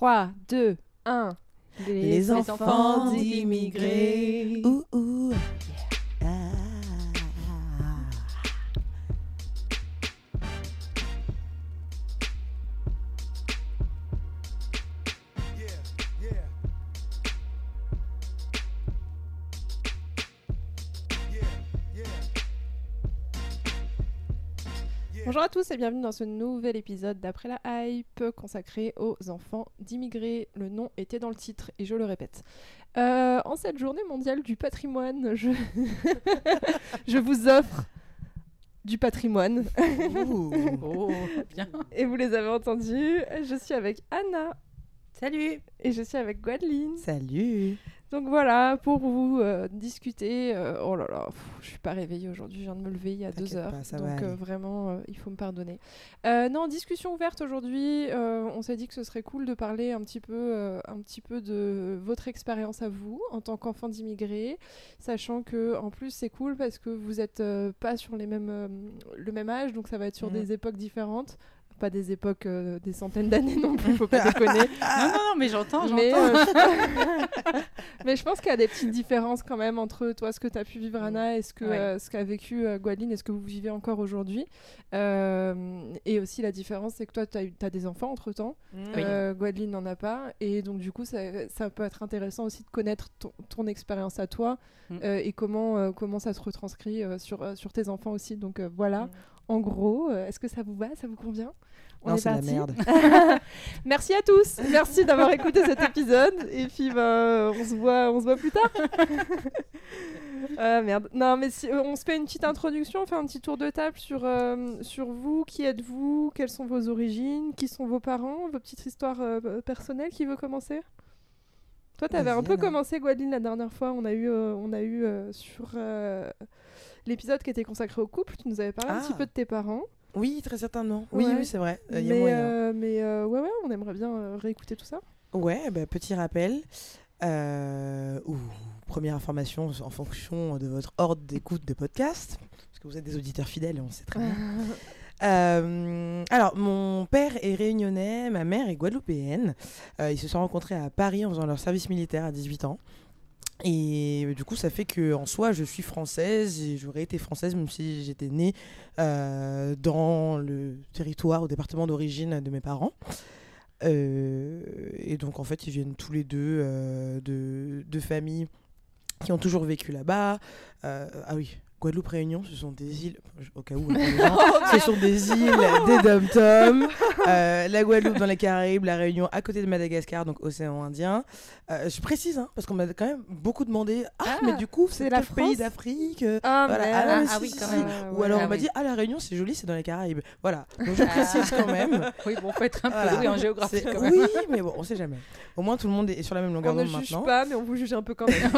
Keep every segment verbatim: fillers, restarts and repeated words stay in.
trois, deux, un. Les, les enfants, enfants d'immigrés. Ouh, ouh. Yeah. Ah. Bonjour à tous et bienvenue dans ce nouvel épisode d'Après la Hype consacré aux enfants d'immigrés. Le nom était dans le titre et je le répète. Euh, en cette journée mondiale du patrimoine, je, je vous offre du patrimoine. Ouh. Oh, bien. Et vous les avez entendus, je suis avec Anna. Salut. Et je suis avec Gwendoline. Salut. Donc voilà, pour vous euh, discuter, euh, oh là là, pff, je suis pas réveillée aujourd'hui, je viens de me lever il y a T'inquiète deux heures, pas, ça donc va euh, vraiment, euh, il faut me pardonner. Euh, non, discussion ouverte aujourd'hui, euh, on s'est dit que ce serait cool de parler un petit peu, euh, un petit peu de votre expérience à vous, en tant qu'enfant d'immigrés, sachant que en plus c'est cool parce que vous êtes euh, pas sur les mêmes, euh, le même âge, donc ça va être sur mmh. des époques différentes. Pas des époques, euh, des centaines d'années non plus, faut pas déconner. Non, non, non, mais j'entends, j'entends. Mais, euh, je... mais je pense qu'il y a des petites différences quand même entre toi, ce que tu as pu vivre, Anna, et ce qu'a ouais. euh, ce qu'a vécu euh, Gwendoline, et ce que vous vivez encore aujourd'hui. Euh, et aussi, la différence, c'est que toi, tu as des enfants entre-temps. Mmh. Euh, Gwendoline n'en a pas. Et donc, du coup, ça, ça peut être intéressant aussi de connaître ton, ton expérience à toi mmh. euh, et comment, euh, comment ça se retranscrit euh, sur, euh, sur tes enfants aussi. Donc, euh, voilà. Mmh. En gros, euh, est-ce que ça vous va, ça vous convient? On non, est c'est parti. la merde. Merci à tous. Merci d'avoir écouté cet épisode. Et puis, bah, on se voit, on se voit plus tard. Ah merde. Non, mais si, euh, on se fait une petite introduction, on fait un petit tour de table sur, euh, sur vous. Qui êtes-vous? Quelles sont vos origines? Qui sont vos parents? Vos petites histoires euh, personnelles. Qui veut commencer? Toi, tu avais un peu commencé, Gwendoline, la dernière fois. On a eu, euh, on a eu euh, sur euh, l'épisode qui était consacré au couple. Tu nous avais parlé ah. un petit peu de tes parents. Oui, très certainement. Oui, ouais. oui, c'est vrai. Euh, mais y a moyen. Euh, mais euh, ouais, ouais, on aimerait bien euh, réécouter tout ça. Ouais, bah, petit rappel. Euh, ou première information en fonction de votre ordre d'écoute de podcast, parce que vous êtes des auditeurs fidèles, on le sait très bien. euh, alors, mon père est réunionnais, ma mère est guadeloupéenne. Euh, ils se sont rencontrés à Paris en faisant leur service militaire à dix-huit ans. Et du coup, ça fait qu'en soi, je suis française et j'aurais été française même si j'étais née euh, dans le territoire, au département d'origine de mes parents. Euh, et donc, en fait, ils viennent tous les deux euh, de, de familles qui ont toujours vécu là-bas. Euh, ah oui, Guadeloupe, Réunion, ce sont des îles, au cas où, gens, ce sont des îles, des dom-toms. Euh, la Guadeloupe dans les Caraïbes, la Réunion à côté de Madagascar, donc océan Indien. Euh, je précise, hein, parce qu'on m'a quand même beaucoup demandé, ah, ah mais du coup, c'est la France pays d'Afrique. Ah, voilà. mais ah, ah, si, ah oui, si, quand si. même. Ou alors ah, on m'a oui. dit, ah, la Réunion, c'est joli, c'est dans les Caraïbes. Voilà, donc je précise quand même. Oui, bon, faut être un peu voilà. doué en géographie quand même. Oui, mais bon, on sait jamais. Au moins, tout le monde est sur la même longueur d'onde maintenant. On ne juge pas, mais on vous juge un peu quand même.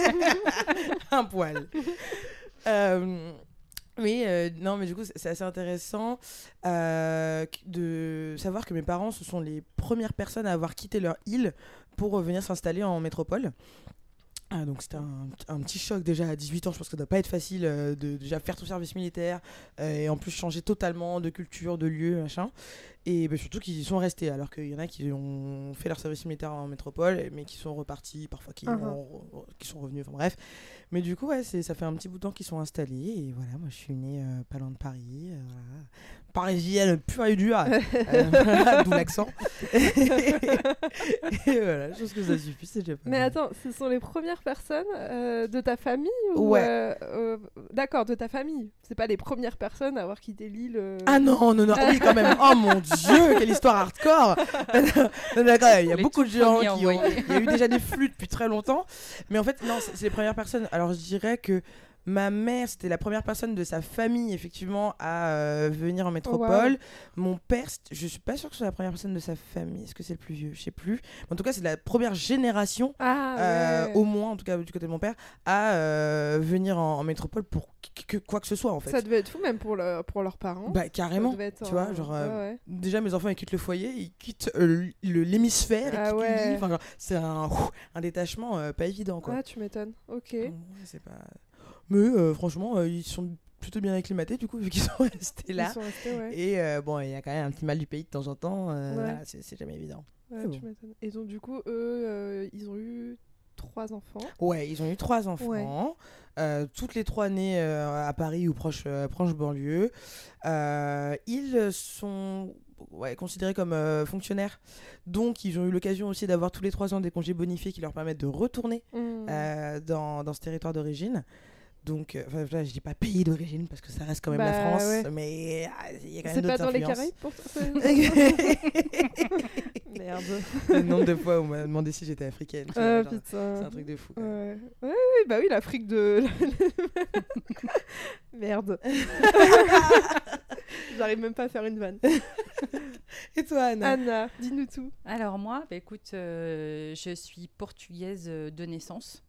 Un poil. Euh, mais euh, non, mais du coup, c'est assez intéressant euh, de savoir que mes parents, ce sont les premières personnes à avoir quitté leur île pour venir s'installer en métropole. Ah, donc c'était un, un petit choc déjà à dix-huit ans. Je pense que ça doit pas être facile euh, de déjà faire tout service militaire euh, et en plus changer totalement de culture, de lieu, machin. Et bah, surtout qu'ils y sont restés, alors qu'il y en a qui ont fait leur service militaire en métropole mais qui sont repartis, parfois qui, uh-huh. ont, qui sont revenus, enfin bref. Mais du coup, ouais, c'est, ça fait un petit bout de temps qu'ils sont installés. Et voilà, moi je suis née euh, pas loin de Paris. Euh, voilà. Parisienne pure et dure, euh, d'où l'accent. Et voilà, je pense que ça suffit, c'est déjà pas Mais mal. attends, ce sont les premières personnes euh, de ta famille ou ouais. euh, euh, d'accord, de ta famille. C'est pas les premières personnes à avoir quitté l'île. Euh... Ah non, non, non, oui, quand même. Oh mon Dieu, quelle histoire hardcore. Non, d'accord, il y a les beaucoup de gens qui envoyés. ont. Il y a eu déjà des flux depuis très longtemps. Mais en fait, non, c'est, c'est les premières personnes. Alors, je dirais que. Ma mère, c'était la première personne de sa famille, effectivement, à euh, venir en métropole. Oh, wow. Mon père, je suis pas sûre que ce soit la première personne de sa famille. Est-ce que c'est le plus vieux? Je sais plus. En tout cas, c'est la première génération, ah, euh, ouais. au moins, en tout cas du côté de mon père, à euh, venir en, en métropole pour que, que, quoi que ce soit, en fait. Ça devait être fou, même pour, le, pour leurs parents. Bah, carrément. Être, tu vois, euh, genre, euh, ouais, ouais. déjà, mes enfants, ils quittent le foyer, ils quittent euh, le, l'hémisphère, ah, ils quittent ouais. l'île. Enfin, genre, c'est un, un détachement euh, pas évident, quoi. Ah, tu m'étonnes. Ok. Ouais, c'est pas... Mais euh, franchement, euh, ils sont plutôt bien acclimatés du coup, vu qu'ils sont restés là. Ils sont restés, ouais. Et euh, bon, il y a quand même un petit mal du pays de temps en temps. Euh, ouais. voilà, c'est, c'est jamais évident. Ouais, bon. tu m'étonnes. Et donc, du coup, eux, euh, ils ont eu trois enfants. Ouais, ils ont eu trois enfants, Ouais. euh, toutes les trois nées euh, à Paris ou proche, euh, proche banlieue. Euh, ils sont ouais, considérés comme euh, fonctionnaires, donc ils ont eu l'occasion aussi d'avoir tous les trois ans des congés bonifiés qui leur permettent de retourner Mmh. euh, dans, dans ce territoire d'origine. Donc, euh, enfin, là, je dis pas pays d'origine parce que ça reste quand même Bah, la France, ouais. mais ah, il y a quand même C'est pas d'autres dans les influences. Caraïbes pour toi? Merde. Le nombre de fois où on m'a demandé si j'étais africaine. tu Ah vois, genre, putain. c'est un truc de fou. Quand même. Ouais. Ouais, ouais, bah oui, l'Afrique de. Merde. J'arrive même pas à faire une vanne. Et toi, Anna? Anna, dis-nous tout. Alors moi, bah, écoute, euh, je suis portugaise euh, de naissance.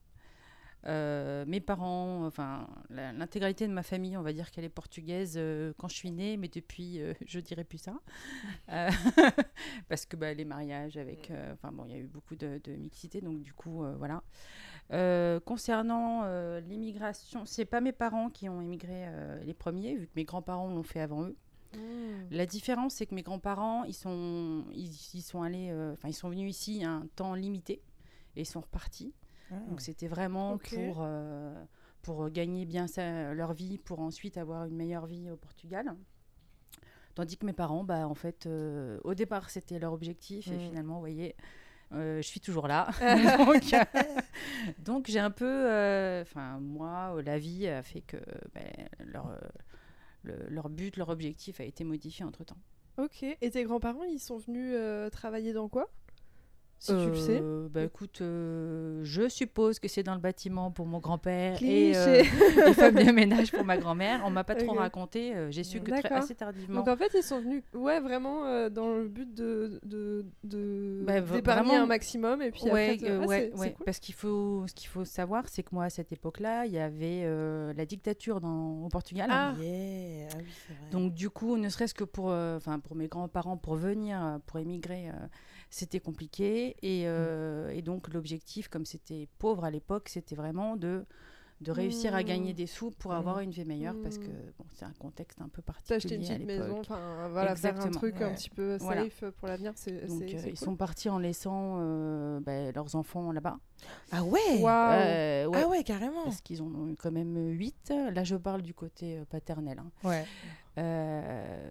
Euh, mes parents, enfin la- l'intégralité de ma famille, on va dire qu'elle est portugaise euh, quand je suis née, mais depuis, euh, je dirais plus ça, Euh, parce que bah, les mariages avec, euh, enfin bon, il y a eu beaucoup de, de mixité, donc du coup, euh, voilà. Euh, concernant euh, l'immigration, c'est pas mes parents qui ont immigré euh, les premiers, vu que mes grands-parents l'ont fait avant eux. La différence, c'est que mes grands-parents, ils sont, ils, ils sont allés, euh, enfin, ils sont venus ici un temps limité et ils sont repartis. Ah. Donc c'était vraiment Ok. pour, euh, pour gagner bien sa- leur vie, pour ensuite avoir une meilleure vie au Portugal. Tandis que mes parents, bah, en fait, euh, au départ, c'était leur objectif. Et Mm. finalement, vous voyez, euh, je suis toujours là. donc, euh, donc, j'ai un peu... Enfin, moi, euh, la vie a fait que ben, leur, euh, le- leur but, leur objectif a été modifié entre-temps. Ok. Et tes grands-parents, ils sont venus euh, travailler dans quoi? Si tu le sais. Euh, Bah écoute, euh, je suppose que c'est dans le bâtiment pour mon grand-père Cliché. et euh, les femmes de ménage pour ma grand-mère. On m'a pas trop Ok. raconté. euh, J'ai su que très, D'accord. assez tardivement. Donc en fait, ils sont venus, ouais, vraiment euh, dans le but de, de, de Bah, v- d'épargner vraiment- un maximum et puis Ouais, après, de- euh, ah, ouais, c'est- c'est ouais. cool. Parce qu'il faut, ce qu'il faut savoir, c'est que moi à cette époque-là, il y avait euh, la dictature dans, au Portugal. Ah. Yeah. Ah oui, c'est vrai. Donc du coup, ne serait-ce que pour, euh, enfin pour mes grands-parents, pour venir, euh, pour émigrer, euh, c'était compliqué. Et, euh, et donc l'objectif, comme c'était pauvre à l'époque, c'était vraiment de, de réussir à Mmh. gagner des sous pour avoir Mmh. une vie meilleure, parce que Mmh. bon, c'est un contexte un peu T'acheter une particulier à petite l'époque. maison, enfin voilà, faire un Exactement. truc un Ouais. petit peu Voilà. safe pour l'avenir, c'est Donc c'est- euh, c'est ils cool. sont partis en laissant euh, bah, leurs enfants là-bas. Ah ouais. Waouh. Euh, ouais, Ah ouais, carrément. parce qu'ils en ont eu quand même huit. Là, je parle du côté euh, paternel. hein. Ouais. Euh,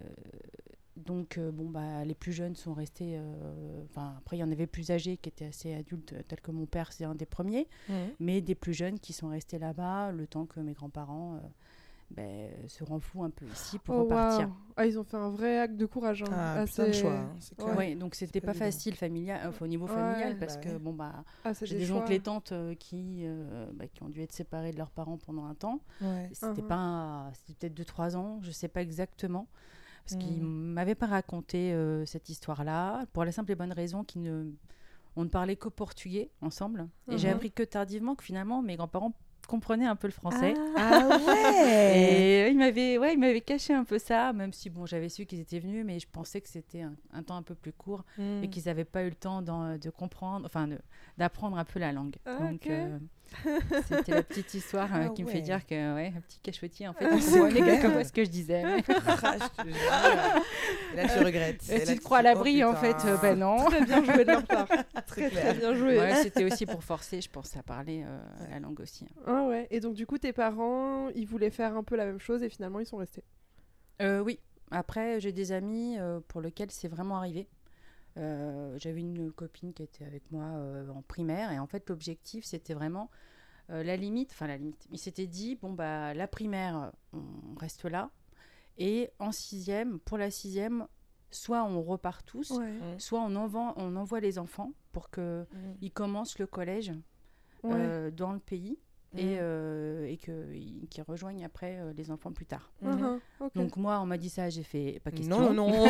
donc, euh, bon, bah, les plus jeunes sont restés. euh, Enfin, après, il y en avait plus âgés qui étaient assez adultes, euh, tels que mon père, c'est un des premiers. Mhm. Mais des plus jeunes qui sont restés là-bas, le temps que mes grands-parents euh, ben, se renflouent un peu ici pour Oh, repartir. waouh. Ah, ils ont fait un vrai acte de courage. Hein. Ah, Assez- putain de choix. hein, c'est clair. Ouais, donc c'était pas pas évident. facile familial, enfin, au niveau Ouais, familial, parce bah que ouais. bon bah Ah, c'est j'ai des des choix. oncles et tantes euh, qui euh, bah, qui ont dû être séparés de leurs parents pendant un temps. Ouais. C'était Mhm. pas, c'était peut-être deux trois ans, je sais pas exactement, parce qu'ils Mhm. m'avaient pas raconté euh, cette histoire-là pour la simple et bonne raison qu'ils ne, on ne parlait qu'au portugais ensemble. Et j'ai Mhm. appris que tardivement que finalement mes grands-parents comprenaient un peu le français. Ah ouais. Et euh, ils m'avaient, ouais, ils m'avaient caché un peu ça, même si bon, j'avais su qu'ils étaient venus, mais je pensais que c'était un, un temps un peu plus court Mhm. et qu'ils n'avaient pas eu le temps d'en- de comprendre, enfin, de- d'apprendre un peu la langue. Ah, Donc, ok. euh, c'était la petite histoire euh, Ah qui me ouais. fait dire que, ouais, un petit cachotier, en fait, Ah, on c'est comprenait clair. quelquefois ce que je disais. mais- Ah, je te jure. Et là, tu regrettes. Et Et là, tu te te crois à dis, oh, l'abri, en putain. fait, euh, ben non. Très bien joué de leur part. C'est Très très clair. bien joué. Ouais, c'était aussi pour forcer, je pense, à parler euh, Ouais. la langue aussi. hein. Ah ouais. Et donc du coup, tes parents, ils voulaient faire un peu la même chose et finalement, ils sont restés. Euh, oui, après, j'ai des amis euh, pour lesquels c'est vraiment arrivé. Euh, J'avais une copine qui était avec moi euh, en primaire et en fait, l'objectif, c'était vraiment euh, la limite. Enfin, la limite. Il s'était dit, bon, bah, la primaire, on reste là. Et en sixième, pour la sixième, soit on repart tous, Ouais. Mhm. soit on envoie, on envoie les enfants pour qu'ils Mhm. commencent le collège Ouais. euh, dans le pays Mhm. et, euh, et qu'ils qu'ils rejoignent après euh, les enfants plus tard. Mhm. Mhm. Ok. Donc moi, on m'a dit ça, j'ai fait pas question. Non, non, non.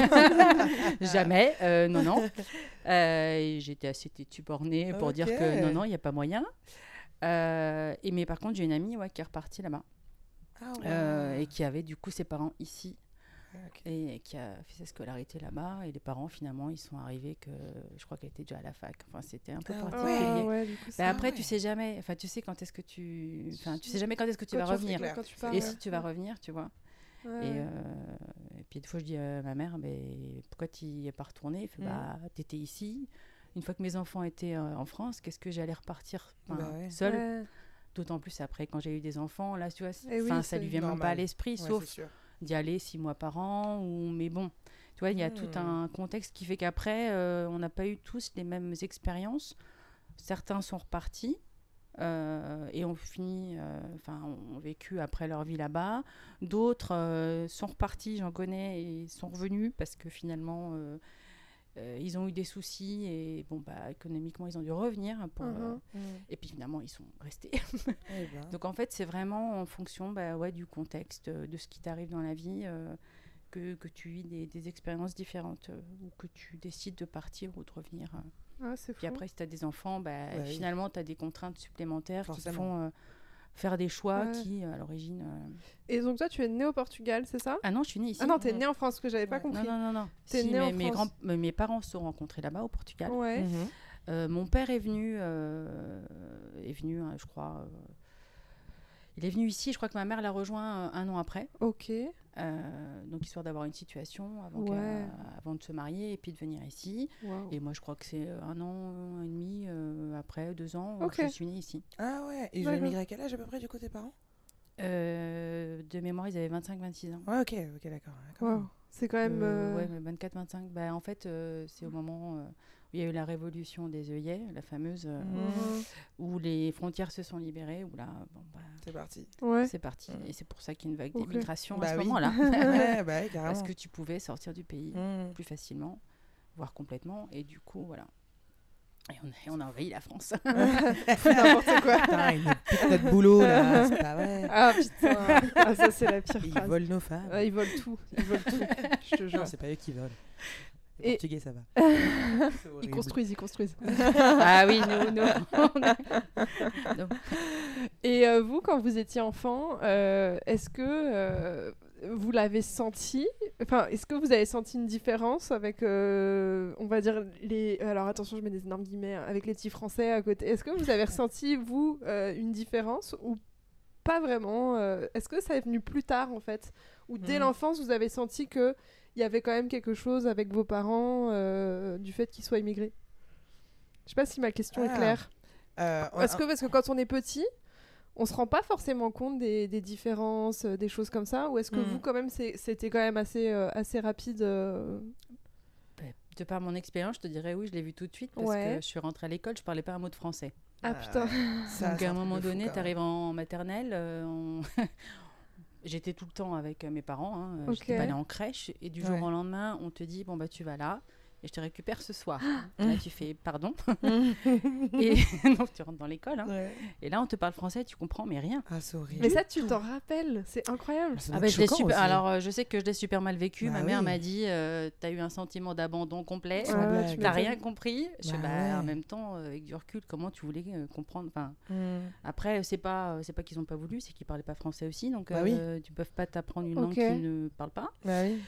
Jamais, euh, non, non. Euh, et j'étais assez têtue bornée pour dire Ok. que non, non, il n'y a pas moyen. Euh, et mais par contre, j'ai une amie ouais, qui est repartie là-bas Ah ouais. euh, et qui avait du coup ses parents ici Ok. et qui a fait sa scolarité là-bas. Et les parents, finalement, ils sont arrivés que je crois qu'elle était déjà à la fac. Enfin, c'était un peu Ah ouais. particulier. Ah ouais, du coup, Bah, c'est- après, ouais. tu sais jamais. Enfin, tu sais quand est-ce que tu. Enfin, tu sais jamais quand est-ce que tu Quand vas tu- revenir. clair. quand tu Et pars, Et ouais. si tu vas revenir, tu vois. Ouais, Et, ouais. euh, et puis des fois, je dis à ma mère, mais pourquoi tu n'y es pas retournée? Elle fait, Mm. bah, t'étais ici. Une fois que mes enfants étaient euh, en France, qu'est-ce que j'allais repartir enfin, Bah ouais. seule? Ouais. D'autant plus après, quand j'ai eu des enfants, là, tu vois, Eh oui, ça c'est lui vient même normal. pas à l'esprit, Ouais, sauf c'est sûr. d'y aller six mois par an. Ou... Mais bon, tu vois, il y a Mm. tout un contexte qui fait qu'après, euh, on n'a pas eu tous les mêmes expériences. Certains sont repartis. Euh, et ont fini, enfin, euh, ont vécu après leur vie là-bas. D'autres euh, sont repartis, j'en connais, et sont revenus parce que finalement, euh, euh, ils ont eu des soucis et bon, bah, économiquement, ils ont dû revenir. Pour, Uh-huh. euh, Mm. et puis finalement, ils sont restés. Eh ben. Donc en fait, c'est vraiment en fonction bah, ouais, du contexte, de ce qui t'arrive dans la vie, euh, que, que tu vis des, des expériences différentes euh, ou que tu décides de partir ou de revenir. euh. Ah, c'est Puis fou. après, si tu as des enfants, bah, Ouais, oui. finalement, tu as des contraintes supplémentaires qui te Forcément. font euh, faire des choix Ouais. qui, euh, à l'origine... euh, Et donc toi, tu es née au Portugal, c'est ça? Ah non, je suis née ici. Ah non, t'es Mm. née en France, que j'avais pas Ouais. compris. non, non, non, non. T'es Si, née en mes, mes, France. grands, mes parents se sont rencontrés là-bas, au Portugal. Ouais. Mhm. Euh, mon père est venu, euh, est venu, hein, je crois... euh, il est venu ici, je crois que ma mère l'a rejoint euh, un an après. Ok. Euh, donc, histoire d'avoir une situation avant, Ouais. qu'elle- avant de se marier et puis de venir ici. Waouh. Et moi, je crois que c'est un an et demi euh, après, deux ans, Ok. que je suis née ici. Ah ouais. Et ils ont D'accord. immigré à quel âge à peu près du coup tes parents? Euh, de mémoire, ils avaient vingt-cinq vingt-six ans. Ouais, ok, ok, d'accord. d'accord. Waouh. C'est quand même. Euh, euh, Ouais, mais vingt-quatre vingt-cinq. Bah, en fait, euh, c'est au moment euh, où il y a eu la révolution des œillets, la fameuse, euh, Mhm. Mhm. où les frontières se sont libérées, où là, bon, bah, C'est parti. Ouais. c'est parti. Mhm. Et c'est pour ça qu'il y a une vague Ok. d'immigration Bah à ce oui. moment-là. Ouais, bah ouais, carrément. Parce que tu pouvais sortir du pays Mm. plus facilement, voire complètement. Et du coup, voilà. Et on a, on a envahi la France. N'importe quoi. Putain, ils nous piquent notre boulot là, c'est pas vrai. Ah putain. Ah, ça, c'est la pire Ils phrase. volent nos femmes. Ouais, ils volent tout. Ils volent tout. Je te jure. Non, c'est pas eux qui volent. Les Et- Portugais, ça va. C'est Ils horrible. construisent, ils construisent. Ah oui, nous, nous. on a- Donc, Et euh, vous, quand vous étiez enfant, euh, est-ce que euh, vous l'avez senti? Enfin, est-ce que vous avez senti une différence avec, euh, on va dire, les... Alors attention, je mets des énormes guillemets, hein, avec les petits français à côté. Est-ce que vous avez ressenti, vous, euh, une différence ou pas vraiment? euh, Est-ce que ça est venu plus tard, en fait? Ou dès Mhm. l'enfance, vous avez senti que il y avait quand même quelque chose avec vos parents euh, du fait qu'ils soient immigrés? Je sais pas si ma question est Ah. claire. Euh, on- Parce que, parce que quand on est petit, on se rend pas forcément compte des, des différences, euh, des choses comme ça. Ou est-ce que Mm. vous, quand même, c'est- c'était quand même assez, euh, assez rapide euh, bah, de par mon expérience, je te dirais oui, je l'ai vu tout de suite parce Ouais. que je suis rentrée à l'école, je parlais pas un mot de français. Ah putain. ça, Donc c'est à un truc moment de fou, donné, quand tu arrives en maternelle, euh, on- j'étais tout le temps avec euh, mes parents, hein, euh, j'étais Ok. pas allée en crèche, et du jour Ouais. au lendemain, on te dit, bon bah tu vas là, et je te récupère ce soir. Là tu fais, pardon, même. et donc tu rentres dans l'école, hein. Ouais. Et là on te parle français, tu comprends, mais rien. Ah, c'est horrible. Mais ça, tu t'en rappelles. C'est incroyable. Ça Ah doit bah, être je l'ai choquant super... aussi. Alors euh, je sais que je l'ai super mal vécu, Bah ma mère oui. m'a dit, euh, t'as eu un sentiment d'abandon complet. Sans Ouais, blague. tu T'as m'étonnes. rien compris. Je fais, Bah bah, ouais. En même temps, euh, avec du recul, comment tu voulais euh, comprendre enfin, Mm. Après, c'est pas, euh, c'est pas qu'ils ont pas voulu, c'est qu'ils parlaient pas français aussi, donc Bah oui. euh, tu peux pas t'apprendre une Ok. langue qu'ils ne parlent pas. Bah oui.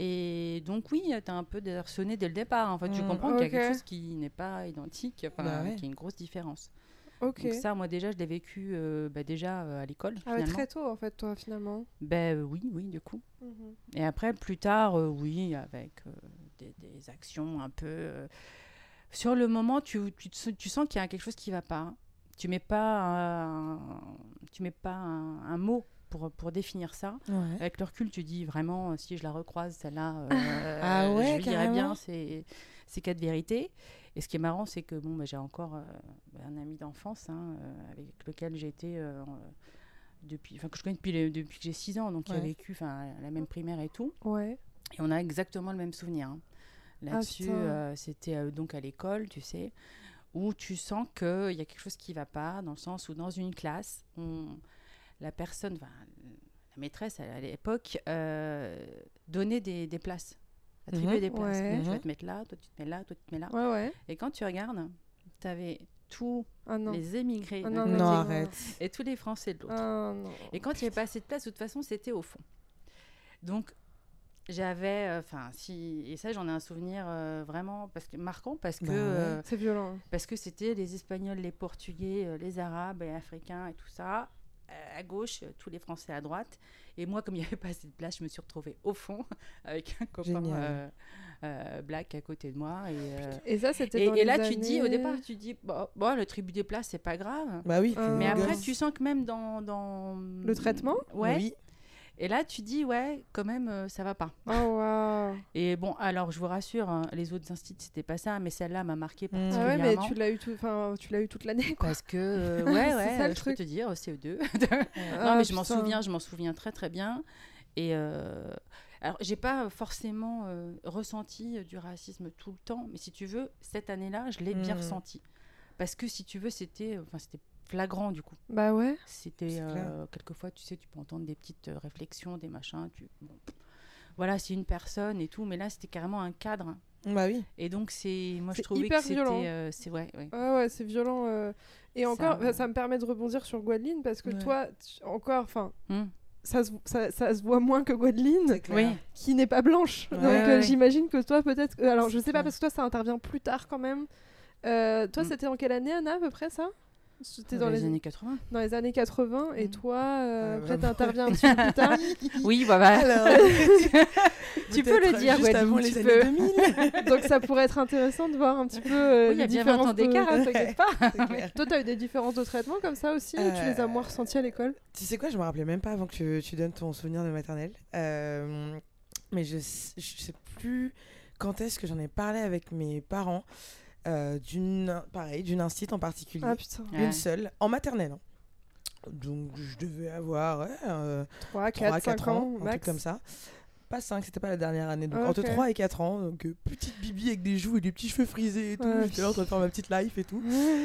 Et donc oui, t'as un peu désarçonné dès le départ. En fait, tu Mm. comprends qu'il y a quelque Ok. chose qui n'est pas identique, enfin, Bah ouais. qu'il y a une grosse différence. Ok. Donc ça, moi déjà, je l'ai vécu euh, bah, déjà euh, à l'école. Ah ouais, finalement. très tôt, en fait, toi, finalement. Ben euh, oui, oui, du coup. Mhm. Et après, plus tard, euh, oui, avec euh, des, des actions un peu. euh, Sur le moment, tu, tu, te- tu sens qu'il y a quelque chose qui va pas. Tu mets pas un, tu mets pas un, un mot pour, pour définir ça. Ouais. Avec le recul, tu dis vraiment, euh, si je la recroise, celle-là, euh, Ah ouais, je lui dirais carrément. bien ces, ces cas de vérité. Et ce qui est marrant, c'est que bon, bah, j'ai encore euh, un ami d'enfance hein, euh, avec lequel j'ai été euh, en- depuis, enfin que je connais depuis, le- depuis que j'ai six ans, donc il a Ouais. vécu enfin la même primaire et tout. Ouais. Et on a exactement le même souvenir. hein. Là-dessus, putain. euh, c'était euh, donc à l'école, tu sais, où tu sens qu'il y a quelque chose qui ne va pas, dans le sens où dans une classe, on, la personne, enfin, la maîtresse à l'époque, euh, donnait des, des places, attribuait Mhm. des places. Ouais. Donc, tu vas Mhm. te mettre là, toi tu te mets là, toi tu te mets là. Ouais, ouais. Et quand tu regardes, tu avais tous Ah non. les émigrés Ah d'un non, côté Non, arrête. et tous les Français de l'autre. Ah non. Et quand il n'y avait pas assez de place, de toute façon, c'était au fond. Donc, j'avais, enfin, si, et ça, j'en ai un souvenir euh, vraiment parce que, marquant parce que, Bah ouais. euh, C'est violent. parce que c'était les Espagnols, les Portugais, euh, les Arabes et Africains et tout ça. à gauche, tous les Français à droite. Et moi, comme il n'y avait pas assez de place, je me suis retrouvée au fond avec un copain euh, euh, black à côté de moi. Et, euh, et ça, c'était et, dans et les là, années... tu te dis, au départ, tu te dis, bon, bon le tribut des places, c'est pas grave. Bah oui. Euh, Mais après, gosse. tu sens que même dans... dans... Le traitement Ouais. Oui. Et là, tu dis, ouais, quand même, euh, ça va pas. Oh, waouh. Et bon, alors, je vous rassure, hein, les autres instituts, c'était pas ça, mais celle-là m'a marqué Mmh. Ah ouais, particulièrement. mais tu l'as eu, tout... enfin, tu l'as eu toute l'année, quoi. Parce que, euh, ouais, ouais, C'est ça, le je truc. peux te dire, C E deux. Ah, non, mais je m'en putain. souviens, je m'en souviens très, très bien. Et euh, alors, j'ai pas forcément euh, ressenti du racisme tout le temps, mais si tu veux, cette année-là, je l'ai bien Mmh. ressenti. Parce que, si tu veux, c'était, enfin, c'était flagrant, du coup. Bah ouais. C'était, C'est clair. euh, quelquefois, tu sais, tu peux entendre des petites euh, réflexions, des machins. Tu... Bon, voilà, c'est une personne et tout, mais là, c'était carrément un cadre. Bah oui. Et donc, c'est, moi, C'est je trouvais hyper que c'était... violent. euh, c'est, ouais, ouais. Ah ouais, c'est violent. euh. Et Ça, encore, ouais. ça me permet de rebondir sur Gwendoline, parce que Ouais. toi, tu- encore, enfin, Hum. ça se, ça, ça se voit moins que Gwendoline, C'est clair. Oui. qui n'est pas blanche. Ouais, Donc euh, ouais. j'imagine que toi, peut-être... euh, Alors, je C'est sais pas, clair. parce que toi, ça intervient plus tard quand même. Euh, toi, Mm. c'était en quelle année, Anna, à peu près, ça? C'était Dans dans les les années quatre-vingts. dans les années quatre-vingts. Et Mm. toi, euh, Ouais, après, bah, t'interviens un petit peu plus tard. Oui, bah, bah. Alors, Tu peux le peut-être dire, juste Gwendoline, avant tu les peux. années deux mille. Donc ça pourrait être intéressant de voir un petit peu euh, Oui, il y les a bien vingt différences ans d'écart, de... hein, t'inquiète pas. C'est clair. Toi, t'as eu des différences de traitement comme ça aussi ou tu les as moins Euh, ressenties à l'école? Tu sais quoi, je me rappelais même pas avant que tu, tu donnes ton souvenir de maternelle. Euh, mais je, s- je sais plus quand est-ce que j'en ai parlé avec mes parents euh, d'une pareil d'une instit en particulier, Ah putain. Ouais. une seule en maternelle. hein. Donc je devais avoir ouais, euh, trois, trois à quatre, cinq quatre ans, ans, un truc max. comme ça. Pas cinq, c'était pas la dernière année. Donc Ok. entre trois et quatre ans, donc euh, petite bibi avec des joues et des petits cheveux frisés et tout. Ouais. J'étais là en train de faire ma petite life et tout.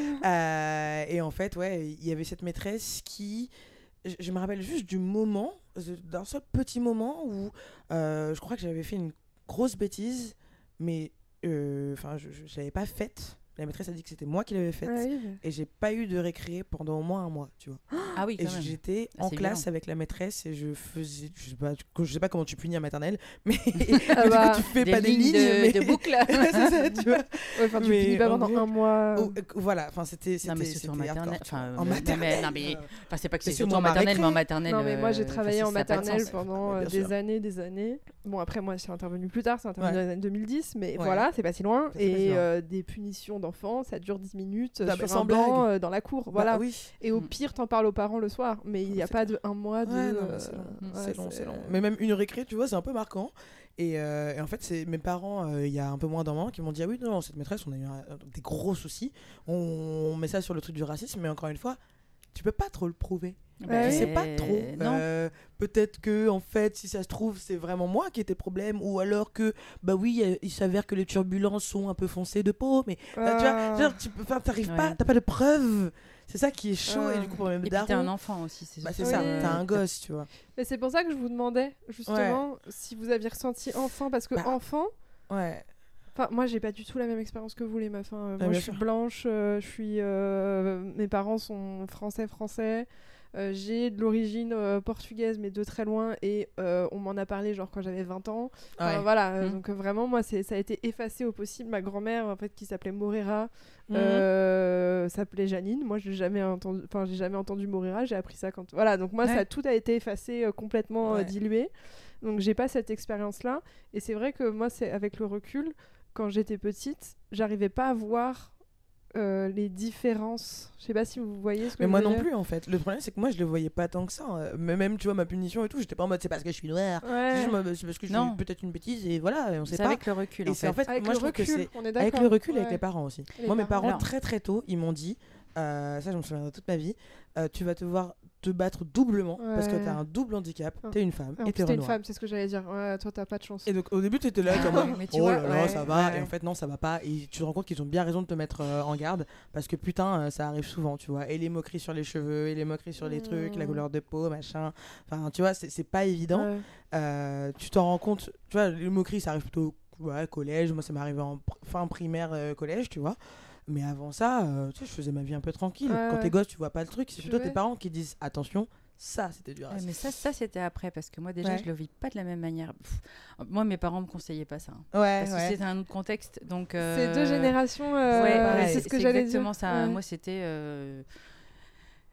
Euh, et en fait, ouais, il y avait cette maîtresse qui. Je, je me rappelle juste du moment, d'un seul petit moment où euh, je crois que j'avais fait une grosse bêtise, mais euh, enfin, je ne l'avais pas faite. La maîtresse a dit que c'était moi qui l'avais faite. Ouais, oui, mais- Et j'ai pas eu de récré pendant au moins un mois, tu vois. Ah oui, Et quand même. j'étais Ah, en c'est classe violent. avec la maîtresse et je faisais, je sais pas, je sais pas comment tu punis à maternelle, mais Ah du bah, coup, tu fais Des pas des lignes lignes, de, mais de boucle. c'est ça, tu vois. Ouais, enfin, tu Mais finis pas en pendant vrai- un mois. Oh, euh, voilà, enfin c'était, Non, mais c'était, surtout en c'était maternelle. hardcore, tu vois. Enfin, En non, mais- maternelle. non, mais- Enfin, c'est pas que c'est Mais c'est surtout moi, en ma maternelle, mais en récré. maternelle. Non, mais moi, j'ai euh, travaillé enfin, en ça a pas de maternelle sens. pendant Ouais, euh, bien des sûr. années, des années. Bon, après, moi, je suis intervenue plus tard, c'est intervenu Ouais. dans les années deux mille dix, mais Ouais. voilà, c'est pas si loin. C'est pas si Et loin. euh, des punitions d'enfants, ça dure dix minutes euh, Non, mais sur sans un banc blague. euh, dans la cour. Bah Voilà. oui. Et au Mm. pire, t'en parles aux parents le soir, mais il n'y a c'est pas de un mois de. Ouais, non, mais euh, c'est long. Mm. ouais, c'est long, c'est long. Mais même une récré, tu vois, c'est un peu marquant. Et, euh, et en fait, c'est mes parents, euh, il y a un peu moins d'un mois, qui m'ont dit ah oui, non, cette maîtresse, on a eu un- des gros soucis. On, on met ça sur le truc du racisme, mais encore une fois, tu peux pas trop le prouver. Ouais, Je sais Ben, pas trop. Non. Euh, peut-être que, en fait, si ça se trouve, c'est vraiment moi qui étais problème, ou alors que, bah oui, euh, il s'avère que les turbulences sont un peu foncées de peau, mais bah, tu vois, Ah. genre, tu peux, enfin, t'arrives Ouais. pas, t'as pas de preuves. C'est ça qui est chaud, Ah. et du coup, pour même Et puis t'es un daron, enfant aussi. C'est bah, c'est surtout, ça, euh, t'as un gosse, tu vois. Mais c'est pour ça que je vous demandais, justement, si vous aviez ressenti enfant, parce que Bah. enfant. Ouais. Enfin, moi, j'ai pas du tout la même expérience que vous, les meufs. hein. Ah, Moi, bien je suis sûr. blanche, euh, je suis. euh, mes parents sont français-français. Euh, j'ai de l'origine euh, portugaise, mais de très loin, et euh, on m'en a parlé genre quand j'avais vingt ans. Enfin, Ouais. voilà, euh, Mhm. donc euh, vraiment, moi, c'est, ça a été effacé au possible. Ma grand-mère, en fait, qui s'appelait Morera, Mhm. euh, s'appelait Janine. Moi, j'ai jamais entendu, enfin, j'ai jamais entendu Morera. J'ai appris ça quand, voilà. Donc moi, Ouais. ça tout a été effacé, euh, complètement euh, Ouais. dilué. Donc j'ai pas cette expérience-là. Et c'est vrai que moi, c'est avec le recul, quand j'étais petite, j'arrivais pas à voir euh, les différences. Je sais pas si vous voyez ce que Mais je moi veux non dire. plus en fait. Le problème c'est que moi je le voyais pas tant que ça. euh, Mais même tu vois ma punition et tout, j'étais pas en mode c'est parce que je suis noire. Ouais. C'est juste, moi, c'est parce que je Non. fais peut-être une bêtise et voilà, et on sait C'est pas. avec le recul, Et en c'est en fait. fait, Avec moi le je trouve que recul, c'est on est d'accord. avec le recul et avec Ouais. les parents aussi. Les Moi mes parents. parents Alors- très très tôt, ils m'ont dit euh, ça je me souviendrai toute ma vie, euh, tu vas te voir te battre doublement parce que Ouais. t'as un double handicap, Ah. t'es une femme En et plus, t'es t'es une noire. femme, c'est ce que j'allais dire. Ouais, toi, t'as pas de chance. Et donc au début tu étais là, t'es en mode, Mais tu oh vois, là là ouais, ça va, ouais. et en fait non ça va pas, et tu te rends compte qu'ils ont bien raison de te mettre euh, en garde parce que putain euh, ça arrive souvent, tu vois, et les moqueries sur les cheveux, et les moqueries sur les Mmh. trucs, la couleur de peau, machin, enfin tu vois c'est c'est pas évident. Ouais. Euh, tu t'en rends compte, tu vois, les moqueries ça arrive plutôt ouais, collège, moi ça m'est arrivé en pr- fin primaire euh, collège, tu vois. Mais avant ça, euh, tu sais, je faisais ma vie un peu tranquille. Ouais, Quand ouais. t'es gosse, tu vois pas le truc, c'est Tu plutôt veux. tes parents qui disent attention, ça c'était du Ouais, racisme. mais ça, ça c'était après, parce que moi déjà, Ouais. je le vis pas de la même manière. Pff, moi, mes parents me conseillaient pas ça. hein, Ouais, Parce que c'était un autre contexte. Donc, C'est euh, deux générations. euh, Ouais, pareil. c'est ce que j'allais dire. exactement ça. Ouais. Moi, c'était. euh,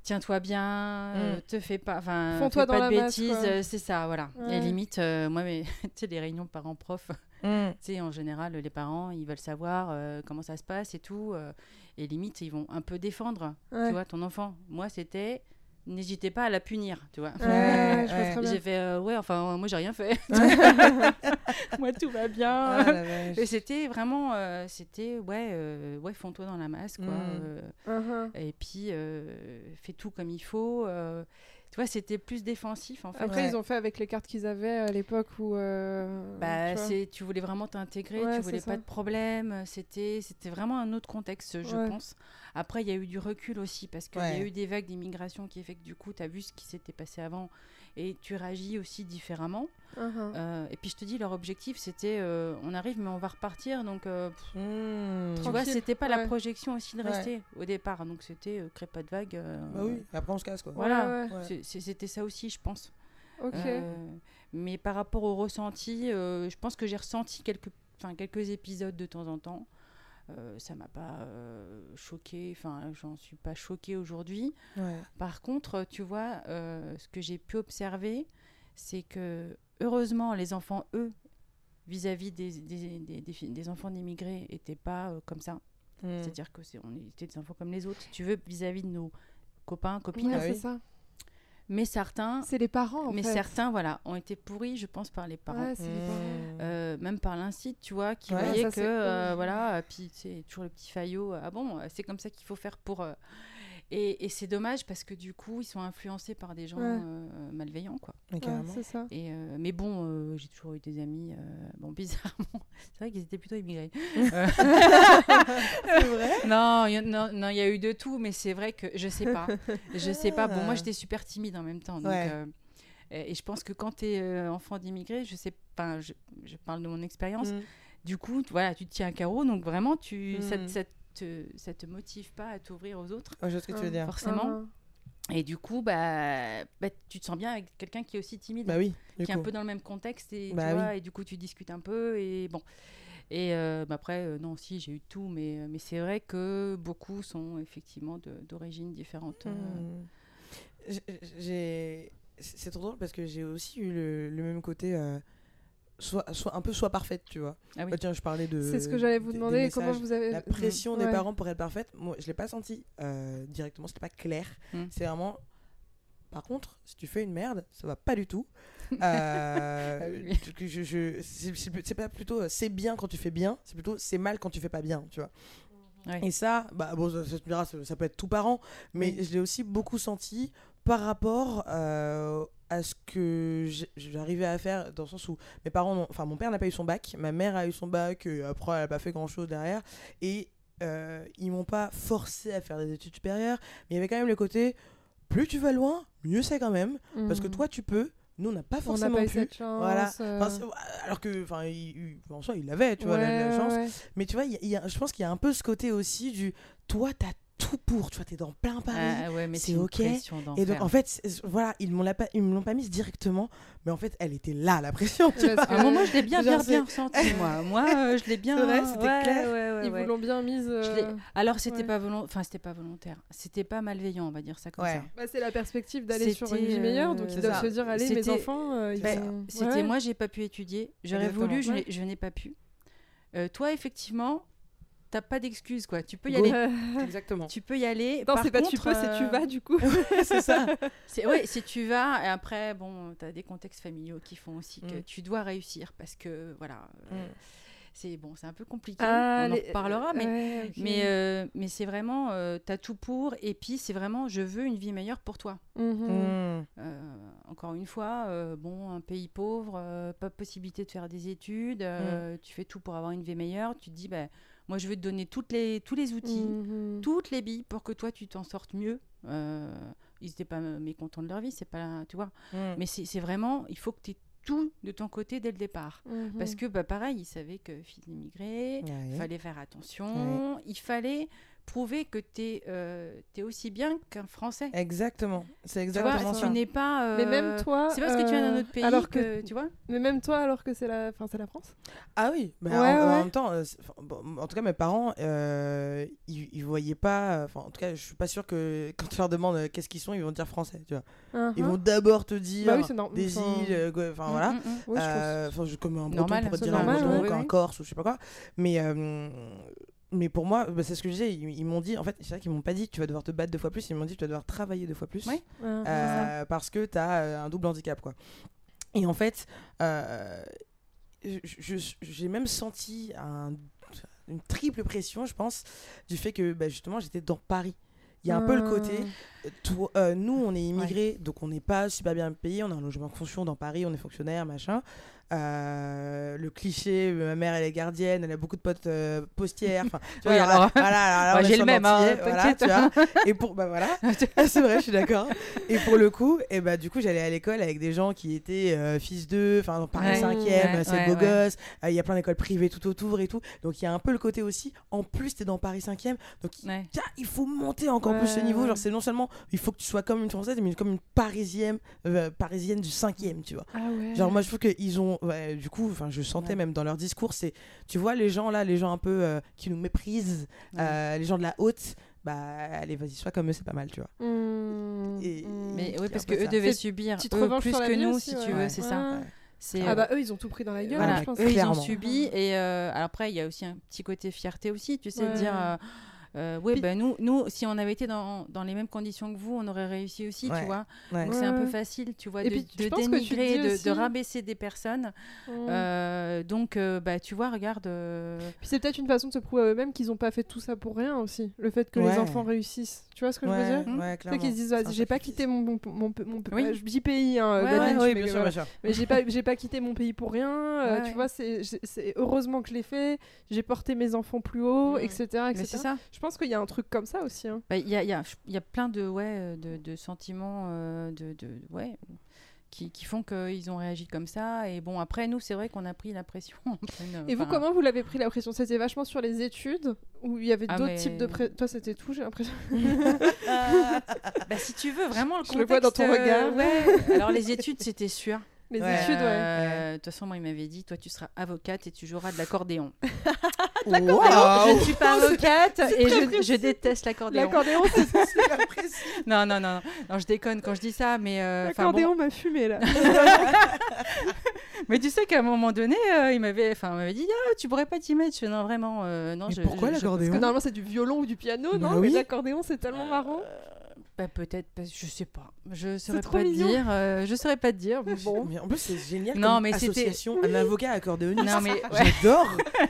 tiens-toi bien, Mm. euh, te fais pas, enfin, Fonds-toi fais dans pas la de masse, bêtises, quoi. euh, c'est ça, voilà. Ouais. Et limite, euh, moi, mais, tu sais, les réunions parents-prof, Mm. tu sais, en général, les parents, ils veulent savoir euh, comment ça se passe et tout. euh, et limite, ils vont un peu défendre, Ouais. tu vois, ton enfant. Moi, c'était, n'hésitez pas à la punir, tu vois. Ouais, ouais, je vois Ouais. très bien. J'ai fait, euh, ouais, enfin, moi, j'ai rien fait. moi, tout va bien. Ah, la vache. Et c'était vraiment, euh, c'était, ouais, euh, ouais, fonds-toi dans la masse, quoi. Mm. euh, Uh-huh. et puis, euh, fais tout comme il faut. euh, tu vois, c'était plus défensif, en fait. Après, Ouais. ils ont fait avec les cartes qu'ils avaient à l'époque où. euh, Bah, tu vois. c'est, tu voulais vraiment t'intégrer, Ouais, tu voulais c'est pas ça. de problème. C'était, c'était vraiment un autre contexte, je Ouais. pense. Après, il y a eu du recul aussi, parce qu'il y Ouais. a eu des vagues d'immigration qui fait que du coup, tu as vu ce qui s'était passé avant et tu réagis aussi différemment. Uh-huh. Euh, et puis, je te dis, leur objectif, c'était euh, on arrive, mais on va repartir. Donc, euh, pff, Mm. tu vois, Tranquille, c'était pas ouais. la projection aussi de Ouais. rester au départ. Donc, c'était euh, crée pas de vagues. euh, Bah oui, après on se casse quoi. Voilà, Ouais, ouais. C'est- c'est- c'était ça aussi, je pense. Ok. Euh, mais par rapport au ressenti, euh, je pense que j'ai ressenti quelques, enfin, quelques épisodes de temps en temps. Euh, ça m'a pas euh, choquée, enfin, j'en suis pas choquée aujourd'hui. Ouais. Par contre, tu vois, euh, ce que j'ai pu observer, c'est que heureusement, les enfants, eux, vis-à-vis des, des, des, des, fi- des enfants d'immigrés, n'étaient pas euh, comme ça. Mm. C'est-à-dire que c'est, on était des enfants comme les autres, si tu veux, vis-à-vis de nos copains, copines. Ouais, Ah c'est oui. ça. Mais certains, C'est les parents, en mais fait. certains, voilà, ont été pourris, je pense, par les parents. Ouais, c'est les parents. Mm. Euh, même par l'incite, tu vois, qui Ouais, voyait ça, que, c'est euh, horrible. voilà, puis c'est toujours le petit faillot, euh, ah bon, euh, c'est comme ça qu'il faut faire pour... euh, Et, et c'est dommage parce que du coup, ils sont influencés par des gens Ouais. euh, malveillants, quoi. Mais Ouais, carrément. c'est ça. Et, euh, mais bon, euh, j'ai toujours eu des amis, euh, bon, bizarrement, c'est vrai qu'ils étaient plutôt immigrés. Euh, C'est vrai. non, il y, a- non, non, il y a eu de tout, mais c'est vrai que je sais pas. Je sais pas. Bon, moi, Ah. j'étais super timide en même temps. Donc, Ouais. euh, et, et je pense que quand tu es enfant d'immigré, je sais pas, je, je parle de mon expérience. Mm. Du coup, t- voilà, tu te tiens un carreau, donc vraiment, tu, ça, Mm. te- ça, te, ça te motive pas à t'ouvrir aux autres, Ouais, je vois ce que tu veux Ah. dire. forcément. Uh-huh. Et du coup, bah, bah, tu te sens bien avec quelqu'un qui est aussi timide, Bah oui, du qui est un coup. peu dans le même contexte, et, tu Bah vois, oui. et du coup, tu discutes un peu, et bon. Et euh, bah après, euh, non, si, j'ai eu tout, mais, mais c'est vrai que beaucoup sont effectivement de- d'origines différentes. euh. Mm. J'ai- J'ai... C'est c'est trop drôle parce que j'ai aussi eu le, le même côté, euh, soit, soit un peu soit parfaite, tu vois. Ah oui. Bah, tiens, je parlais de. C'est ce que j'allais vous des- des demander. Comment messages. vous avez. La pression des Ouais. parents pour être parfaite, moi je l'ai pas senti euh, directement, c'était pas clair. Mm. C'est vraiment. Par contre, si tu fais une merde, ça va pas du tout. Euh, Ah oui. que je, je, c'est, c'est- c'est pas plutôt euh, c'est bien quand tu fais bien, c'est plutôt c'est mal quand tu fais pas bien, tu vois. Ouais. Et ça, bah bon, ça, ça, tu me diras, ça, ça peut être tout parent, mais Oui. je l'ai aussi beaucoup senti par rapport euh, à ce que j'ai- j'arrivais à faire, dans le sens où mes parents, n'ont- enfin mon père n'a pas eu son bac, ma mère a eu son bac, et après elle a pas fait grand chose derrière, et euh, ils m'ont pas forcé à faire des études supérieures, mais il y avait quand même le côté, plus tu vas loin, mieux c'est quand même, parce que Mhm. toi tu peux, nous on n'a pas on n'a forcément pas eu pu. cette chance. Voilà. euh, Enfin, c'est- alors que, enfin, il- il- en soi, il l'avait, tu vois, la, la ouais, chance. ouais. Mais tu vois, il y a- il y a- je pense qu'il y a un peu ce côté aussi du, toi, t'as tout pour, tu vois, t'es dans plein Paris. Ah ouais, mais c'est c'est une ok. pression Et donc, d'enfer. en fait, c'est- voilà, ils me l'ont pas, ils me l'ont pas mise directement, mais en fait, elle était là, la pression. Tu Parce vois. que- À un moment, je l'ai bien, bien, Genre, bien c'est- ressenti, moi. Moi, euh, je l'ai bien... C'est vrai, c'était ouais, clair. ouais, ouais, Ils ouais. vous l'ont bien mise. Je euh, l'ai- Alors, c'était ouais. pas volon- enfin, c'était pas volontaire. C'était pas malveillant, on va dire ça comme Ouais. ça. Bah, c'est la perspective d'aller sur une C'était, vie meilleure, donc euh, ils doivent ça. se dire allez, mes C'était- enfants, euh, ils Ben, sont- C'était Ouais. moi, j'ai pas pu étudier. J'aurais Exactement. voulu, je, Ouais. n'ai- je n'ai pas pu. Euh, toi, effectivement, t'as pas d'excuse, quoi. Tu peux y Go. aller. Ouais. Exactement. Tu peux y aller. Non, Par c'est pas contre, tu peux, c'est tu euh, vas du coup. c'est ça. C'est, ouais, si tu vas, et après, bon, tu as des contextes familiaux qui font aussi que Mm. tu dois réussir parce que, voilà, euh, Mm. c'est bon, c'est un peu compliqué. Ah, on en les- reparlera, mais, Ouais, ok. mais, euh, mais c'est vraiment, tu as tout pour, et puis c'est vraiment, je veux une vie meilleure pour toi. Mhm. Mm. Euh, encore une fois, euh, bon, un pays pauvre, euh, pas possibilité de faire des études, euh, tu fais tout pour avoir une vie meilleure, tu te dis, bah, moi je veux te donner toutes les, tous les outils, Mhm. toutes les billes pour que toi tu t'en sortes mieux. Euh, ils n'étaient pas mécontents de leur vie, c'est pas, tu vois. Mm. Mais c'est c'est vraiment, il faut que tu aies tout de ton côté dès le départ. Mhm. Parce que, bah, pareil, ils savaient que fille d'immigré, il Ouais. fallait faire attention, il fallait prouver que tu es, euh, t'es aussi bien qu'un Français. Exactement. C'est Tu vois, exactement tu ça. n'es pas... euh, Mais même toi. c'est parce que tu viens d'un euh, autre pays alors que, que... tu vois. Mais même toi, alors que c'est la, enfin, c'est la France. Ah oui, bah, Ouais, en, en ouais. même temps, euh, c'est- enfin, bon, en tout cas mes parents, euh, ils, ils, voyaient pas. Enfin, en tout cas, je suis pas sûre que quand tu leur demandes euh, qu'est-ce qu'ils sont, ils vont te dire français. Tu vois. Uh-huh. Ils vont d'abord te dire bah oui, c'est norm- des enfin... îles, euh, quoi, enfin Mm, voilà. mm, mm. Oui, je Euh, pense. Enfin, je- comme un breton Normal, pourrait te c'est dire un normal, breton, ouais, qu'un oui. corse ou je sais pas quoi. Mais euh, mais pour moi, bah, c'est ce que je disais. Ils, ils m'ont dit, en fait, c'est vrai qu'ils m'ont pas dit tu vas devoir te battre deux fois plus. Ils m'ont dit tu vas devoir travailler deux fois plus. Ouais. Uh-huh. Euh, parce que tu as un double handicap, quoi. Et en fait, euh, je- je- j'ai même senti un, une triple pression, je pense, du fait que bah, justement j'étais dans Paris. Il y a un peu le côté, euh, toi- euh, nous on est immigrés, donc on n'est pas super bien payé, on a un logement de fonction dans Paris, on est fonctionnaire, machin. Euh, le cliché, ma mère elle est gardienne, elle a beaucoup de potes euh, postières. Enfin, tu Oui, vois, alors, voilà, alors là, ouais, on est j'ai sur le même, hein, Nantillet, voilà, tu vois. Et pour, bah voilà, c'est vrai, je suis d'accord. Et pour le coup, et bah du coup, j'allais à l'école avec des gens qui étaient euh, fils d'eux, enfin dans Paris Ouais, cinquième, ouais, c'est ouais, beau ouais. gosse. Il y a plein d'écoles privées tout autour et tout. Donc il y a un peu le côté aussi. En plus, t'es dans Paris cinquième, donc Ouais. tiens, il faut monter encore Ouais, plus ce niveau. ouais. Genre c'est non seulement il faut que tu sois comme une française, mais comme une parisienne, euh, parisienne du cinquième, tu vois. Ah ouais. Genre moi je trouve qu'ils ont ouais, du coup enfin je sentais Ouais. même dans leur discours c'est tu vois les gens là les gens un peu euh, qui nous méprisent Ouais. euh, les gens de la haute bah allez vas-y sois comme eux c'est pas mal tu vois. Mmh, Et- mmh. Mais C'est oui, un parce peu qu'eux ça. devaient C'est subir petite eux, revanche plus sur la que vie nous, aussi, si ouais. tu veux, Ouais. c'est ça. Ouais. C'est, Ah euh, bah eux ils ont tout pris dans la gueule, voilà, je pense. eux ils ont Clairement. subi et euh, après il y a aussi un petit côté fierté aussi, tu sais, de Ouais. dire euh, euh, ouais Puis- ben nous nous si on avait été dans, dans les mêmes conditions que vous, on aurait réussi aussi, Ouais. tu vois. Ouais. Donc c'est un peu Ouais. facile, tu vois, Et de, puis, je de pense que tu dénigrer, dis de, aussi- de rabaisser des personnes. Mmh. Euh, donc euh, bah tu vois, regarde. euh, Puis c'est peut-être une façon de se prouver à eux-mêmes qu'ils n'ont pas fait tout ça pour rien aussi. Le fait que Ouais. les enfants réussissent. Tu vois ce que je veux Ouais, dire Hmm. ouais, C'est clairement. qu'ils se disent C'est vas-y, un j'ai pas sacrifice. quitté mon mon, mon, mon, Oui. euh, je dis pays hein, Ouais, Gladys, Ouais, oui, mais bien sûr, voilà. bien sûr. Mais j'ai pas j'ai pas quitté mon pays pour rien. euh, Ouais, tu ouais. vois, c'est c'est- c'est heureusement que je l'ai fait. J'ai porté mes enfants plus haut, Hmm. et cetera, mais c'est et cetera. ça. Je pense qu'il y a un truc comme ça aussi. Hein. Bah, Il y, a, il y, a, il y a plein de, ouais, de, de sentiments euh, de, de, ouais, qui, qui font qu'ils ont réagi comme ça. Et bon, après, nous, c'est vrai qu'on a pris la pression. en pleine- Et vous, enfin, comment vous l'avez pris la pression? C'était vachement sur les études ou il y avait Ah, d'autres mais- types de pression? Toi, c'était tout, j'ai l'impression. bah, si tu veux, vraiment, le Je contexte... le vois dans ton euh, regard. ouais. Alors, les études, c'était sûr. Les Ouais. études, ouais. Euh, De toute façon, moi, il m'avait dit, toi, tu seras avocate et tu joueras de l'accordéon. Wow. Je ne suis pas Oh, avocate et très je, précis. je déteste l'accordéon. L'accordéon, c'est Super précis. Non, non, non, non, non, je déconne quand je dis ça, mais... euh, 'fin, bon. l'accordéon m'a fumé là. Mais tu sais qu'à un moment donné, euh, il m'avait, enfin, il m'avait dit, ah, tu pourrais pas t'y mettre. Je fais, non, vraiment, euh, non. Mais je, pourquoi je- je- Parce que l'accordéon? normalement, c'est du violon ou du piano, Bah non? Mais oui. l'accordéon, c'est tellement marrant. Bah, peut-être, parce que je sais pas. Je saurais trop pas te mignon. dire. euh, je saurais pas te dire. mais bon. Mais en plus c'est génial Non, comme mais c'était- association un avocat accordéoniste. Non, mais ouais. J'adore.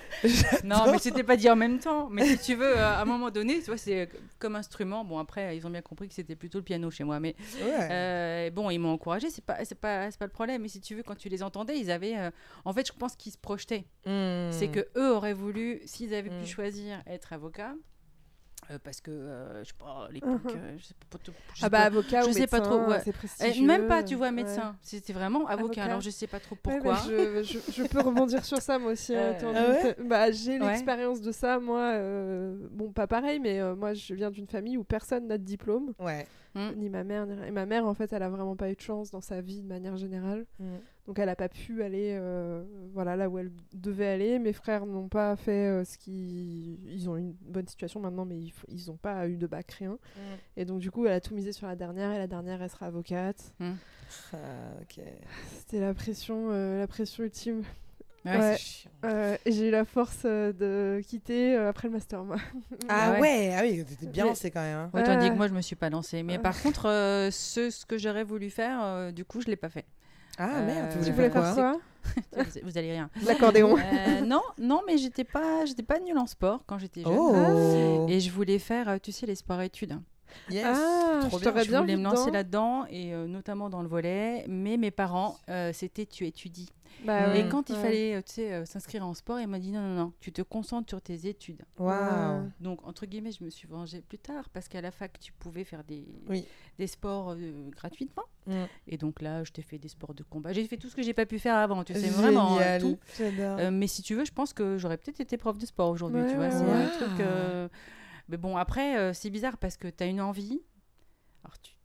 Non, mais c'était pas dit en même temps. Mais si tu veux, euh, à un moment donné, tu vois, c'est comme instrument. Bon, après, ils ont bien compris que c'était plutôt le piano chez moi. Mais Ouais. euh, bon, ils m'ont encouragé. C'est pas, c'est pas, c'est pas le problème. Mais si tu veux, quand tu les entendais, ils avaient. euh, En fait, je pense qu'ils se projetaient. Hmm. C'est que eux auraient voulu, s'ils avaient Mm. pu choisir être avocat, euh, parce que euh, je sais pas, à l'époque, Mhm. euh, je sais pas, je sais Ah bah pas. avocat je ou sais pas médecin, trop, ouais. c'est Eh, prestigieux. même pas, tu vois, Ouais. médecin. C'était vraiment avocat. Avocat. Alors je sais pas trop Ouais, pourquoi. mais je, je, je peux rebondir sur ça moi aussi. hein, Euh, étant ah donné ouais que- bah, j'ai Ouais. l'expérience de ça, moi. euh, Bon, pas pareil, mais euh, moi je viens d'une famille où personne n'a de diplôme. Ouais. Mm. Ni ma mère, ni... Et ma mère, en fait, elle a vraiment pas eu de chance dans sa vie de manière générale. Donc elle a pas pu aller euh, voilà, là où elle devait aller. Mes frères n'ont pas fait euh, ce qui... Ils ont une bonne situation maintenant, mais ils, f- ils ont pas eu de bac, rien. Et donc du coup, elle a tout misé sur la dernière, et la dernière, elle sera avocate. Ah, ok. C'était la pression, euh, la pression ultime. Ouais, Ouais. C'est chiant. Euh, et j'ai eu la force euh, de quitter euh, après le master, moi. Ah ouais. ouais, ah oui, t'étais bien Mais- lancé quand même. hein. Ouais, tandis Ouais. que moi, je me suis pas lancée. Mais par contre, euh, ce, ce que j'aurais voulu faire, euh, du coup, je l'ai pas fait. Ah merde, tu Euh, Tu voulais voulais faire faire quoi quoi? vous, vous allez rien. L'accordéon. Euh, non, non, mais j'étais pas, j'étais pas nulle en sport quand j'étais jeune. Oh. Et je voulais faire, euh, tu sais, les sports-études. Yes. Ah, trop je bien. t'aurais Je bien voulais vu me lancer dedans. là-dedans, et euh, notamment dans le volley. Mais mes parents, euh, c'était tu étudies. Bah, Mm. ouais, Et quand il ouais. fallait, euh, tu sais, euh, s'inscrire en sport, il m'a dit non, non, non, tu te concentres sur tes études. Waouh. Ouais. Donc, entre guillemets, je me suis vengée plus tard parce qu'à la fac, tu pouvais faire des, Oui. des sports euh, gratuitement. Mm. Et donc là, je t'ai fait des sports de combat. J'ai fait tout ce que j'ai pas pu faire avant, tu sais, vraiment euh, Génial. tout. J'adore. Euh, mais si tu veux, je pense que j'aurais peut-être été prof de sport aujourd'hui, Ouais, tu vois. ouais, C'est ouais. un truc. euh, Mais bon, après, euh, c'est bizarre parce que tu as une envie. Alors, tu.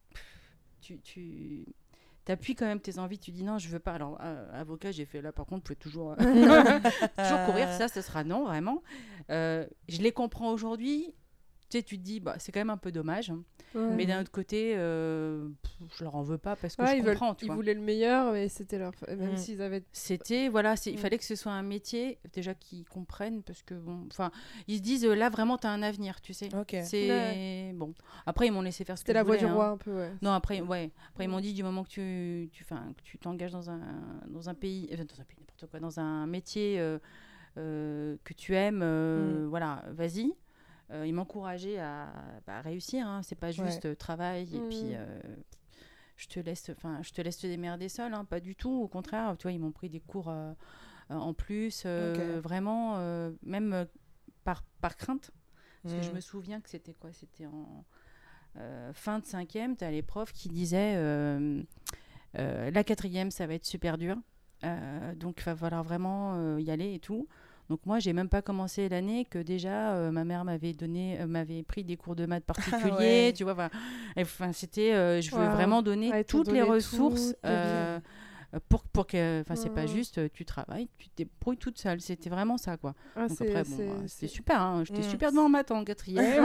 Tu. tu... T'appuies quand même tes envies, tu dis non, je veux pas. Alors, euh, avocat, j'ai fait là, par contre, tu peux toujours, toujours courir, ça, ce sera non, vraiment. Euh, je les comprends aujourd'hui. tu sais, tu te dis, bah, c'est quand même un peu dommage. Hein. Ouais. Mais d'un autre côté, euh, pff, je leur en veux pas parce que Ouais, je ils comprends. veulent- Tu ils vois. voulaient le meilleur, mais c'était leur. Même Mm. s'ils avaient. C'était, voilà, c'est- il Mm. fallait que ce soit un métier, déjà qu'ils comprennent, parce que, bon, enfin, ils se disent, euh, là, vraiment, tu as un avenir, tu sais. Ok. C'est, Ouais. bon. Après, ils m'ont laissé faire ce que C'était je la voix voulais, du hein. roi un peu, ouais. Non, après, ouais. Après, ils Mm. m'ont dit, du moment que tu, tu, enfin, que tu t'engages dans un, dans un pays, enfin, dans un pays, n'importe quoi, dans un métier euh, euh, que tu aimes, euh, voilà, vas-y. Euh, ils m'encourageaient à bah, réussir, hein. C'est pas juste euh, travail et Mm. puis euh, je te laisse, enfin, je te laisse te démerder seul, hein, pas du tout. Au contraire, tu vois, ils m'ont pris des cours euh, euh, en plus, euh, Ok. vraiment, euh, même euh, par, par crainte. Parce que je Mm. me souviens que c'était quoi? C'était en euh, fin de cinquième, tu as les profs qui disaient euh, euh, la quatrième, ça va être super dur. Euh, donc, il va falloir vraiment euh, y aller et tout. Donc, moi, j'ai même pas commencé l'année que déjà, euh, ma mère m'avait donné, euh, m'avait pris des cours de maths particuliers. ouais. Tu vois, enfin, et, enfin, c'était, euh, je veux Wow. vraiment donner Ouais, ils t'ont toutes les donné ressources. toute ta vie. euh, pour, pour que, enfin, c'est pas Mhm. juste, euh, tu travailles, tu te débrouilles toute seule. C'était vraiment ça, quoi. Ah, Donc c'est- après, bon, c'est- euh, c'est- c'était super. Hein. J'étais Mm. super devant en maths en quatrième.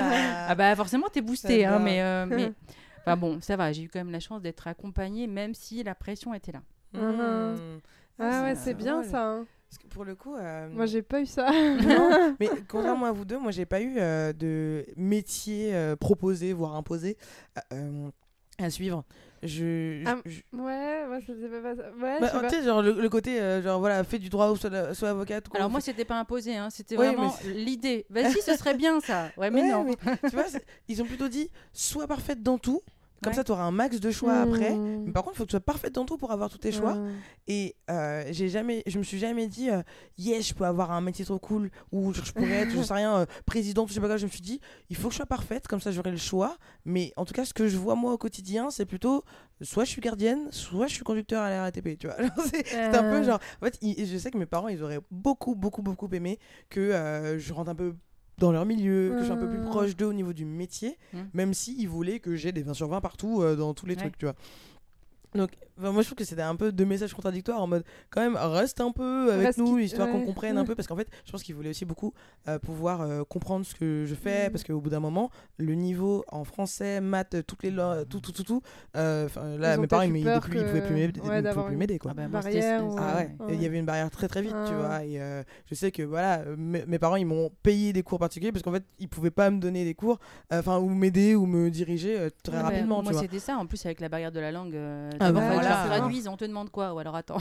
Ah bah forcément, t'es boosté. Hein, J'adore. mais, euh, mais enfin bon, ça va. J'ai eu quand même la chance d'être accompagnée, même si la pression était là. Mm. Mhm. Ah ouais, c'est bien drôle. ça. hein. Parce que pour le coup. euh, Moi, j'ai pas eu ça. Non, mais contrairement à vous deux, moi j'ai pas eu euh, de métier euh, proposé, voire imposé euh, à suivre. Je, je- Ah, je- Ouais, moi, c'était pas ça. Ouais, bah, je sais pas. tu sais, genre le, le côté, euh, genre voilà, fais du droit ou sois, sois avocate. ou quoi, Alors moi, fais- c'était pas imposé. Hein, c'était Oui, vraiment mais l'idée. Vas-y, ce serait bien ça. Ouais, mais Ouais, non. mais tu vois, c'est- ils ont plutôt dit, sois parfaite dans tout. Comme Ouais. ça, tu auras un max de choix après. Hmm. Mais par contre, il faut que tu sois parfaite dans tout pour avoir tous tes choix. Hmm. Et euh, j'ai jamais, je me suis jamais dit, euh, yes, je peux avoir un métier trop cool, ou je, je pourrais être, je sais rien, euh, présidente, je sais pas quoi. Je me suis dit, il faut que je sois parfaite, comme ça j'aurai le choix. Mais en tout cas, ce que je vois moi au quotidien, c'est plutôt, soit je suis gardienne, soit je suis conducteur à la R A T P. Tu vois, Genre, c'est c'est un peu Euh. genre. En fait, ils- je sais que mes parents, ils auraient beaucoup, beaucoup, beaucoup aimé que euh, je rentre un peu dans leur milieu, que je sois un peu plus Mm. proche d'eux au niveau du métier, Mm. même s'ils voulaient que j'ai des vingt sur vingt partout euh, dans tous les Ouais. trucs, tu vois. Donc, enfin, moi je trouve que c'était un peu deux messages contradictoires en mode quand même reste un peu avec Reste nous qui- histoire qu'on ouais. comprenne un peu parce qu'en fait je pense qu'ils voulaient aussi beaucoup euh, pouvoir euh, comprendre ce que je fais Mm. parce qu'au bout d'un moment le niveau en français, maths, toutes les langues, tout tout tout tout euh, enfin, là Ils ont mes parents ils, peut-être eu ils, peur pouvaient plus- ils pouvaient plus que- m'aider- ouais, ils pouvaient d'avoir plus une- m'aider quoi. Ah bah, moi, c'était- Barrière ou- Ah ouais, Ouais. il y avait une barrière très très vite, tu Ah. vois. Et euh, je sais que voilà, euh, mes, mes parents ils m'ont payé des cours particuliers parce qu'en fait ils pouvaient pas me donner des cours, enfin ou m'aider ou me diriger euh, très Ouais, bah, rapidement, tu moi, vois. c'était ça. En plus, avec la barrière de la langue, euh, Ah d'abord, bah fallait que voilà. je traduise. On te demande quoi? Ou alors attends.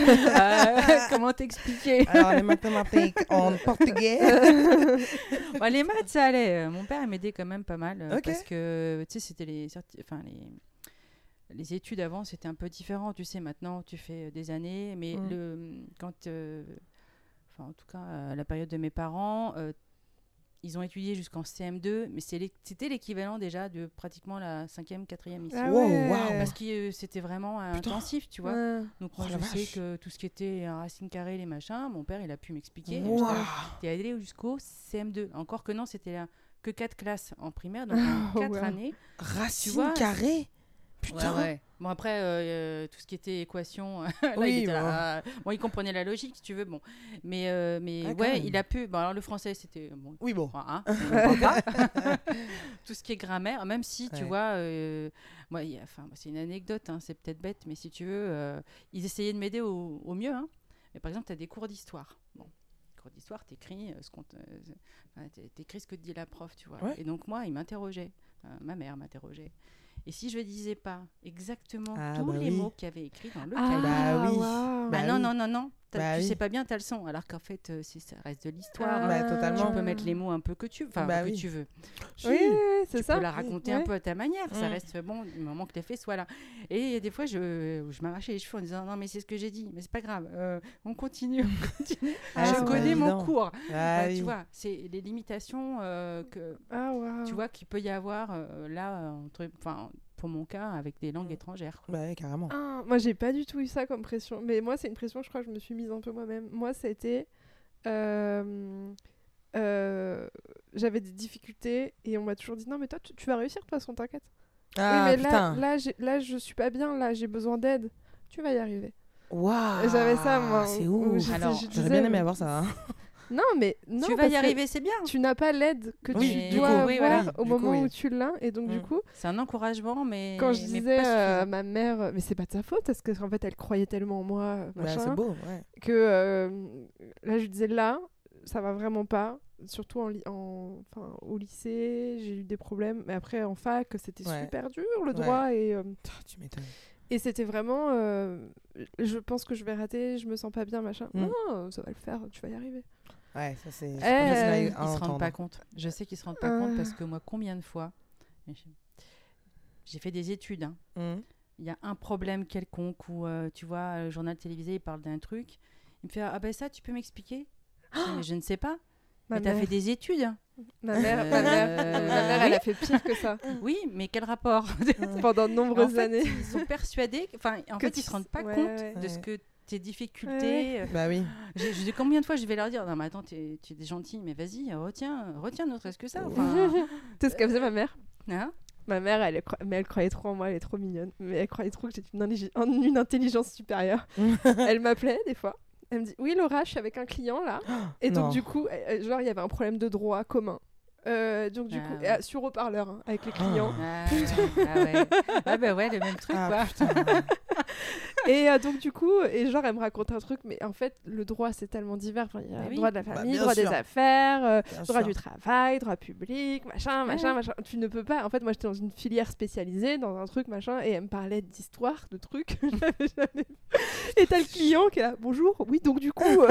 Euh, comment t'expliquer? Alors les mathématiques en portugais. Bah, les maths, ça allait. Euh, Mon père il m'aidait quand même pas mal euh, Ok. parce que tu sais, c'était les, certi- enfin les, les études avant, c'était un peu différent. Tu sais, maintenant, tu fais euh, des années, mais Mm. le quand, euh, enfin en tout cas, à la période de mes parents, euh, ils ont étudié jusqu'en C M deux, mais c'est l'é- c'était l'équivalent déjà de pratiquement la cinquième, quatrième ici. Ah Wow, ouais. wow. Parce que euh, c'était vraiment euh, Putain. intensif, tu vois. Ouais. Donc Oh moi, la je sais vache. que tout ce qui était un racine carrée, les machins, mon père, il a pu m'expliquer. Waouh. J'étais allée jusqu'au C M deux. Encore que non, c'était là que quatre classes en primaire, donc en Oh, quatre ouais. années. Racine vois, carrée. Putain. Bon, après, euh, tout ce qui était équation, là, Oui, il était bon. là. Bon, il comprenait la logique, si tu veux. Bon. Mais, euh, mais Ah, quand ouais, même. il a pu. Bon, alors le français, c'était. Bon, Oui bon. Enfin, hein, on comprend pas. Tout ce qui est grammaire, même si tu Ouais. vois, euh, moi, il y a- enfin, c'est une anecdote, hein, c'est peut-être bête, mais si tu veux, euh, ils essayaient de m'aider au, au mieux. Hein. Mais par exemple, tu as des cours d'histoire. Bon, cours d'histoire, t'écris euh, ce qu'on te- euh, enfin, t'é- t'écris ce que te dit la prof, tu vois. Ouais. Et donc moi, il m'interrogeait, euh, ma mère m'interrogeait. Et si je disais pas exactement Ah, tous bah les oui. mots qu'il y avait écrits dans le Ah, cahier, Bah oui. waouh. Bah ah non, oui. non, non, non, t'as- Bah tu oui. sais pas bien ta leçon. Alors qu'en fait, euh, c'est- ça reste de l'histoire. Ah. Bah, totalement. Tu peux mettre les mots un peu que tu, enfin, Bah que oui. tu veux. Si. Oui, oui, oui, c'est Tu ça. peux la raconter un Ouais. peu à ta manière. Ça Mm. reste bon, du moment que les faits soient là. Et il y a des fois, je, où je m'arrachais les cheveux en disant non, mais c'est ce que j'ai dit, mais c'est pas grave. euh, on continue, on continue. Ah, je c'est pas connais mon évident. cours. Ah, Ouais, oui. Tu vois, c'est les limitations euh, que Ah, waouh. tu vois qu'il peut y avoir euh, là, euh, entre, enfin, pour mon cas, avec des langues Mm. étrangères. quoi. Bah ouais, carrément. Ah, moi, j'ai pas du tout eu ça comme pression. Mais moi, c'est une pression, je crois que je me suis mise un peu moi-même. Moi, c'était. euh, euh, J'avais des difficultés et on m'a toujours dit non, mais toi, tu, tu vas réussir, de toute façon, t'inquiète. Ah oui, mais là, putain. là, j'ai- là, je suis pas bien, là, j'ai besoin d'aide. Tu vas y arriver. Waouh. J'avais ça, moi, C'est où- où ouf. j'étais- Alors, je J'aurais disais, bien aimé mais- avoir ça. hein. Non, mais non, tu vas y arriver, c'est bien. Tu n'as pas l'aide que oui, tu dois avoir oui, voilà. au Du moment coup, oui. où tu l'as. Et donc, mmh. du coup... C'est un encouragement, mais Quand je mais disais à euh, ma mère... Mais c'est pas de sa faute, parce qu'en fait, elle croyait tellement en moi, machin, bah, c'est beau, ouais. que euh, là, je lui disais, là, ça va vraiment pas. Surtout en, li- en, enfin, au lycée, j'ai eu des problèmes. Mais après, en fac, c'était Ouais. super dur, le droit. Ouais. Et, euh, Tu m'étonnes. et c'était vraiment... Euh, je pense que je vais rater, je me sens pas bien, machin. Mm. Non, ça va le faire, tu vas y arriver. Ouais, ça c'est... Eh, pas facile à- Ils à se rendent entendre. pas compte. Je sais qu'ils se rendent pas Euh. compte parce que moi, combien de fois... J'ai fait des études, hein. Mm. Il y a un problème quelconque où, euh, tu vois, le journal télévisé, il parle d'un truc. Il me fait « Ah ben ça, tu peux m'expliquer ?» Je dis, mais je ne sais pas. Ma Mais t'as mère. fait des études. hein. Ma mère, Euh, ma mère, ma mère, elle oui. a fait pire que ça Oui, mais quel rapport? pendant de nombreuses En fait, années. ils sont persuadés... Enfin, en Que fait, ils tu- se rendent pas ouais, compte ouais. de Ouais. ce que tes difficultés... Ouais, euh, Bah oui. Je, je dis combien de fois je vais leur dire non mais attends t'es, tu es gentil mais vas-y retiens retiens ne serait-ce que ça enfin, Tu sais ce qu'elle faisait, ma mère? hein. Ma mère, elle, est cro- mais elle croyait trop en moi, elle est trop mignonne. Mais elle croyait trop que j'étais une, intelli- en- une intelligence supérieure. Elle m'appelait des fois. Elle me dit oui Laura, je suis avec un client là. Et donc Non. du coup, euh, genre il y avait un problème de droit commun. Euh, donc du Ah coup, ouais. et, euh, sur haut-parleur hein, avec les clients. Ah, ah ouais. Ah bah ouais le même truc Ah, quoi. putain. Et euh, donc du coup, et genre elle me raconte un truc, mais en fait le droit c'est tellement divers. Enfin, il y a Bah le oui. droit de la Bah, famille, bien droit sûr. des affaires, euh, Bien droit sûr. du travail, droit public, machin, machin, Ouais. machin. Tu ne peux pas. En fait, moi j'étais dans une filière spécialisée, dans un truc machin, et elle me parlait d'histoire, de trucs que j'avais jamais vu. Et t'as le client qui est là, bonjour, oui donc du coup. euh,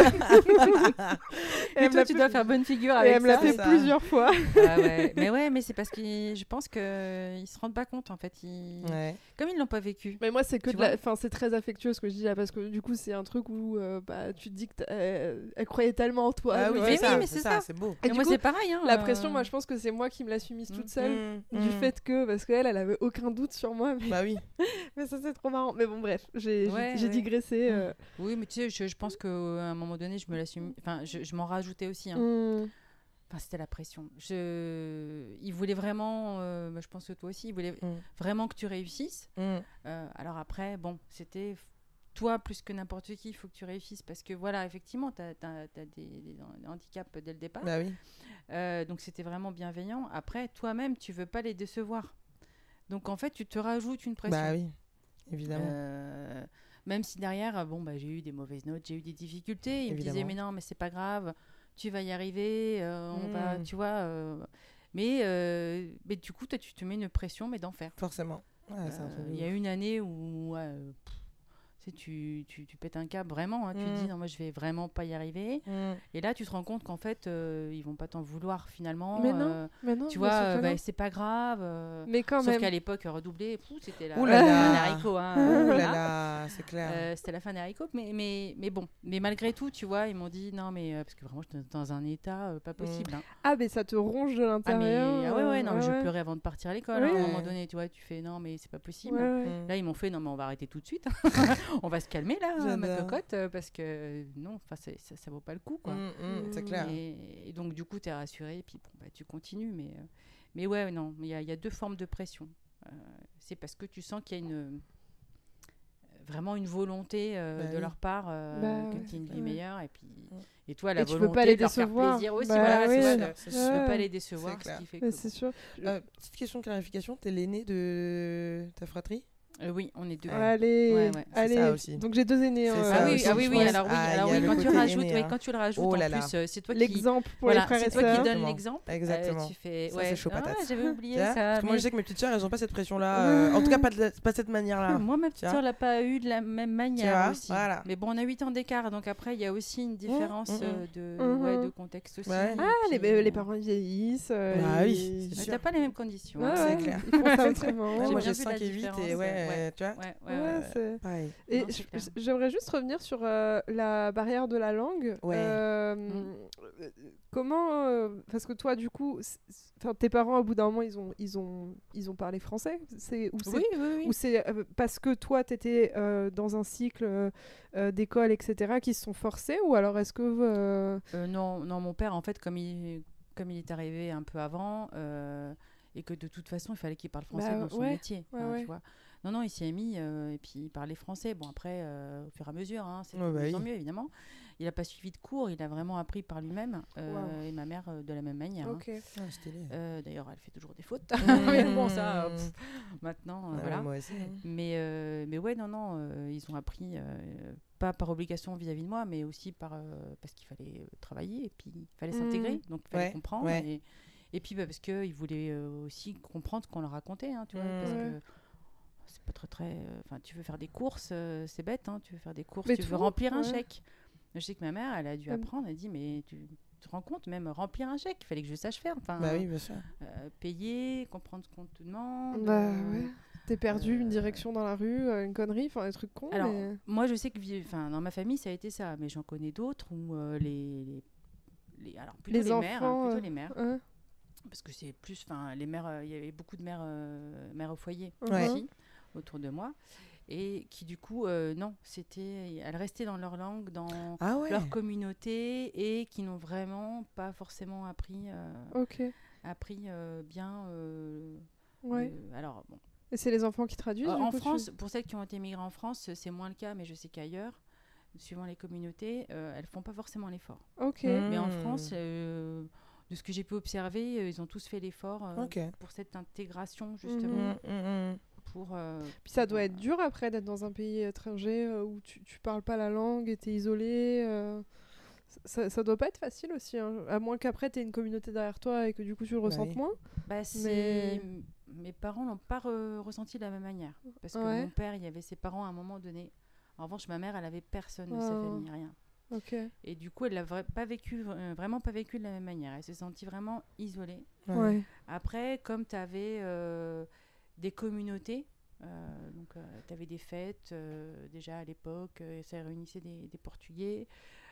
et Et elle me toi l'a tu fait- dois faire bonne figure et avec elle me l'a ça. fait ça. plusieurs fois. Ah ouais. Mais ouais mais c'est parce que je pense que ils se rendent pas compte en fait. Ils... Ouais. Comme ils l'ont pas vécu. Mais moi, c'est que Tu de la... vois enfin, c'est très affectueux ce que je dis là, parce que du coup, c'est un truc où euh, bah, tu te dis que t'as- euh, elle croyait tellement en toi. Ah tu oui, vois. Mais c'est oui, ça, mais c'est c'est ça, ça. c'est beau. Et Et du moi coup, c'est pareil. Hein, La euh, pression, moi, je pense que c'est moi qui me la suis mise toute Mm. seule. Mm, Du mm. fait que, parce qu'elle, elle avait aucun doute sur moi. Mais, Bah oui. mais ça, c'est trop marrant. Mais bon, bref, j'ai j'ai- Ouais, j'ai ouais. digressé. euh. Oui mais tu sais je, je pense qu'à un moment donné je me l'assume. Enfin je, je m'en rajoutais aussi. Hein. Mm. Enfin, c'était la pression. Je... Il voulait vraiment, euh, bah, je pense que toi aussi, il voulait Mm. vraiment que tu réussisses. Mm. Euh, alors après, bon, c'était f- toi plus que n'importe qui, il faut que tu réussisses. Parce que voilà, effectivement, tu as, des, des- des handicaps dès le départ. Bah oui. Euh, donc c'était vraiment bienveillant. Après, toi-même, tu veux pas les décevoir. Donc en fait, tu te rajoutes une pression. Bah oui. Évidemment. Euh, même si derrière, bon, bah, j'ai eu des mauvaises notes, j'ai eu des difficultés. Il me disait, Évidemment. mais non, mais c'est pas grave, tu vas y arriver, euh, on va, Mm. tu vois. euh, mais, euh, mais du coup, toi, tu te mets une pression, mais d'enfer. Forcément. Ouais, c'est un Euh, truc de Il y a ouf. une année où ouais, euh, pff, tu, sais, tu, tu, tu pètes un câble vraiment, hein, tu te Mm. dis, non, moi, je vais vraiment pas y arriver. Mm. Et là, tu te rends compte qu'en fait, euh, ils vont pas t'en vouloir finalement. Mais non, euh, mais non, tu bien vois, sûr que euh, bah, non. c'est pas grave. euh, Mais quand Sauf même. qu'à l'époque, redoubler, pouf, c'était la, Ouh la là fin là. des haricots. Hein, Ouh voilà. là là, c'est clair. Euh, c'était la fin des haricots, mais, mais, mais bon. Mais malgré tout, tu vois, ils m'ont dit non, mais euh, parce que vraiment, j'étais dans un état euh, pas possible. hein. Ah, mais ça te ronge de Ah, mais l'intérieur. ah ouais, ouais, non, mais je ouais. pleurais avant de partir à l'école. Oui. hein. À un moment Ouais. donné, tu vois, tu fais non, mais c'est pas possible. Ouais, ouais. Mm. Là, ils m'ont fait non, mais on va arrêter tout de suite. On va se calmer là, ma J'adore. cocotte, euh, parce que non, enfin, c'est- ça, ça vaut pas le coup, quoi. Mm, mm, c'est clair. Et, et donc, du coup, tu es rassuré, et puis bon, bah, tu continues. Mais, euh, mais ouais, non, il y, a- il y a deux formes de pression. Euh, c'est parce que tu sens qu'il y a une, euh, vraiment une volonté euh, Bah de oui. leur part euh, Bah que ouais, tu aies une vie ouais. meilleure. Et, puis, et toi, la Et tu volonté peux pas les de leur faire décevoir. plaisir aussi. Bah voilà, oui. c'est C'est ça, sûr, c'est tu sûr. peux Ouais. pas les décevoir, C'est ce clair. qui fait Mais que... c'est sûr. Euh, petite question de clarification, t'es l'aîné de ta fratrie? Euh, oui, on est deux. Allez, Ouais, ouais, c'est allez. ça aussi. Donc j'ai deux aînés. C'est hein, ça Ah euh, oui, aussi, ah je oui, oui, pense. alors oui, Ah, alors il y a oui, le quand tu côté rajoutes, aîné, ouais, hein. quand tu le rajoutes, Oh là en là. plus, euh, c'est toi qui, L'exemple pour voilà, les frères c'est et toi qui sœurs. donne Exactement. l'exemple. Euh, Exactement. tu fais, Ça, ouais, c'est chaud ah, patate. j'avais oublié Tu vois ça. Parce que moi, mais- je sais que mes petites sœurs, elles ont pas cette pression-là. euh, En tout cas, pas de, la- pas de cette manière-là. Moi, ma petite Tu vois sœur l'a pas eu de la même manière vois, aussi. voilà. Mais bon, on a huit ans d'écart, donc après, il y a aussi une différence mmh, euh, de, mmh. ouais, de contexte aussi. Ouais. et Ah, les, puis, les euh, parents vieillissent. euh, Bah oui, ils- c'est mais sûr. t'as pas les mêmes conditions. Ouais, hein. c'est ouais, clair. Ils font ça autrement. Ouais, J'ai moi, bien j'ai vu la cinq et huit différence, et ouais, ouais. tu vois. Ouais, ouais, Ouais, ouais. c'est- Pareil. Et Non, je- c'est clair. j'aimerais juste revenir sur euh, la barrière de la langue. Ouais. Euh, euh, Comment, euh, parce que toi, du coup, c'est- c'est- enfin, tes parents, au bout d'un moment, ils ont, ils ont, ils ont parlé français. C'est ou c'est Oui, oui, oui. ou c'est euh, parce que toi, tu étais dans un cycle euh, euh, d'école, et cetera, qui se sont forcés, ou alors est-ce que euh, Euh, non, non, mon père, en fait, comme il, comme il est arrivé un peu avant, euh, et que de toute façon, il fallait qu'il parle français Bah, dans son ouais, métier. ouais, hein, ouais. Tu vois. Non, non, il s'y est mis, euh, et puis il parlait français. Bon, après, euh, au fur et à mesure, hein, c'est Ouais, de bah mieux en oui. mieux, évidemment. il a pas suivi de cours, il a vraiment appris par lui-même. Euh, Wow. Et ma mère euh, de la même manière. Ok. hein. Ah, stylé. Euh, D'ailleurs, elle fait toujours des fautes. Mmh. Mais bon, ça, euh, pff, maintenant, euh, Ah, voilà. moi aussi. hein. Mais, euh, mais ouais, non, non, euh, ils ont appris, euh, pas par obligation vis-à-vis de moi, mais aussi par, euh, parce qu'il fallait euh, travailler et puis il fallait Mhm. s'intégrer, donc il fallait Ouais, comprendre. ouais. Et, et puis bah, parce qu'ils voulaient euh, aussi comprendre ce qu'on leur racontait, hein, tu vois, Mhm. parce Ouais. que c'est pas très, très. Enfin, tu veux faire des courses, euh, c'est bête, hein, tu veux faire des courses, Mais tu tout, veux remplir un ouais. chèque. Je sais que ma mère, elle a dû Comme- apprendre, elle dit, mais tu te rends compte, même remplir un chèque, il fallait que je sache faire. Enfin, Bah oui, bien sûr. euh, payer, comprendre ce qu'on te demande. Bah euh, ouais. T'es perdu, une euh, direction dans la rue, euh, une connerie, enfin des trucs cons. Alors, mais... moi, je sais que vi- enfin, dans ma famille, ça a été ça, mais j'en connais d'autres où euh, les, les, les- alors plutôt Les les, mères, hein, enfants, plutôt euh, les mères, Hein parce que c'est plus, enfin, les mères, euh, il y avait beaucoup de mères, euh, mères au foyer Ouais. aussi autour de moi, et qui du coup, euh, non, c'était, elles restaient dans leur langue, dans Ah ouais. leur communauté, et qui n'ont vraiment pas forcément appris, euh, Ok. appris euh, bien. euh, Ouais. le- alors bon. Et c'est les enfants qui traduisent Euh, du en coup, tu- France, pour celles qui ont été migrées en France, c'est moins le cas, mais je sais qu'ailleurs, suivant les communautés, euh, elles font pas forcément l'effort. Ok. Mm. Mais en Hmm. France, euh, de ce que j'ai pu observer, euh, ils ont tous fait l'effort euh, Ok. pour cette intégration, justement. Mhm. Mm, mm, Pour, euh, Puis ça pour, doit euh, être dur après d'être dans un pays étranger euh, où tu, tu parles pas la langue et t'es isolé. euh, Ça, ça doit pas être facile aussi, hein. À moins qu'après t'aies une communauté derrière toi et que du coup tu le ressentes oui. moins. bah, c'est- Mais- Mes parents l'ont pas re- ressenti de la même manière. Parce que Ouais. mon père, il y avait ses parents à un moment donné. En revanche, ma mère, elle avait personne de sa Oh. famille, rien. Ok. Et du coup, elle l'a vra- pas vécu, euh, vraiment pas vécu de la même manière. Elle s'est sentie vraiment isolée. Ouais. Ouais. Après, comme tu avais des communautés, euh, donc tu avais des fêtes, euh, déjà à l'époque, euh, ça réunissait des, des Portugais.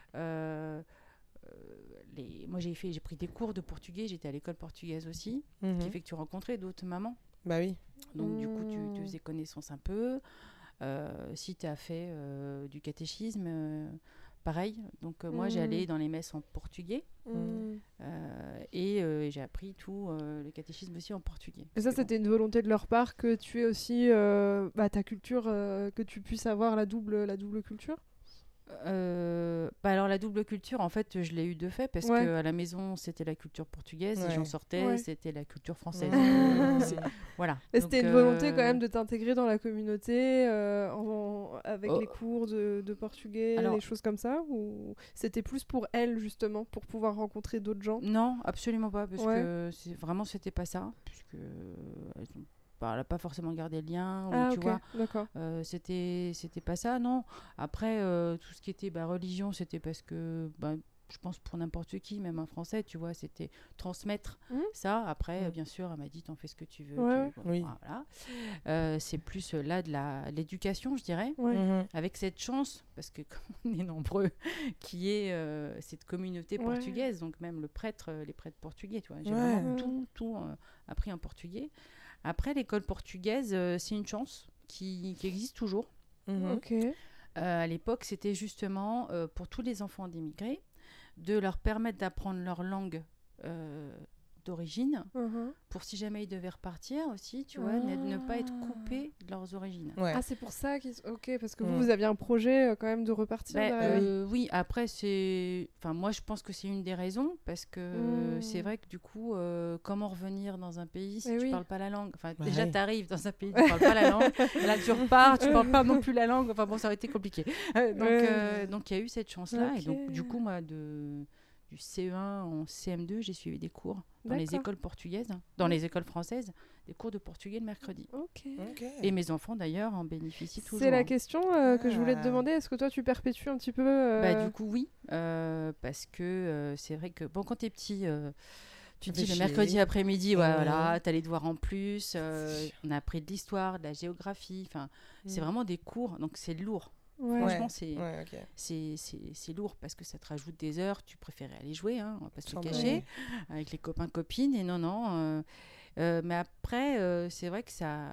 Euh, euh, les... Moi, j'ai fait, j'ai pris des cours de portugais, j'étais à l'école portugaise aussi, Mhm. qui fait que tu rencontrais d'autres mamans. Bah oui. Donc, du coup, tu, tu Mm. faisais connaissance un peu. Euh, si tu as fait euh, du catéchisme, euh, pareil. Donc, euh, moi, Mm. j'allais dans les messes en portugais. Mm. Euh, et euh, j'ai appris tout euh, le catéchisme aussi en portugais. Et ça, Parce que c'était une volonté de leur part que tu aies aussi euh, bah, ta culture, euh, que tu puisses avoir la double, la double culture. bon, euh, bah alors la double culture, en fait, je l'ai eu de fait parce Ouais. qu'à la maison, c'était la culture portugaise et Ouais. j'en sortais, Ouais. c'était la culture française. Mmh. C'est- Voilà. Et Donc, c'était une volonté euh, quand même de t'intégrer dans la communauté euh, en- avec Oh. les cours de, de portugais, Alors- des choses comme ça, ou c'était plus pour elle justement, pour pouvoir rencontrer d'autres gens. Non, absolument pas, parce Ouais. que c'est, vraiment, c'était pas ça. Puisque euh, elles ont- bah, elle n'a pas forcément gardé le lien, ou, Ah tu ok, vois. d'accord. Euh, c'était c'était pas ça, non. Après, euh, tout ce qui était bah, religion, c'était parce que, bah, je pense pour n'importe qui, même un Français, tu vois, c'était transmettre Mhm. ça. Après, Mhm. euh, bien sûr, elle m'a dit, t'en fais ce que tu veux. Ouais, tu- ouais. Oui. Voilà. Euh, c'est plus euh, là de la, de l'éducation, je dirais. Ouais. Mhm. Avec cette chance, parce que comme on est nombreux, qui est euh, cette communauté Ouais. portugaise, donc même le prêtre, euh, les prêtres portugais, tu vois, j'ai Ouais. vraiment Ouais. tout, tout euh, appris en portugais. Après, l'école portugaise, euh, c'est une chance qui, qui existe toujours. Mhm. Ok. Euh, à l'époque, c'était justement euh, pour tous les enfants d'immigrés, de leur permettre d'apprendre leur langue euh, d'origine, Mhm. pour si jamais ils devaient repartir aussi, tu vois, ne, ne pas être coupés de leurs origines. Ouais. Ah c'est pour ça qu'ils... Ok, parce que Mm. vous, vous aviez un projet euh, quand même de repartir Ben, derrière. euh, oui, après, c'est. Enfin, moi, je pense que c'est une des raisons, parce que Mm. c'est vrai que du coup, euh, comment revenir dans un pays si Eh tu oui. parles pas la langue? Enfin, Bah déjà, oui. tu arrives dans un pays, tu parles pas la langue, et là, tu repars, tu parles pas non plus la langue. Enfin, bon, ça aurait été compliqué. Euh, donc, Ouais. euh, donc, il y a eu cette chance-là, et donc, Ok. du coup, moi, de. Du C E un en C M deux, j'ai suivi des cours dans les D'accord. écoles portugaises, dans Ouais. les écoles françaises, des cours de portugais le mercredi. Ok. Ok. Et mes enfants, d'ailleurs, en bénéficient toujours. C'est la hein. question euh, que je voulais te Ah. demander. Est-ce que toi tu perpétues un petit peu euh, Bah, du coup, oui. euh, parce que euh, c'est vrai que, bon, quand t'es petit, euh, tu te Ça dis fait le mercredi chier. après-midi, ouais, Ouais. voilà, t'as les devoirs en plus. euh, C'est sûr. on a appris de l'histoire, de la géographie. Enfin, c'est Mm. vraiment des cours. Donc, c'est lourd. ouais. Franchement, c'est Ouais, ok. c'est c'est- c'est lourd parce que ça te rajoute des heures. Tu préférais aller jouer, hein, on va pas se le Sans cacher, blague. avec les copains, copines. Et non, non. euh, euh, mais après, euh, c'est vrai que ça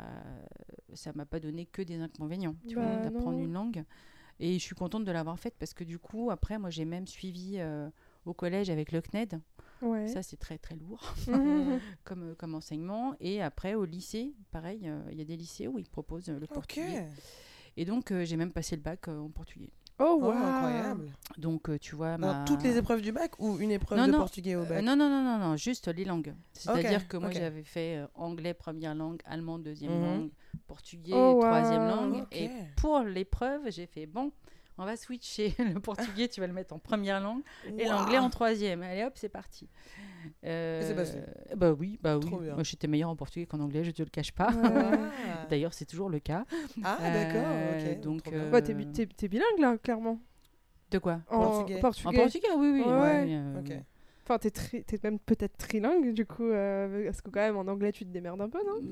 ça m'a pas donné que des inconvénients, tu vois, Bah, d'apprendre non. une langue. Et je suis contente de l'avoir faite parce que du coup, après, moi, j'ai même suivi euh, au collège avec le C N E D. Ouais. Ça, c'est très, très lourd Mhm. comme, euh, comme enseignement. Et après, au lycée, pareil, euh, il y a des lycées où ils proposent euh, le Ok. portugais. Et donc, euh, j'ai même passé le bac euh, en portugais. Oh, Oh, wow. incroyable. Donc, euh, tu vois, Alors, ma... toutes les épreuves du bac ou une épreuve Non, de non, portugais au bac? Euh, non, non, non, non, non, juste les langues. C'est-à-dire Ok, que moi, ok. j'avais fait euh, anglais première langue, allemand deuxième Mhm. langue, portugais Oh, troisième wow. langue. Ok. Et pour l'épreuve, j'ai fait bon, on va switcher. Le portugais, tu vas le mettre en première langue et Waouh. l'anglais en troisième. Allez hop, c'est parti. Euh, Et c'est passé. Bah oui, bah oui. Trop bien. Moi, j'étais meilleure en portugais qu'en anglais, je te le cache pas. Ouais. Ah, D'ailleurs, c'est toujours le cas. Ah, d'accord, Euh, ok. donc, Trop bien. euh, Ouais, t'es, bi- t'es, t'es bilingue, là, clairement. De quoi? En Portugais. En portugais. portugais, oui, oui. Ouais. ouais, euh, Ok. Enfin, t'es, tri- t'es même peut-être trilingue, du coup. Euh, parce que quand même, en anglais, tu te démerdes un peu, non?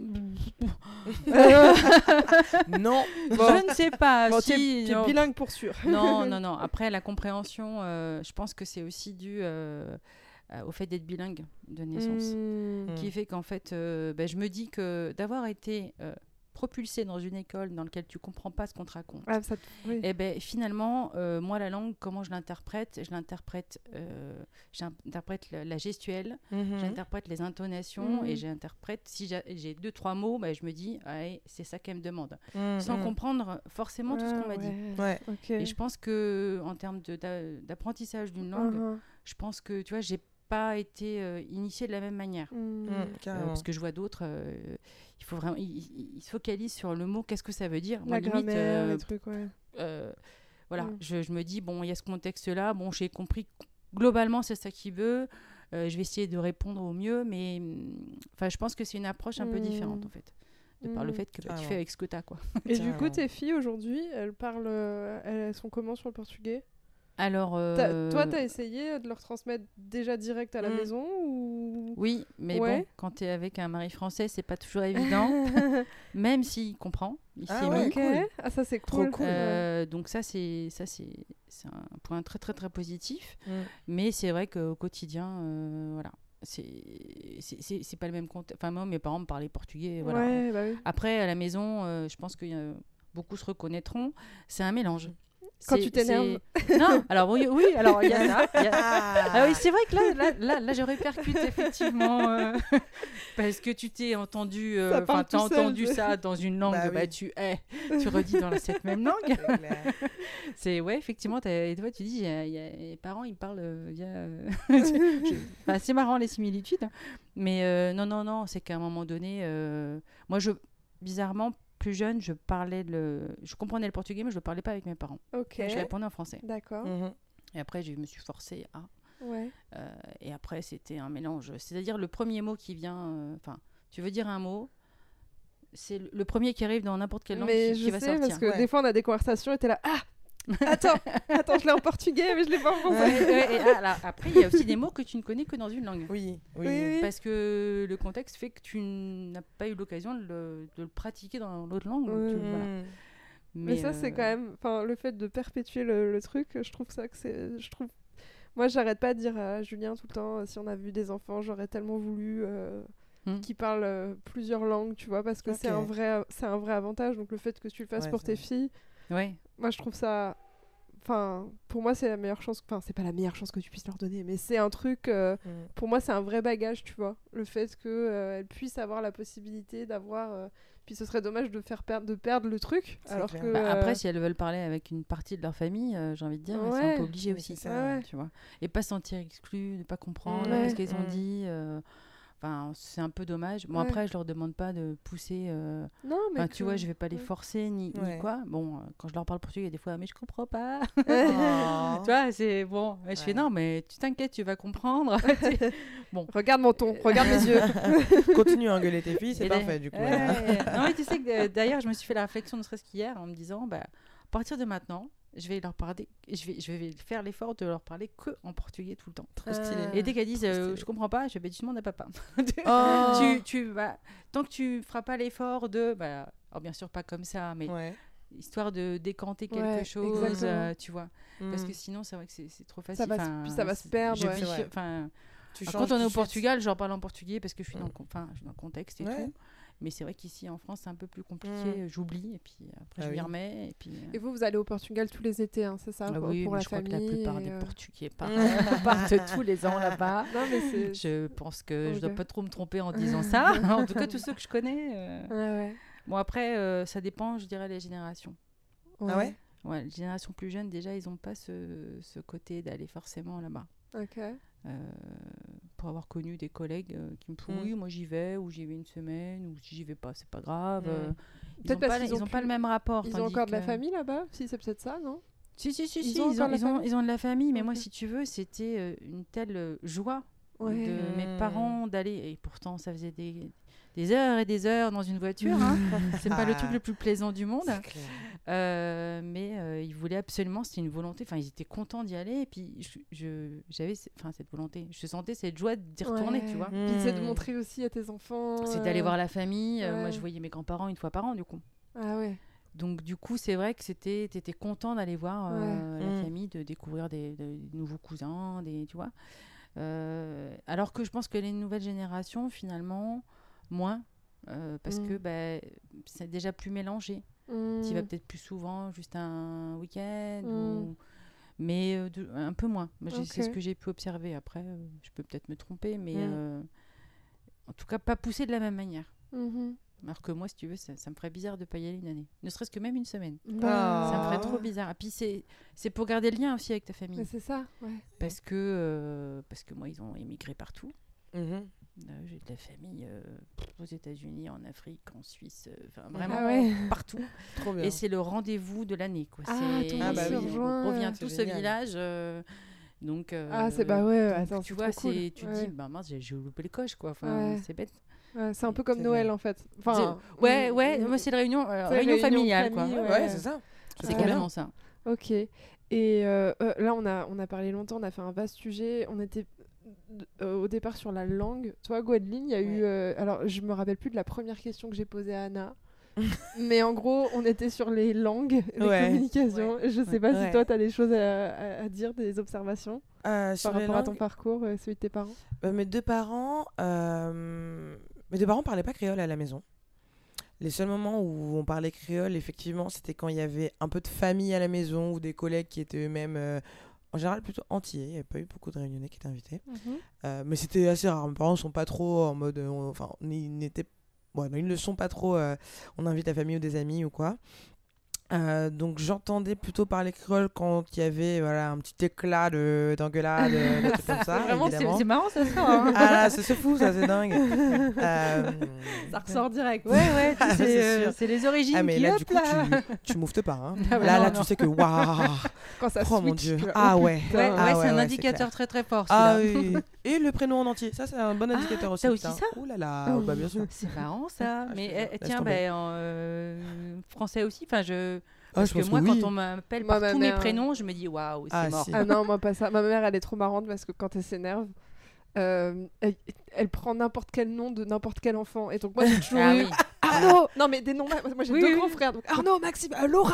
Non. Je ne sais pas. Bon, si, t'es, t'es non. bilingue pour sûr. Non, non, non. Après, la compréhension, euh, je pense que c'est aussi dû euh, euh, au fait d'être bilingue de naissance. Mmh. Qui fait qu'en fait, euh, ben, je me dis que d'avoir été euh, propulsée dans une école dans laquelle tu comprends pas ce qu'on te raconte, Ah, ça te- oui. et ben finalement, euh, moi, la langue, comment je l'interprète? Je l'interprète, euh, j'interprète la, la gestuelle, Mhm. j'interprète les intonations Mhm. et j'interprète, si j'ai, j'ai deux, trois mots, ben, je me dis, ouais, c'est ça qu'elle me demande. Mhm. Sans comprendre forcément tout ce qu'on Ah, m'a dit. ouais. Ouais. Ok. Et je pense que en termes de, d'a- d'apprentissage d'une langue, Uh-huh. je pense que tu vois, j'ai pas été euh, initiée de la même manière. Mmh. Mhm, Euh, carrément. parce que je vois d'autres, euh, il faut vraiment, ils, ils- ils se focalisent sur le mot, qu'est-ce que ça veut dire. Moi, La limite, grammaire, euh, les trucs, ouais. euh, voilà, Mm. je, je me dis bon, il y a ce contexte-là, bon, j'ai compris que globalement c'est ça qu'il veut. Euh, je vais essayer de répondre au mieux, mais enfin, je pense que c'est une approche un peu Mm. différente en fait, de par le Mm. fait que bah, tu Carrément. fais avec ce que t'as, quoi. Et du Carrément. coup, tes filles aujourd'hui, elles parlent, euh, elles sont comment sur le portugais? Alors, T'as- euh, Toi, t'as essayé de leur transmettre déjà direct à la Mm. maison ou... oui, mais Ouais. bon, quand tu es avec un mari français, c'est pas toujours évident, même s'il comprend. Il Ah s'est ouais, mis. Ok. cool. Ah, ça c'est Trop cool. cool. Euh, donc ça c'est ça c'est c'est un point très très très positif, Mm. mais c'est vrai qu'au quotidien euh, voilà, c'est c'est c'est c'est pas le même contexte. Enfin moi mes parents me parlaient portugais, voilà. Ouais, bah oui. Après à la maison, euh, je pense que euh, beaucoup se reconnaîtront, c'est un mélange. Quand C'est- tu t'énerves. c'est- Non, alors oui, oui, alors il y a ça. il y a- Ah, Ah oui, c'est vrai que là, là, là, là je répercute effectivement euh, parce que tu t'es entendu, euh, Ça parle enfin, t'as tout seul, entendu tu- ça dans une langue, Bah bah, oui. tu, eh, tu redis dans la- cette même langue. c'est clair. C'est ouais, effectivement, t'as- et toi tu dis, il y a- il y a- les parents ils parlent euh, via, euh, je- enfin, c'est marrant les similitudes, mais euh, non, non, non, c'est qu'à un moment donné, euh, moi je, bizarrement, plus jeune, je parlais le, je comprenais le portugais, mais je le parlais pas avec mes parents. Ok. Je répondais en français. D'accord. Mhm. Et après, je me suis forcée à. Ouais. Euh, et après, c'était un mélange. C'est-à-dire le premier mot qui vient. euh, Enfin, tu veux dire un mot, c'est le, le premier qui arrive dans n'importe quelle langue Mais qui, je qui va sais sortir. parce que Ouais. des fois on a des conversations et t'es là. Ah Attends, attends, je l'ai en portugais, mais je l'ai pas en français. Ouais, ouais, et, ah, là, après, il y a aussi des mots que tu ne connais que dans une langue. Oui, oui. Oui, oui. Parce que le contexte fait que tu n'as pas eu l'occasion de le, de le pratiquer dans l'autre langue. donc tu- Mhm. voilà. Mm. Mais, ça, euh, c'est quand même. Enfin, le fait de perpétuer le, le truc, je trouve ça que c'est. Je trouve. Moi, j'arrête pas de dire à Julien tout le temps, euh, si on avait eu des enfants, j'aurais tellement voulu euh, Hmm. qu'ils parlent euh, plusieurs langues, tu vois, parce que c'est Ok. un vrai, c'est un vrai avantage. Donc le fait que tu le fasses Ouais, pour c'est tes vrai. filles, Ouais. moi, je trouve ça. Enfin, pour moi, c'est la meilleure chance. Enfin, c'est pas la meilleure chance que tu puisses leur donner, mais c'est un truc. euh, Mm. Pour moi, c'est un vrai bagage, tu vois. Le fait qu'elles puissent avoir la possibilité d'avoir. euh, Puis ce serait dommage de faire perdre, de perdre le truc. C'est Alors clair. que. Bah, euh, après, si elles veulent parler avec une partie de leur famille, euh, j'ai envie de dire, elles sont un Ouais. peu obligées Oui, aussi. c'est ça. Ouais, ouais. Tu vois. Et pas se sentir exclues, ne pas comprendre Ouais. ce qu'elles ont Mm. dit. euh, Enfin, c'est un peu dommage. Bon, Ouais. après, je leur demande pas de pousser. euh, Non, mais. Enfin, que- tu vois, je vais pas les ouais. forcer ni, ni Ouais. quoi. Bon, euh, quand je leur parle portugais, des fois, mais je comprends pas. Oh. Tu vois, c'est bon. Et je fais Ouais. non, mais tu t'inquiètes, tu vas comprendre. Regarde mon ton, regarde mes yeux. Continue à engueuler tes filles, c'est Et parfait des- du coup. Ouais, là. ouais. Non, mais tu sais que euh, d'ailleurs, je me suis fait la réflexion, ne serait-ce qu'hier, en me disant, bah, à partir de maintenant, je vais leur parler, je vais, je vais faire l'effort de leur parler que en portugais tout le temps. Trop stylé. Ah. Et dès qu'elles disent, trop euh, stylé. je comprends pas, je vais, bah, tu demandes à papa. Oh. tu, tu vas, tant que tu feras pas l'effort de, bah, alors bien sûr pas comme ça, mais Ouais. histoire de décanter quelque Ouais, chose, exactement. euh, tu vois. Parce Mm. que sinon, c'est vrai que c'est c'est trop facile. va se- Enfin, puis ça va se c'est- perdre, je ouais. vis- C'est vrai. enfin, Tu alors, changes quand on est tout au de suite. Portugal, j'en parle en portugais parce que je suis, dans, le Mm. con- enfin, je suis dans le contexte et Ouais. tout. Mais c'est vrai qu'ici en France, c'est un peu plus compliqué. J'oublie et puis après, Ah je m'y oui. remets. Et puis, euh, Et vous, vous allez au Portugal tous les étés, hein, c'est ça, ah pour, oui, pour mais la je crois que famille. la plupart et, des euh, Portugais partent, partent tous les ans là-bas. Non, mais c'est. Je pense que je dois Ok. pas trop me tromper en disant ça. En tout cas, tous ceux que je connais. euh, Ouais, ouais. Bon, après, euh, ça dépend, je dirais, les générations. Ah ouais. Ouais, la génération plus jeune, déjà, ils n'ont pas ce, ce côté d'aller forcément là-bas. Ok. Euh, pour avoir connu des collègues euh, qui me font Mm. oui, moi j'y vais, ou j'y vais une semaine, ou si j'y vais pas, c'est pas grave. Mm. Euh, ils Peut-être n'ont parce pas, qu'ils ils ont ont plus- pas le même rapport. Ils ont tandis encore de la que- famille là-bas? Si, c'est peut-être ça, non? Si, si, si, Ils si, ont ils, encore ont, de la ils, ont, famille ils ont de la famille, mais Ok. moi, si tu veux, c'était euh, une telle euh, joie Ouais. de mes Mm. parents d'aller, et pourtant ça faisait des, des heures et des heures dans une voiture, hein. C'est pas le truc le plus plaisant du monde. C'est clair. Euh, mais euh, ils voulaient absolument, c'était une volonté, enfin ils étaient contents d'y aller, et puis je, je- j'avais ce- enfin, cette volonté, je sentais cette joie d'y retourner, Ouais. tu vois. Puis c'est de Mm. montrer aussi à tes enfants. C'est euh, d'aller voir la famille, euh, moi ouais. je voyais mes grands-parents une fois par an du coup. Ah ouais. Donc du coup c'est vrai que c'était, t'étais content d'aller voir euh, Ouais. la Mm. famille, de découvrir des, des nouveaux cousins, des, tu vois. Euh, alors que je pense que les nouvelles générations finalement, moins, euh, parce Mm. que bah, c'est déjà plus mélangé. Mm. Tu y vas peut-être plus souvent, juste un week-end, Mm. ou... mais euh, de- un peu moins. Moi, j'ai- C'est Ok. ce que j'ai pu observer. Après, euh, je peux peut-être me tromper, mais Mm. euh, en tout cas, pas poussé de la même manière. Mhm. Alors que moi, si tu veux, ça, ça me ferait bizarre de pas y aller une année. Ne serait-ce que même une semaine. Bah, Ça me ferait Ah. trop bizarre. Et puis, c'est c'est pour garder le lien aussi avec ta mais famille. c'est ça, ouais. Parce que, euh, parce que moi, ils ont émigré partout. Mhm. Euh, j'ai de la famille euh, aux États-Unis, en Afrique, en Suisse, euh, enfin vraiment Ah ouais. partout. Trop bien. Et c'est le rendez-vous de l'année, quoi. Ah, C'est- tout le monde se on rejoint. revient C'est tous au génial. village. euh, donc, euh, Ah, c'est bah ouais, donc, attends, tu c'est vois, trop cool. c'est, tu te Ouais. dis, bah mince, j'ai, j'ai loupé le coche, quoi. Enfin, Ouais. c'est bête. Ouais, c'est un peu comme C'est Noël vrai. en fait. Enfin, ouais, mm, ouais, mm, moi, c'est la réunion, euh, c'est réunion réunion familiale, quoi. famille, Ouais, ouais. Ouais, c'est ça. C'est Ah. carrément ça. Ok. Et euh, euh, là, on a, on a parlé longtemps, on a fait un vaste sujet. On était euh, au départ sur la langue. Toi, Gwendoline, il y a eu. Ouais. euh, alors, je me rappelle plus de la première question que j'ai posée à Anna. Mais en gros, on était sur les langues, les Ouais. communications. Je sais pas Ouais. si toi, tu as des choses à, à- à dire, des observations Euh, sur par les rapport à ton langues, parcours, euh, celui de tes parents. euh, mes deux parents, euh, mes deux parents parlaient pas créole à la maison. Les seuls moments où on parlait créole, effectivement, c'était quand il y avait un peu de famille à la maison ou des collègues qui étaient eux-mêmes, euh, en général, plutôt antillais. Il n'y avait pas eu beaucoup de Réunionnais qui étaient invités. Euh, mais c'était assez rare. Mes parents ne sont pas trop en mode. euh, on- Enfin, ils n'étaient. Bon, non, ils ne le sont pas trop. euh, on invite la famille ou des amis ou quoi. Euh, donc j'entendais plutôt parler créole quand il y avait voilà, un petit éclat de, d'engueulade, des trucs comme ça. Vraiment, c'est, évidemment. c'est marrant, ça sort. Hein. Ah là, c'est, c'est fou, ça, c'est dingue. Euh, Ça ressort direct. Ouais, ouais, tu Ah, sais, c'est euh, sûr. c'est les origines Ah, mais qui, là, hop du coup, là. tu, tu mouftes pas. Hein. Ah ouais, là, non, là, non. tu sais que waouh. Quand ça Oh mon switch, dieu. tu vois. Ah Oh, ouais. putain. Ouais, Ah ouais, ouais, c'est un ouais, indicateur c'est clair. très très fort. Ah celui-là. oui. Et le prénom en entier, ça c'est un bon indicateur Ah, aussi. t'as aussi putain. ça Ouh là là, bah bien sûr. C'est marrant ça. Ah, je Mais te eh, jure, laisse tiens, tomber. ben, en euh, français aussi. Enfin, je. Ah, Parce je que pense moi, que quand oui. on m'appelle Moi, par ma tous mes mère, prénoms, je me dis waouh, c'est Ah, mort. si. Ah non, moi pas ça. Ma mère, elle est trop marrante parce que quand elle s'énerve, euh, elle, elle prend n'importe quel nom de n'importe quel enfant. Et donc moi, j'ai toujours Ah eu oui. Arnaud. Non, mais des noms. Moi, j'ai Oui, deux oui. grands frères. Donc Arnaud, Maxime, euh, Laura.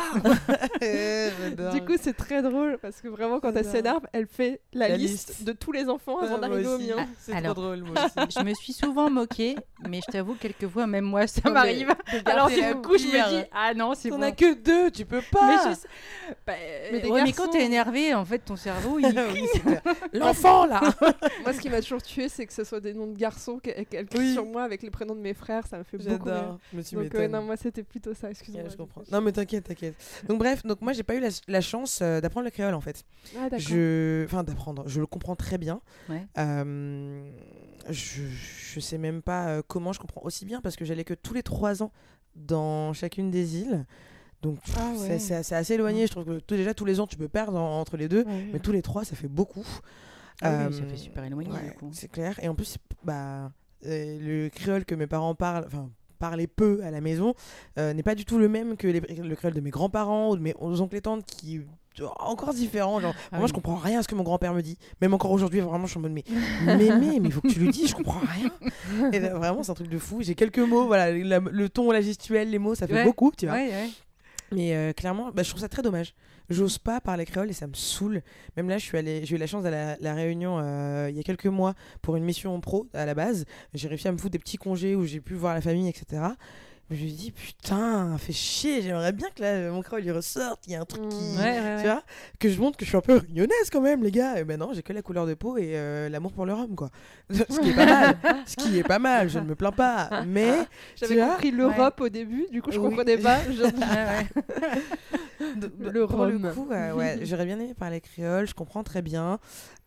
J'adore. Du coup, c'est très drôle parce que vraiment, quand elle J'adore. s'énerve, elle fait la, La liste, liste. de tous les enfants avant Ah, moi d'arriver au aussi. mien. C'est Alors. trop drôle, moi aussi. Je me suis souvent moquée, mais je t'avoue, quelquefois, même moi, ça Non, mais m'arrive. des Alors, garçons, du coup, je pire. me dis, ah non, c'est T'en bon. as que deux, tu peux Mais, pas. je sais- Bah, Mais des ouais, mais quand garçons. t'es énervé, en fait, ton cerveau, il. Oui, c'est clair. L'enfant là. Moi, ce qui m'a toujours tué, c'est que ce soit des noms de garçons qu'elle qu'elle crie Oui. sur moi avec les prénoms de mes frères. Ça me fait beaucoup rire. J'adore. Je me suis Donc, euh, non, moi, c'était plutôt ça. Excuse-moi. je comprends. Non mais t'inquiète, t'inquiète. Donc bref, donc moi j'ai pas eu la, la chance euh, d'apprendre le créole en fait. Ah, d'accord. Je, enfin d'apprendre, je le comprends très bien. Ouais. Euh, je, je sais même pas euh, comment je comprends aussi bien parce que j'allais que tous les trois ans dans chacune des îles. Donc pff, Ah c'est- ouais. c'est c'est assez éloigné. Je trouve que tout- déjà tous les ans tu peux perdre en- entre les deux, Ouais. mais tous les trois ça fait beaucoup. Ah oui, Euh, ça fait super éloigné, ouais, du coup. c'est clair. Et en plus, bah, euh, le créole que mes parents parlent, enfin, parlaient peu à la maison, euh, n'est pas du tout le même que les- le créole de mes grands-parents ou de mes oncles et tantes qui. Encore différent, genre Ah vraiment oui. je comprends rien à ce que mon grand-père me dit, même encore aujourd'hui vraiment je suis en mode mais mais mais mais il faut que tu le dises, je comprends rien. Et là, vraiment c'est un truc de fou, j'ai quelques mots, voilà, la- le ton, la gestuelle, les mots ça fait Ouais. beaucoup, tu vois. Ouais, ouais. Mais euh, clairement, bah, je trouve ça très dommage. J'ose pas parler créole et ça me saoule. Même là, je suis allée, j'ai eu la chance d'aller à la, la Réunion euh, il y a quelques mois pour une mission pro à la base. J'ai réussi à me foutre des petits congés où j'ai pu voir la famille, et cetera. Mais je lui dis, putain, fait chier, j'aimerais bien que là, mon créole il ressorte, il y a un truc qui. Mmh. Ouais, ouais, tu ouais. vois, que je montre que je suis un peu réunionnaise quand même, les gars. Et ben non, j'ai que la couleur de peau et euh, l'amour pour le rhum, quoi. Ce qui est pas mal. Ce qui est pas mal, je ne me plains pas. Mais. J'avais compris l'Europe ouais. au début, du coup, je oui. comprenais pas. Je... de, de, le pour rhum. le coup, euh, ouais, j'aurais bien aimé parler créole, je comprends très bien.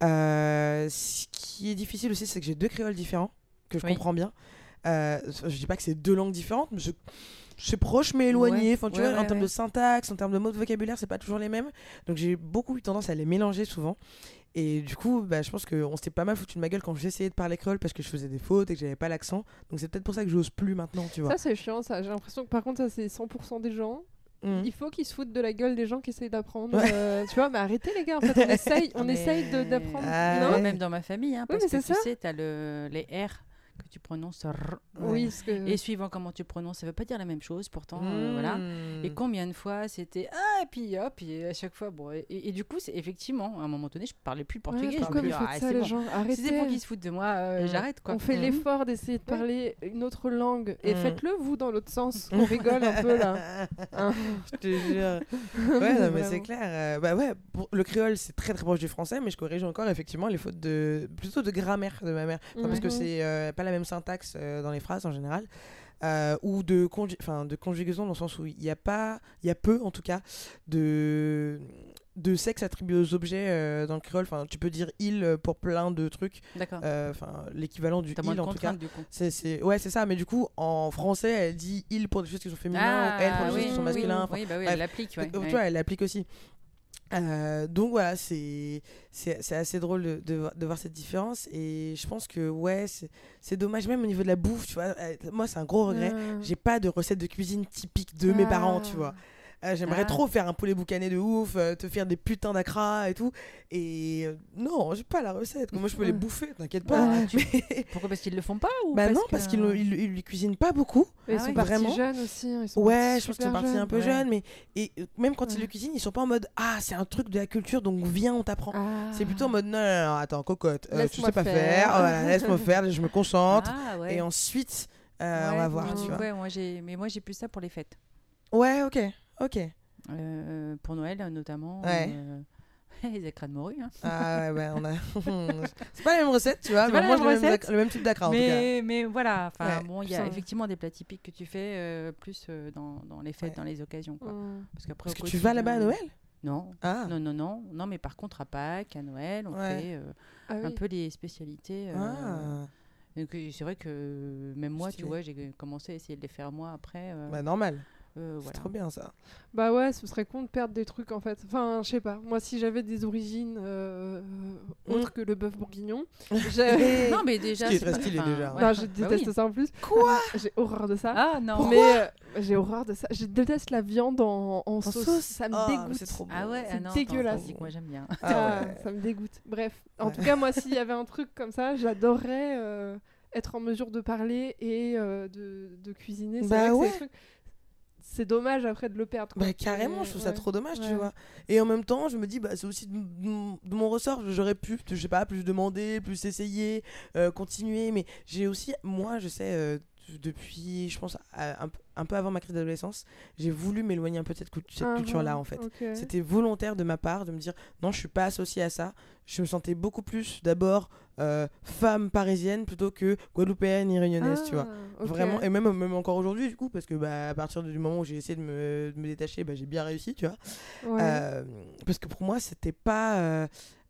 Euh, ce qui est difficile aussi, c'est que j'ai deux créoles différents, que je oui. comprends bien. Euh, je dis pas que c'est deux langues différentes, mais je, c'est proche mais éloigné. Ouais. Enfin, tu ouais, vois, ouais, en termes ouais. de syntaxe, en termes de mots de vocabulaire, c'est pas toujours les mêmes. Donc j'ai beaucoup eu tendance à les mélanger souvent. Et du coup, bah, je pense qu'on s'était pas mal foutu de ma gueule quand j'essayais de parler créole parce que je faisais des fautes et que j'avais pas l'accent. Donc c'est peut-être pour ça que j'ose plus maintenant, tu vois. Ça, c'est chiant, ça. J'ai l'impression que par contre, ça, c'est cent pour cent des gens. Mmh. Il faut qu'ils se foutent de la gueule des gens qui essayent d'apprendre. Ouais. Euh, tu vois, mais arrêtez les gars, en fait, on essaye, on mais... essaye de, d'apprendre. Ah, non, ouais. Même dans ma famille, hein, parce oui, que tu ça. sais, t'as le, les R que tu prononces r, oui, ce que... et suivant comment tu prononces ça veut pas dire la même chose pourtant mmh. euh, voilà. Et combien de fois c'était ah et puis hop et à chaque fois bon et, et, et du coup c'est effectivement à un moment donné je parlais plus le portugais. Ouais, pourquoi vous faites ah, ça les bon. gens arrêtez. Si c'est pour qu'ils se foutent de moi euh, mmh. j'arrête quoi. On fait mmh. l'effort d'essayer de parler ouais. une autre langue et mmh. faites-le vous dans l'autre sens on rigole un peu là hein. Je te jure. Ouais non mais c'est clair euh, bah ouais pour, le créole c'est très très proche du français mais je corrige encore effectivement les fautes de plutôt de grammaire de ma mère enfin, mmh. parce que c'est euh, pas la même syntaxe euh, dans les phrases en général euh, ou de, conju- de conjugaison dans le sens où il y a pas il y a peu en tout cas de de sexe attribué aux objets euh, dans le créole. Enfin, tu peux dire il pour plein de trucs. D'accord. Enfin, euh, l'équivalent du T'as il en tout cas. Du coup. C'est, c'est... Ouais, c'est ça. Mais du coup, en français, elle dit il pour des choses qui sont féminins, ah, ou elle pour des oui, choses qui sont masculins. Oui, oui, bah oui, elle l'applique. Ouais. Tu ouais. vois, elle l'applique aussi. Euh, donc voilà, c'est, c'est, c'est assez drôle de, de, de voir cette différence. Et je pense que ouais, c'est, c'est dommage, même au niveau de la bouffe, tu vois. Euh, moi, c'est un gros regret. Ah. J'ai pas de recette de cuisine typique de ah. mes parents, tu vois. Euh, j'aimerais ah. trop faire un poulet boucané de ouf, euh, te faire des putains d'acras et tout. Et euh, non, j'ai pas la recette. Moi, je peux les bouffer, t'inquiète pas. Ah, tu... mais... Pourquoi ? Parce qu'ils le font pas ou Bah parce non, que... parce qu'ils ils, ils lui cuisinent pas beaucoup. Ah, ils sont partis vraiment jeunes aussi. Ils sont ouais, je pense qu'ils sont partis un peu ouais. jeunes. Mais et, même quand ouais. ils le cuisinent, ils sont pas en mode ah, c'est un truc de la culture, donc viens, on t'apprend. Ah. C'est plutôt en mode non, non, non, attends, cocotte, euh, tu sais pas faire, faire. Voilà, laisse-moi faire, je me concentre. Ah, ouais. Et ensuite, euh, ouais, on va voir, ouais, tu vois. Ouais, moi, j'ai... Mais moi, j'ai plus ça pour les fêtes. Ouais, ok, ok. Euh, pour Noël notamment ouais. euh, les acras de morue hein. ah ouais, ouais on a c'est pas la même recette tu vois c'est mais moi le même, le même type d'acra mais, en tout cas mais voilà enfin ouais. bon il y a effectivement des plats typiques que tu fais euh, plus euh, dans, dans les fêtes ouais. dans les occasions quoi. Mmh. parce qu'après parce que tu vas là-bas à Noël non ah. non non non non mais par contre à Pâques à Noël on ouais. fait euh, ah, oui. un peu les spécialités euh, ah. donc c'est vrai que même moi tu vois j'ai commencé à essayer de les faire moi après euh, bah normal. Euh, c'est voilà. trop bien ça. Bah ouais, ce serait con de perdre des trucs en fait. Enfin, je sais pas. Moi, si j'avais des origines euh, mmh. autres que le bœuf bourguignon, j'avais... non mais déjà. Ce qui est très stylé déjà. Ouais. Non, je déteste bah oui. ça en plus. Quoi ? J'ai horreur de ça. Ah non. Mais euh, j'ai horreur de ça. Je déteste la viande en, en, en sauce. sauce. Ça me oh, dégoûte. C'est trop bon. Ah ouais. C'est ah non, dégueulasse. Attends, moi j'aime bien. Ah, ouais. Ça me dégoûte. Bref. En ouais. tout cas, moi, s'il y avait un truc comme ça, j'adorerais euh, être en mesure de parler et euh, de, de cuisiner. C'est bah vrai ouais. que c'est des trucs... c'est dommage après de le perdre quoi. Bah carrément, je trouve ouais. ça trop dommage, ouais. tu vois. Et en même temps, je me dis bah c'est aussi de, de, de mon ressort, j'aurais pu je sais pas plus demander, plus essayer, euh, continuer mais j'ai aussi moi je sais euh, depuis je pense à, un, un peu avant ma crise d'adolescence, j'ai voulu m'éloigner un peu de cette, cette uh-huh. culture là en fait. Okay. C'était volontaire de ma part de me dire non, je suis pas associée à ça. Je me sentais beaucoup plus d'abord euh, femme parisienne plutôt que guadeloupéenne et réunionnaise, ah, tu vois. okay. Vraiment et même même encore aujourd'hui du coup parce que bah à partir du moment où j'ai essayé de me, de me détacher, bah j'ai bien réussi, tu vois. Ouais. Euh, parce que pour moi, c'était pas euh,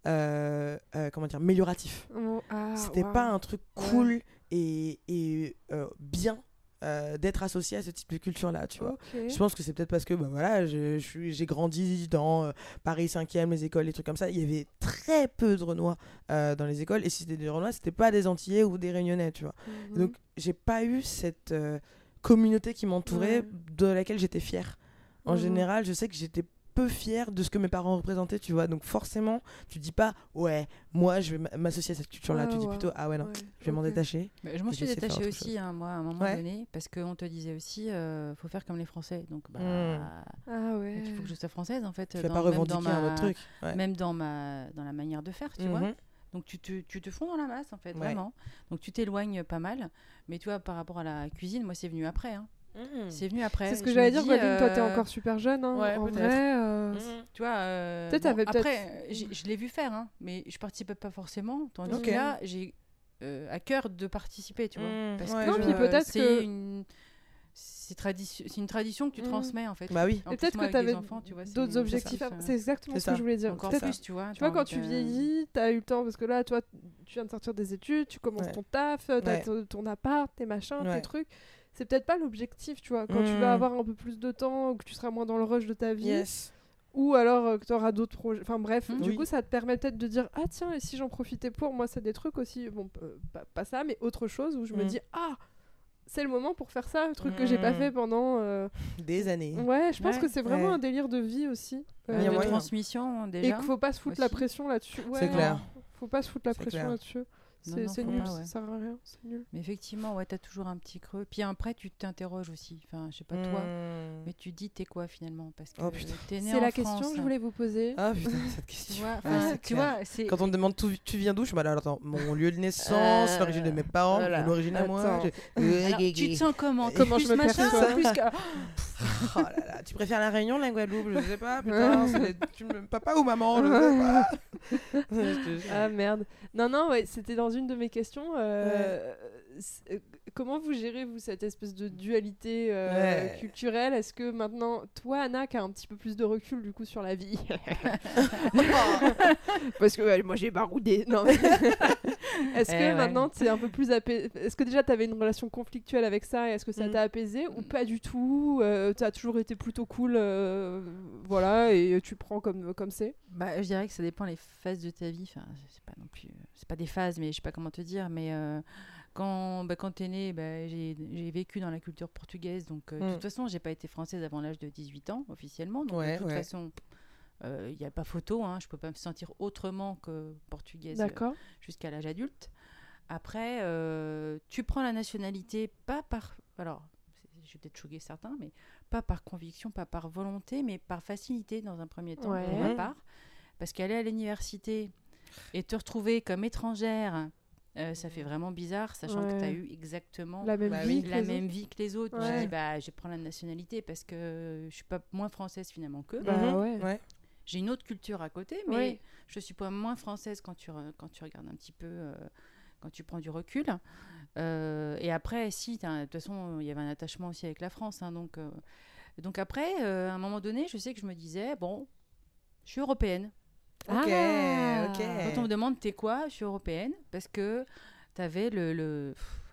euh, euh, comment dire amélioratif. Oh, ah, c'était wow. pas un truc cool ouais. et et euh, bien Euh, d'être associé à ce type de culture là, tu vois. Okay. Je pense que c'est peut-être parce que bah voilà, je, je suis, j'ai grandi dans euh, Paris cinquième, les écoles, les trucs comme ça. Il y avait très peu de Renois euh, dans les écoles et si c'était des Renois, c'était pas des Antillais ou des Réunionnais, tu vois. Mm-hmm. Donc j'ai pas eu cette euh, communauté qui m'entourait ouais. de laquelle j'étais fière. En mm-hmm. général, je sais que j'étais peu fière de ce que mes parents représentaient, tu vois. Donc forcément, tu dis pas ouais, moi je vais m'associer à cette culture là, ouais, tu dis ouais. plutôt ah ouais non, ouais. je vais okay. m'en détacher. Mais je m'en suis détachée aussi hein, moi à un moment ouais. donné parce qu'on te disait aussi euh, faut faire comme les Français. Donc bah mmh. ah ouais. il faut que je sois française en fait, tu vas dans, pas revendiquer même dans ma, un autre truc. Ouais. Même dans ma dans la manière de faire, tu mmh. vois. Donc tu te, tu te fonds dans la masse en fait, ouais. vraiment. Donc tu t'éloignes pas mal. Mais tu vois, par rapport à la cuisine, moi c'est venu après. Hein. Mmh. C'est venu après. C'est ce que Je j'allais me dire, dis, Gwendoline, toi t'es euh, encore super jeune. Hein. Ouais, en peut-être. vrai, euh, Mmh. Tu vois, euh, Peut-être bon, t'avais peut-être- après, j'ai- je l'ai vu faire, hein, mais je participais pas forcément. Tandis Ok. que là, j'ai euh, à cœur de participer, tu vois. Mmh, Parce ouais, que Non, je puis vois. peut-être c'est que- une... C'est, tradition... c'est une tradition que tu Mmh. transmets, en fait. Bah oui. En Et plus, peut-être moi, que avec des t'avais enfants, tu vois, c'est- d'autres c'est objectifs. ça, à- ça- C'est exactement C'est ce que ça. je voulais dire. Encore Peut-être- plus, tu vois. Tu vois, t'as quand envie tu de- vieillis, t'as eu le temps, parce que là, toi, tu viens de sortir des études, tu commences Ouais. ton taf, t'as Ouais. ton, ton appart, tes machins, Ouais. tes trucs. C'est peut-être pas l'objectif, tu vois. Quand tu Mm. vas avoir un peu plus de temps, ou que tu seras moins dans le rush de ta vie, Yes. ou alors euh, que tu auras d'autres projets. Enfin bref, Mm. du Oui. coup, ça te permet peut-être de dire ah tiens, et si j'en profitais pour moi, c'est des trucs aussi. Bon, euh, pas, pas ça, mais autre chose où je me Mm. dis ah, c'est le moment pour faire ça, un truc que j'ai pas Mm. fait pendant. euh, Des années. Ouais, je pense Ouais. que c'est vraiment Ouais. un délire de vie aussi. Euh, Il y a de moyen. transmission, Et déjà. qu'il faut pas se foutre la aussi. pression là-dessus. Ouais, C'est clair. Faut pas se foutre la C'est pression clair. là-dessus. Non, C'est non, c'est faut nul, pas, ça ouais. sert à rien, c'est nul. Mais effectivement, ouais, t'as toujours un petit creux. Puis après, tu t'interroges aussi. Enfin, je sais pas toi, Mm. mais tu dis t'es quoi finalement? Parce que Oh, putain. t'es né C'est en la question France. que je voulais vous poser. Ah putain, cette Tu question. vois, Ah, enfin, c'est tu clair. vois, c'est. Quand on me demande tout- tu viens d'où, je suis mal. Alors attends, mon lieu de naissance, Euh, l'origine de mes parents, voilà. mon origine à moi. Attends. je- Alors, tu te sens comment? Comment Plus je me machin, perçois. plus que- Oh là là, tu préfères la Réunion, la Guadeloupe, je sais pas, putain, c'est les- tu me- papa ou maman, je sais pas. Je te jure. Ah merde. Non, non, ouais, c'était dans une de mes questions. euh, c'est- euh, comment vous gérez, vous, cette espèce de dualité euh, Ouais. culturelle? Est-ce que maintenant, toi, Anna, qui a un petit peu plus de recul, du coup, sur la vie... Parce que ouais, moi, j'ai baroudé. Non, mais... Est-ce que Eh ouais. maintenant, tu es un peu plus apaisé? Est-ce que déjà, tu avais une relation conflictuelle avec ça et est-ce que ça Mm. t'a apaisé ou pas du tout? euh, Tu as toujours été plutôt cool, euh, voilà, et tu prends comme comme c'est? Bah, je dirais que ça dépend les phases de ta vie. Enfin, c'est pas non plus, euh, c'est pas des phases, mais je sais pas comment te dire. Mais euh, quand, bah, quand t'es né, bah, j'ai, j'ai vécu dans la culture portugaise, donc euh, de Mm. toute façon, j'ai pas été française avant l'âge de dix-huit ans officiellement. Donc Ouais, de toute ouais. façon, il n'y a pas photo. Hein, je peux pas me sentir autrement que portugaise euh, D'accord. jusqu'à l'âge adulte. Après, euh, tu prends la nationalité pas par, alors, c'est- je vais peut-être choquer certains, mais pas par conviction, pas par volonté, mais par facilité dans un premier temps, pour Ouais. ma part. Parce qu'aller à l'université et te retrouver comme étrangère, euh, ça fait vraiment bizarre, sachant que tu as Ouais. eu exactement La même Bah vie oui. que la les même autres. vie que les autres. Ouais. Je dis, bah, je vais prendre la nationalité parce que je suis pas moins française finalement qu'eux. Bah Mhm. ouais. Ouais. J'ai une autre culture à côté, mais Ouais. je suis pas moins française quand tu, re- quand tu regardes un petit peu, euh, quand tu prends du recul. Euh, et après, si, t'as un- de toute façon, il y avait un attachement aussi avec la France. Hein, donc, euh, donc après, euh, à un moment donné, je sais que je me disais, bon, je suis européenne. Ok, Ah. ok. Quand on me demande, t'es quoi? Je suis européenne. Parce que t'avais le... le...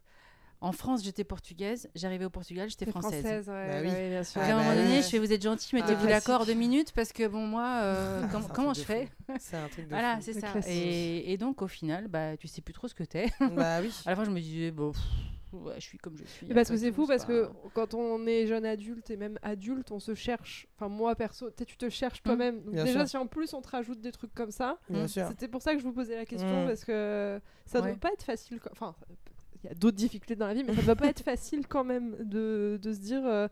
En France, j'étais portugaise. J'arrivais au Portugal, j'étais T'es française. française, ouais, Bah oui. ouais, bien sûr. Donc, Ah à un bah moment donné, oui. je fais, vous êtes gentil, mettez-vous Ah, d'accord classique. deux minutes parce que bon, moi, euh, C'est com- un comment je truc de fais? fou. C'est un truc de Voilà, fou. c'est Le ça. classique. Et, et donc, au final, bah, tu sais plus trop ce que t'es. Bah oui. À la fin, je me disais, bon, pff, ouais, je suis comme je suis. Mais parce que après c'est tout, fou, parce pas- que quand on est jeune adulte et même adulte, on se cherche. Enfin, moi perso, tu sais, tu te cherches toi-même. Donc Bien déjà, sûr. si en plus on te rajoute des trucs comme ça, Bien Mm. sûr. c'était pour ça que je vous posais la question, Mm. parce que ça Ouais. doit pas être facile. quoi. Enfin, il y a d'autres difficultés dans la vie, mais ça doit pas être facile quand même de, de se dire. euh,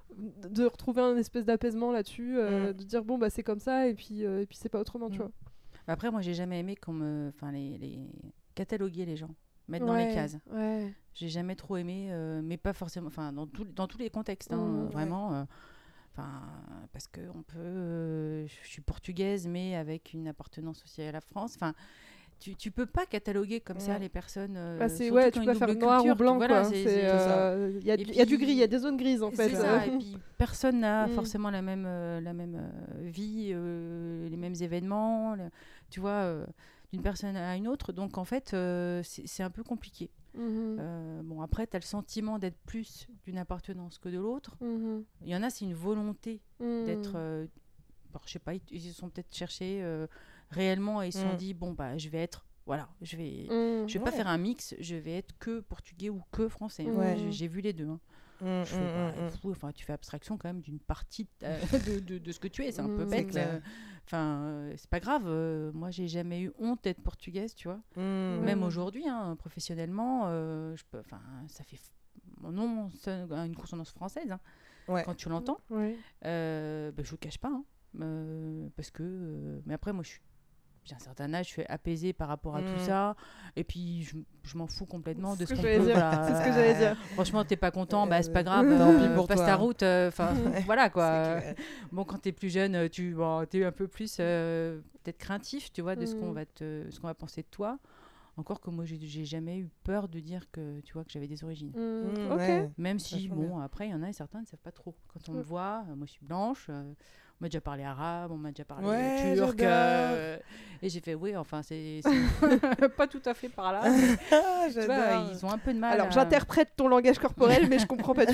de retrouver un espèce d'apaisement là-dessus, euh, Mm. de dire bon bah c'est comme ça et puis euh, et puis c'est pas autrement, tu Mm. vois. Après, moi, j'ai jamais aimé qu'on me. Enfin, les, les... cataloguer les gens, mettre dans les Ouais, cases. Ouais. J'ai jamais trop aimé, euh, mais pas forcément. Enfin, dans, tout- dans tous les contextes, hein, Mm. euh, Ouais. vraiment. euh, Enfin, parce que on peut. euh, je suis portugaise, mais avec une appartenance aussi à la France. Enfin. Tu, tu peux pas cataloguer comme ça Ouais. les personnes. euh, Bah, c'est surtout ouais, qui tu ont peux une faire double noir culture, ou blanc, voilà, quoi. c'est- C'est, c'est- euh, Il y, a Et du- il y a du puis- gris, il y a des zones grises en fait. C'est ça, euh. et puis personne n'a Mm. forcément la même, euh, la même euh, vie, euh, les mêmes événements, le- tu vois, euh, d'une personne à une autre. Donc en fait, euh, c'est c'est un peu compliqué. Mhm. Euh, bon, après, tu as le sentiment d'être plus d'une appartenance que de l'autre. Mhm. Il y en a, c'est une volonté d'être. Mhm. Euh, bon, je sais pas, ils, ils se sont peut-être cherchés euh, réellement et ils se sont Mm. dit bon, bah, je vais être. Voilà, je vais. Mhm. Je vais pas Ouais. faire un mix, je vais être que portugais ou que français. hein. Ouais. J'ai- J'ai vu les deux. hein. Mm, Je fais, mm, bah, mm, mm. fou, enfin, tu fais abstraction quand même d'une partie de, ta- de, de- de ce que tu es. C'est un peu Mm. C'est bête. clair. euh, Enfin, euh, c'est pas grave. euh, moi, j'ai jamais eu honte d'être portugaise, tu vois. Mm. Même Ouais. aujourd'hui, hein, professionnellement, euh, je peux, enfin, ça fait f- mon nom sonne à une consonance française hein, Ouais. quand tu l'entends. Ouais. Euh, bah, je le cache pas, hein, euh, parce que. euh, mais après, moi, je suis j'ai un certain âge, je suis apaisée par rapport à mmh. tout ça. Et puis, je, je m'en fous complètement de ce, ce qu'on peut. Dire. Voilà. C'est ce que j'allais dire. Franchement, t'es pas content, bah, c'est pas grave. Euh, euh, passe ta route. Enfin, ouais, voilà, quoi. Bon, quand t'es plus jeune, tu bon, es un peu plus euh, peut-être craintif, tu vois, de mmh. ce qu'on va te, ce qu'on va penser de toi. Encore que moi, j'ai, j'ai jamais eu peur de dire que, tu vois, que j'avais des origines. Mmh, okay. ouais. Même si, bon, bien. Après, il y en a certains qui ne savent pas trop. Quand on mmh. me voit, euh, moi, je suis blanche. Euh, on m'a déjà parlé arabe, on m'a déjà parlé ouais, turc. Euh, et j'ai fait, oui, enfin, c'est, c'est pas tout à fait par là. Mais, tu vois, ils ont un peu de mal. Alors, à... j'interprète ton langage corporel, mais je comprends pas tout.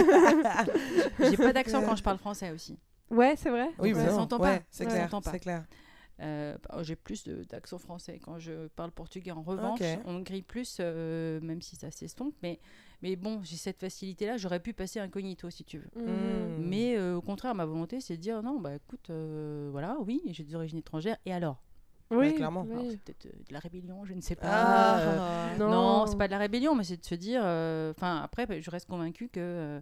J'ai pas d'accent quand je parle français aussi. Ouais, c'est vrai. Oui, ça s'entend pas. Ouais, c'est ça clair. Pas. C'est clair. Euh, j'ai plus de, d'accent français quand je parle portugais. En revanche, okay. on grille plus, euh, même si ça s'estompe. Mais, mais bon, j'ai cette facilité-là. J'aurais pu passer incognito, si tu veux. Mmh. Mais euh, au contraire, ma volonté, c'est de dire non, bah écoute, euh, voilà, oui, j'ai des origines étrangères. Et alors ? Oui, ouais, clairement. Alors, c'est peut-être euh, de la rébellion, je ne sais pas. Ah, euh, non, non c'est pas de la rébellion, mais c'est de se dire. Enfin, euh, après, bah, je reste convaincue que. Euh,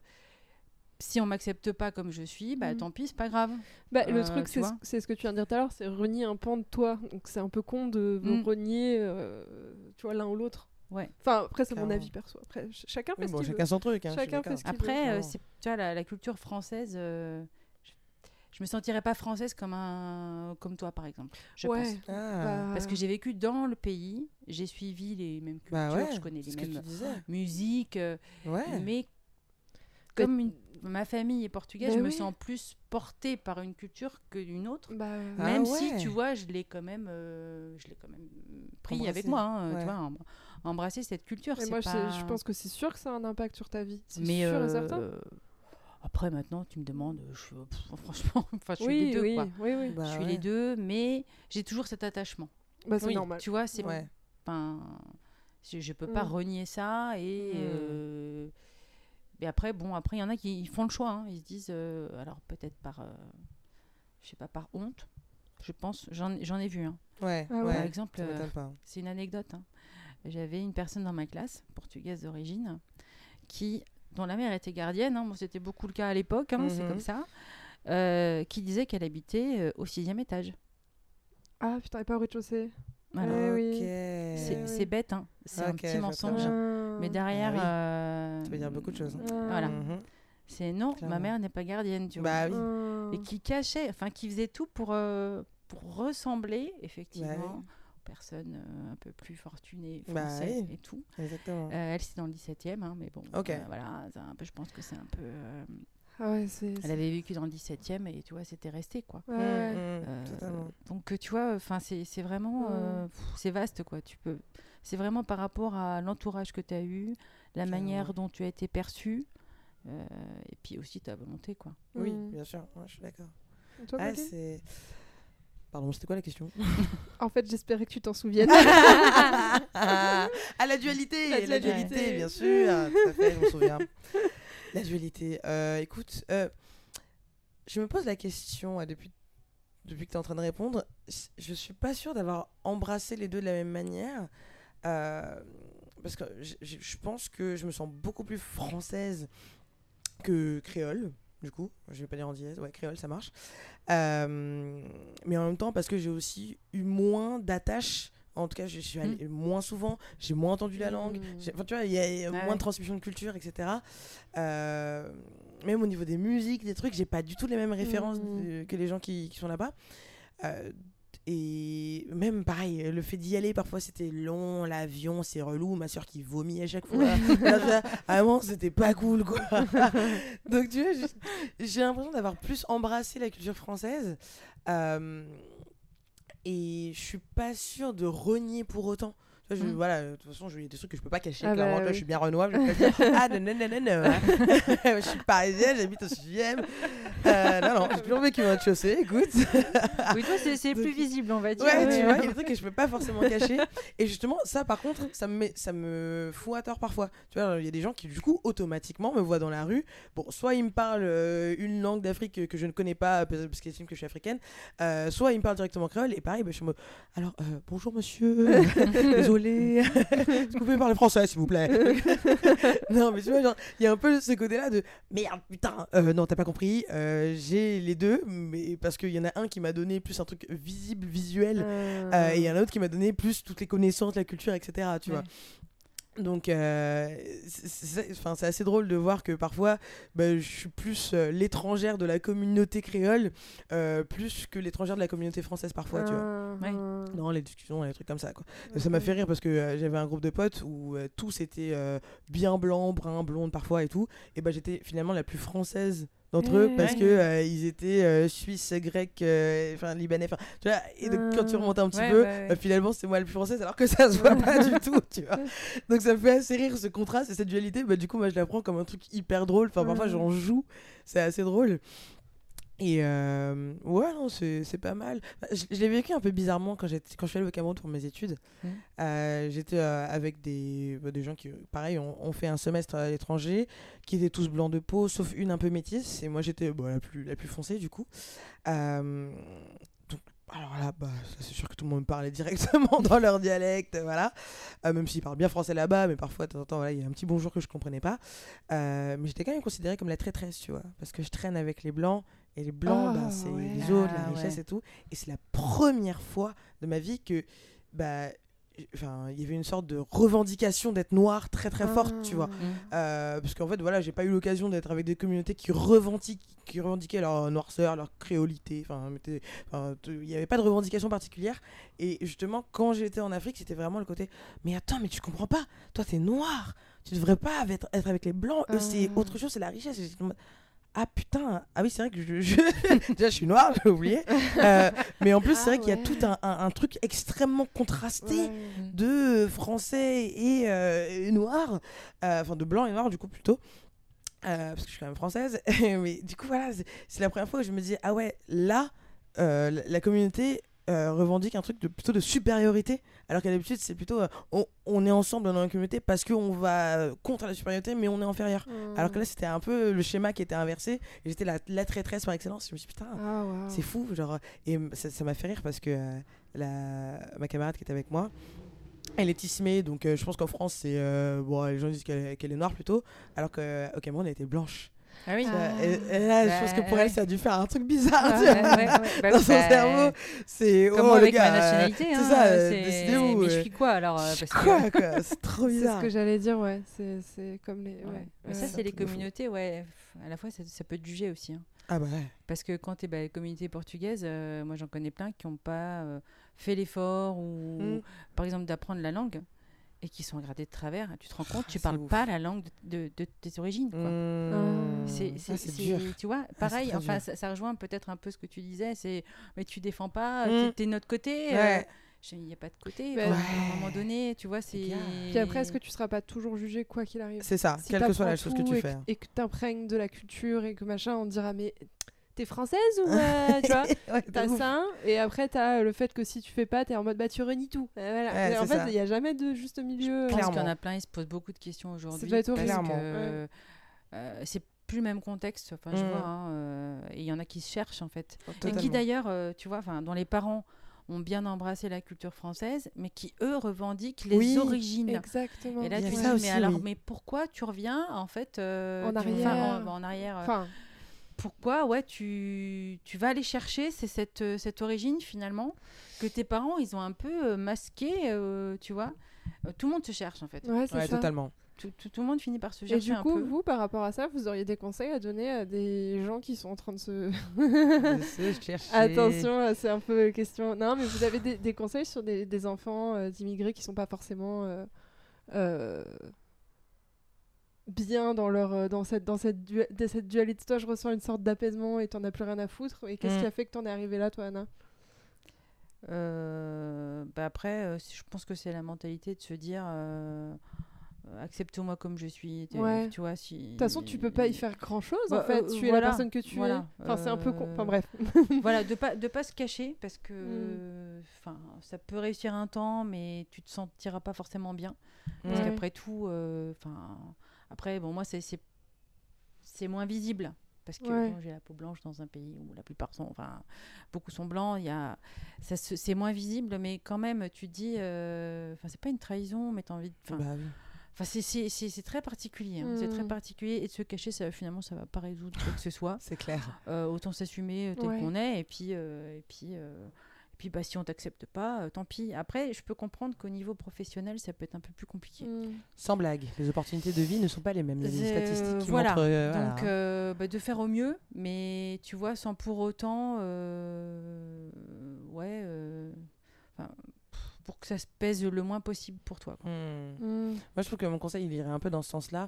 si on m'accepte pas comme je suis, bah mmh. tant pis, c'est pas grave. Bah, euh, le truc, c'est ce, c'est ce que tu viens de dire tout à l'heure, c'est renier un pan de toi. Donc c'est un peu con de mmh. renier, euh, tu vois, l'un ou l'autre. Ouais. Enfin, après, c'est Carrément. Mon avis perso. Après, ch- chacun fait oui, ce bon, qu'il chacun veut. son truc. Hein, chacun fait ce qu'il après, veut. Euh, c'est, tu vois, la, la culture française, euh, je, je me sentirais pas française comme un, comme toi, par exemple. Je ouais. pense. Ah. Bah... Parce que j'ai vécu dans le pays, j'ai suivi les mêmes cultures, bah ouais, je connais les mêmes musiques, euh, ouais. mais comme une, ma famille est portugaise, bah je oui. me sens plus portée par une culture que d'une autre. Bah, même ah ouais. si, tu vois, je l'ai quand même, euh, je l'ai quand même pris embrassé. avec moi. Hein, ouais. Tu vois, em- embrasser cette culture. Mais c'est moi, pas... je pense que c'est sûr que ça a un impact sur ta vie. C'est mais sûr euh, et certain. Euh, après, maintenant, tu me demandes, je, pff, franchement, je suis oui, les deux. Oui, quoi. oui, oui. Bah, je suis ouais. les deux, mais j'ai toujours cet attachement. Bah, c'est oui. normal. Tu vois, c'est ouais. ben, je, je peux pas Mm. renier ça et. Mm. Euh, et après, bon, après, il y en a qui ils font le choix. Hein. Ils se disent, euh, alors peut-être par, euh, je sais pas, par honte, je pense. J'en, j'en ai vu. Hein. Ouais, ah ouais. ouais. Par exemple, euh, pas. c'est une anecdote. Hein. J'avais une personne dans ma classe, portugaise d'origine, qui, dont la mère était gardienne. Hein. Bon, c'était beaucoup le cas à l'époque, hein, mm-hmm. c'est comme ça. Euh, qui disait qu'elle habitait euh, au sixième étage. Ah putain, et pas au rez-de-chaussée. Voilà. Eh oui. Okay. C'est, oui. c'est bête, hein. C'est okay, un petit mensonge. Ah. Mais derrière. Ah oui. euh... Ça veut dire beaucoup de choses. Ah. Voilà. Mm-hmm. C'est non, Clairement. ma mère n'est pas gardienne, tu bah, vois. Oui. Et qui cachait, enfin, qui faisait tout pour, euh, pour ressembler, effectivement, bah, oui. aux personnes euh, un peu plus fortunées, bah, françaises oui. et tout. Exactement. Euh, elle, c'est dans le dix-septième, hein, mais bon. Ok. Euh, voilà, c'est un peu, je pense que c'est un peu. Euh... Ah ouais, c'est, elle c'est... avait vécu dans le dix-septième et tu vois, c'était resté, quoi. Ouais, mmh, ouais. mmh, Euh, totalement. donc, tu vois, enfin, c'est, c'est vraiment. Euh, pff, c'est vaste, quoi. Tu peux. C'est vraiment par rapport à l'entourage que tu as eu, la Clairement. manière dont tu as été perçu, euh, et puis aussi ta volonté, quoi. Oui, Mm. bien sûr. Ouais, je suis d'accord. Et toi, ah, Pauline c'est... Pardon, c'était quoi la question? En fait, j'espérais que tu t'en souviennes. Ah, la dualité, La la dualité. dualité, bien sûr. Ah, tout à fait, je m'en souviens. La dualité. Euh, écoute, euh, je me pose la question euh, depuis, depuis que tu es en train de répondre. Je suis pas sûre d'avoir embrassé les deux de la même manière. Euh, parce que je, je pense que je me sens beaucoup plus française que créole. Du coup, je vais pas dire en dièse, ouais, créole, ça marche. Euh, mais en même temps, parce que j'ai aussi eu moins d'attache. En tout cas, je suis allée mmh. moins souvent, j'ai moins entendu la langue. J'ai, enfin, tu vois, il y a, y a ah moins ouais. de transmission de culture, et cetera. Euh, même au niveau des musiques, des trucs, j'ai pas du tout les mêmes références mmh. de, que les gens qui, qui sont là-bas. Euh, et même pareil, le fait d'y aller, parfois c'était long, l'avion, c'est relou, ma soeur qui vomit à chaque fois. Là, vraiment, c'était pas cool, quoi. Donc, tu vois, j'ai, j'ai l'impression d'avoir plus embrassé la culture française. Euh, et je suis pas sûre de renier pour autant. Tu vois, je, mmh. voilà, de toute façon, il y a des trucs que je peux pas cacher. Ah clairement, bah, oui. Je suis bien renois, je vais pas dire ah non, non, non, non, non. Je suis parisienne, j'habite au sixième. Euh, non, non, j'ai toujours vécu au rez-de-chaussée, écoute. Oui, toi, c'est, c'est plus visible, on va dire. Ouais, ouais. tu vois, il y a des trucs que je peux pas forcément cacher. Et justement, ça, par contre, ça me, met, ça me fout à tort parfois. Tu vois, il y a des gens qui, du coup, automatiquement me voient dans la rue. Bon, soit ils me parlent euh, une langue d'Afrique que, que je ne connais pas parce qu'ils estiment que je suis africaine, euh, soit ils me parlent directement créole. Et pareil, bah, je suis en mode alors, euh, bonjour monsieur. Désolé désolé. Est-ce que vous pouvez parler français, s'il vous plaît? Non, mais tu vois, genre, il y a un peu ce côté-là de merde, putain. Euh, non, t'as pas compris. Euh, j'ai les deux, mais parce qu'il y en a un qui m'a donné plus un truc visible, visuel, euh... Euh, et il y en a un autre qui m'a donné plus toutes les connaissances, la culture, et cetera. Tu ouais. vois. Donc, euh, c'est, c'est, c'est assez drôle de voir que parfois, bah, je suis plus euh, l'étrangère de la communauté créole, euh, plus que l'étrangère de la communauté française parfois, uh-huh. tu vois. Ouais. Dans les discussions, les trucs comme ça, quoi. Okay. Ça m'a fait rire parce que euh, j'avais un groupe de potes où euh, tous étaient euh, bien blancs, bruns, blondes parfois et tout. Et bah, j'étais finalement la plus française d'entre mmh, eux parce ouais. que euh, ils étaient euh, suisses, grecs, enfin euh, libanais, enfin tu vois, et donc, mmh. quand tu remontes un petit ouais, peu ouais, ouais. Bah, finalement c'est moi la plus française alors que ça se voit pas du tout, tu vois. Donc ça me fait assez rire ce contraste et cette dualité. Bah du coup moi je la prends comme un truc hyper drôle, enfin mmh. parfois j'en joue, c'est assez drôle. Et euh, ouais, non, c'est, c'est pas mal. Je, je l'ai vécu un peu bizarrement quand, j'étais, quand je suis allée au Cameroun pour mes études. Mmh. Euh, j'étais euh, avec des, bah, des gens qui, pareil, ont, ont fait un semestre à l'étranger, qui étaient tous blancs de peau, sauf une un peu métisse. Et moi, j'étais bah, la, plus, la plus foncée, du coup. Euh, donc, alors là, bah, ça, c'est sûr que tout le monde me parlait directement dans leur dialecte, voilà. Euh, même s'ils parlent bien français là-bas, mais parfois, de temps en temps, voilà, il y a un petit bonjour que je comprenais pas. Euh, mais j'étais quand même considérée comme la traîtresse, tu vois, parce que je traîne avec les blancs. Et les blancs, oh, bah, c'est ouais. les autres, la richesse ouais. et tout. Et c'est la première fois de ma vie que, bah, enfin, il y avait une sorte de revendication d'être noir très très forte, ah. tu vois. Mmh. Euh, parce qu'en fait, voilà, j'ai pas eu l'occasion d'être avec des communautés qui revendiquent, qui revendiquaient leur noirceur, leur créolité. Enfin, il y avait pas de revendication particulière. Et justement, quand j'étais en Afrique, c'était vraiment le côté, mais attends, mais tu comprends pas. Toi, t'es noir. Tu devrais pas être, être avec les blancs. Ah. Eux, c'est autre chose, c'est la richesse. Et ah putain, ah oui c'est vrai que je, je... déjà je suis noire, j'ai oublié, euh, mais en plus ah, c'est vrai ouais. qu'il y a tout un, un, un truc extrêmement contrasté ouais. de français et, euh, et noir, enfin euh, de blanc et noir du coup plutôt, euh, parce que je suis quand même française, mais du coup voilà, c'est, c'est la première fois que je me dis ah ouais là, euh, la, la communauté Euh, revendique un truc de, plutôt de supériorité, alors qu'à l'habitude c'est plutôt euh, on, on est ensemble dans la communauté parce qu'on va euh, contre la supériorité mais on est inférieur. Mmh. Alors que là c'était un peu le schéma qui était inversé et j'étais la, la traîtresse par excellence. Je me suis dit putain ah, wow. c'est fou genre, et ça, ça m'a fait rire parce que euh, la, ma camarade qui était avec moi elle est tismée, donc euh, je pense qu'en France c'est euh, bon, les gens disent qu'elle, qu'elle est noire plutôt, alors qu'au Cameroun elle était blanche. Ah oui. Ah. Et, et là, bah, je pense que pour elle, ça a dû faire un truc bizarre. Ah, tu ouais, ouais, ouais. Bah, dans son bah, cerveau, c'est comme oh, avec le gars, ma nationalité. C'est hein, ça. C'est... Décidez-vous. Mais je suis quoi alors euh, parce quoi, que... quoi c'est trop bizarre. C'est ce que j'allais dire, ouais. C'est, c'est comme les. Ouais. Ouais. Mais ça, c'est, c'est les communautés, ouais. À la fois, ça, ça peut te juger aussi. Hein. Ah bah ouais. Parce que quand t'es bah, les communautés portugaises, euh, moi j'en connais plein qui n'ont pas euh, fait l'effort ou, mm. par exemple, d'apprendre la langue. Et qui sont regardés de travers, tu te rends compte, tu parles ouf. Pas la langue de, de, de tes origines, quoi. Mmh. C'est, c'est, ah, c'est, c'est dur. Tu vois, pareil, ah, enfin, ça, ça rejoint peut-être un peu ce que tu disais, c'est, mais tu défends pas, mmh. t'es, t'es de notre côté. Ouais. Il n'y a pas de côté. Ouais. Enfin, à un moment donné, tu vois, c'est. Puis après, est-ce que tu seras pas toujours jugé quoi qu'il arrive? C'est ça, si quelle que soit la chose que tu et fais. Que, et que t'imprègnes de la culture et que machin, on te dira mais. T'es française ou euh, tu vois ouais, t'as ouf. Ça et après t'as le fait que si tu fais pas t'es en mode bah tu renies tout et voilà. Ouais, et en fait il y a jamais de juste milieu. Je pense qu'il y en a plein, ils se posent beaucoup de questions aujourd'hui. Ça doit être horrible parce que ouais. euh, c'est plus le même contexte, enfin mmh. je vois hein, euh, et il y en a qui se cherchent en fait. Totalement. Et qui d'ailleurs euh, tu vois enfin dont les parents ont bien embrassé la culture française mais qui eux revendiquent les oui, origines. Exactement. Et là tu dis mais aussi, alors oui. mais pourquoi tu reviens en fait euh, en arrière en, en arrière enfin pourquoi ouais tu tu vas aller chercher c'est cette cette origine finalement que tes parents ils ont un peu euh, masqué euh, tu vois euh, tout le monde se cherche en fait ouais, c'est ouais ça. Totalement tout, tout, tout le monde finit par se chercher un peu. Et du coup vous par rapport à ça vous auriez des conseils à donner à des gens qui sont en train de se attention c'est un peu question non mais vous avez des, des conseils sur des, des enfants euh, d'immigrés qui sont pas forcément euh, euh, bien dans leur dans cette dans cette, du- de cette dualité. Toi je ressens une sorte d'apaisement et t'en as plus rien à foutre et qu'est-ce Mm. qui a fait que t'en es arrivée là toi Anna? Euh, bah après euh, je pense que c'est la mentalité de se dire euh, euh, accepte-moi comme je suis t'es- Ouais. tu vois si De toute façon tu peux pas y faire grand chose Bah, en fait euh, tu es voilà, la personne que tu voilà. es enfin c'est un peu con Euh, enfin bref voilà de pas de pas se cacher parce que enfin ça peut réussir un temps mais tu te sentiras pas forcément bien parce Ouais. qu'après tout enfin après bon moi c'est c'est c'est moins visible parce que Ouais. bon, j'ai la peau blanche dans un pays où la plupart sont, enfin, beaucoup sont blancs. Il y a, ça se- c'est moins visible, mais quand même, tu te dis, euh, enfin, c'est pas une trahison, mais t'as envie, de, enfin, Bah oui. enfin, c'est, c'est, c'est, c'est très particulier, hein. C'est très Mm. particulier, et de se cacher, ça, finalement, ça va pas résoudre quoi que ce soit. C'est clair. Euh, autant s'assumer euh, tel Ouais. qu'on est, et puis, euh, et puis. euh, Et puis, bah, si on t'accepte pas, euh, tant pis. Après, je peux comprendre qu'au niveau professionnel, ça peut être un peu plus compliqué. Mm. Sans blague, les opportunités de vie ne sont pas les mêmes. Il y a des C'est- statistiques qui voilà. montrent. euh, voilà, Donc, hein. euh, bah, de faire au mieux, mais tu vois, sans pour autant, euh, ouais, euh, enfin, pff, pour que ça se pèse le moins possible pour toi, quoi. Hmm. Mm. Moi, je trouve que mon conseil, il irait un peu dans ce sens-là.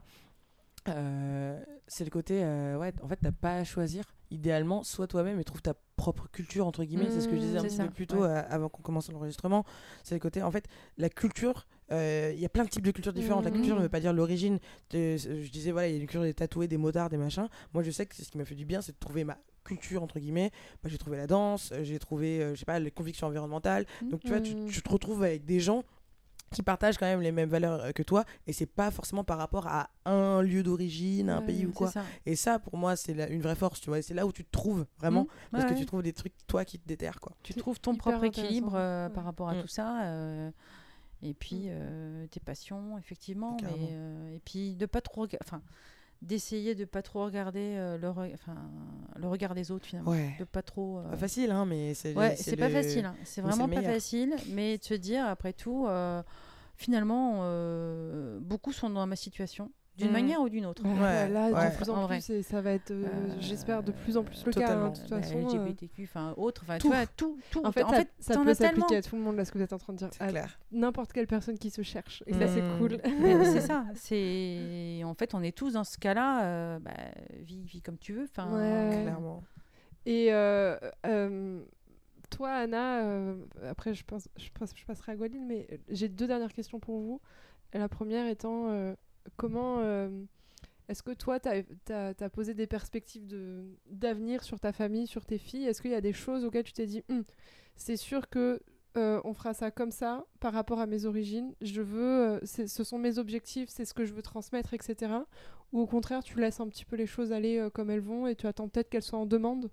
Euh, c'est le côté, euh, ouais, en fait, t'as pas à choisir. Idéalement, sois toi-même et trouve ta propre culture, entre guillemets. C'est ce que je disais un C'est petit ça, peu plus tôt ouais. euh, avant qu'on commence l'enregistrement. C'est le côté, en fait, la culture, euh, il y a plein de types de cultures différentes. La Mhm. culture ne veut pas dire l'origine. de- Je disais, voilà, il y a une culture des tatoués, des motards, des machins. Moi, je sais que c'est ce qui m'a fait du bien, c'est de trouver ma culture, entre guillemets. Bah, j'ai trouvé la danse, euh, j'ai trouvé, euh, je sais pas, les convictions environnementales. Donc, tu vois, tu, Mhm. tu te retrouves avec des gens qui partagent quand même les mêmes valeurs euh, que toi, et c'est pas forcément par rapport à un lieu d'origine, un Ouais, pays ou C'est quoi. ça. Et ça, pour moi, c'est la- une vraie force, tu vois. Et c'est là où tu te trouves vraiment, Mmh. parce Ouais, que ouais. tu trouves des trucs, toi, qui te déterrent, quoi. Tu C'est trouves ton hyper propre équilibre intéressant. euh, Ouais. par rapport à Mm. tout ça. euh, et puis, Mm. euh, tes passions, effectivement. Carrément. Mais, euh, et puis, de pas trop... rega- Enfin, d'essayer de pas trop regarder euh, le, re- enfin, le regard des autres, finalement. Ouais. De pas trop... euh, Pas facile, hein, mais c'est. Ouais, c'est pas le- facile. hein. C'est mais c'est vraiment le pas meilleur. facile. Mais de se dire, après tout, euh, finalement, euh, beaucoup sont dans ma situation, d'une Mm. manière ou d'une autre. Bah, Ouais, là, ouais. de plus En en vrai. plus, et ça va être, euh, Euh, j'espère, de plus en plus le cas. totalement. hein, de toute Bah, façon, L euh, G B T Q, enfin autre, enfin tu tout. vois, tout, tout. en fait, en ça, fait, ça t'en peut as tellement. s'appliquer à tout le monde, là, ce que vous êtes en train de dire. C'est À clair. n'importe quelle personne qui se cherche. Et ça, c'est Mm. cool. Mais c'est ça, c'est en fait on est tous dans ce cas-là. euh, bah, vis, vis comme tu veux. Enfin, Ouais. Clairement. Et euh, euh, toi, Anna, euh, après, je, pense, je, passe- je passerai à Gwendoline, mais j'ai deux dernières questions pour vous. La première étant, euh, comment euh, est-ce que toi, tu as posé des perspectives de- d'avenir sur ta famille, sur tes filles? Est-ce qu'il y a des choses auxquelles tu t'es dit, Hum, c'est sûr que euh, on fera ça comme ça par rapport à mes origines, je veux, euh, c'est- ce sont mes objectifs, c'est ce que je veux transmettre, et cetera. Ou au contraire, tu laisses un petit peu les choses aller euh, comme elles vont et tu attends peut-être qu'elles soient en demande?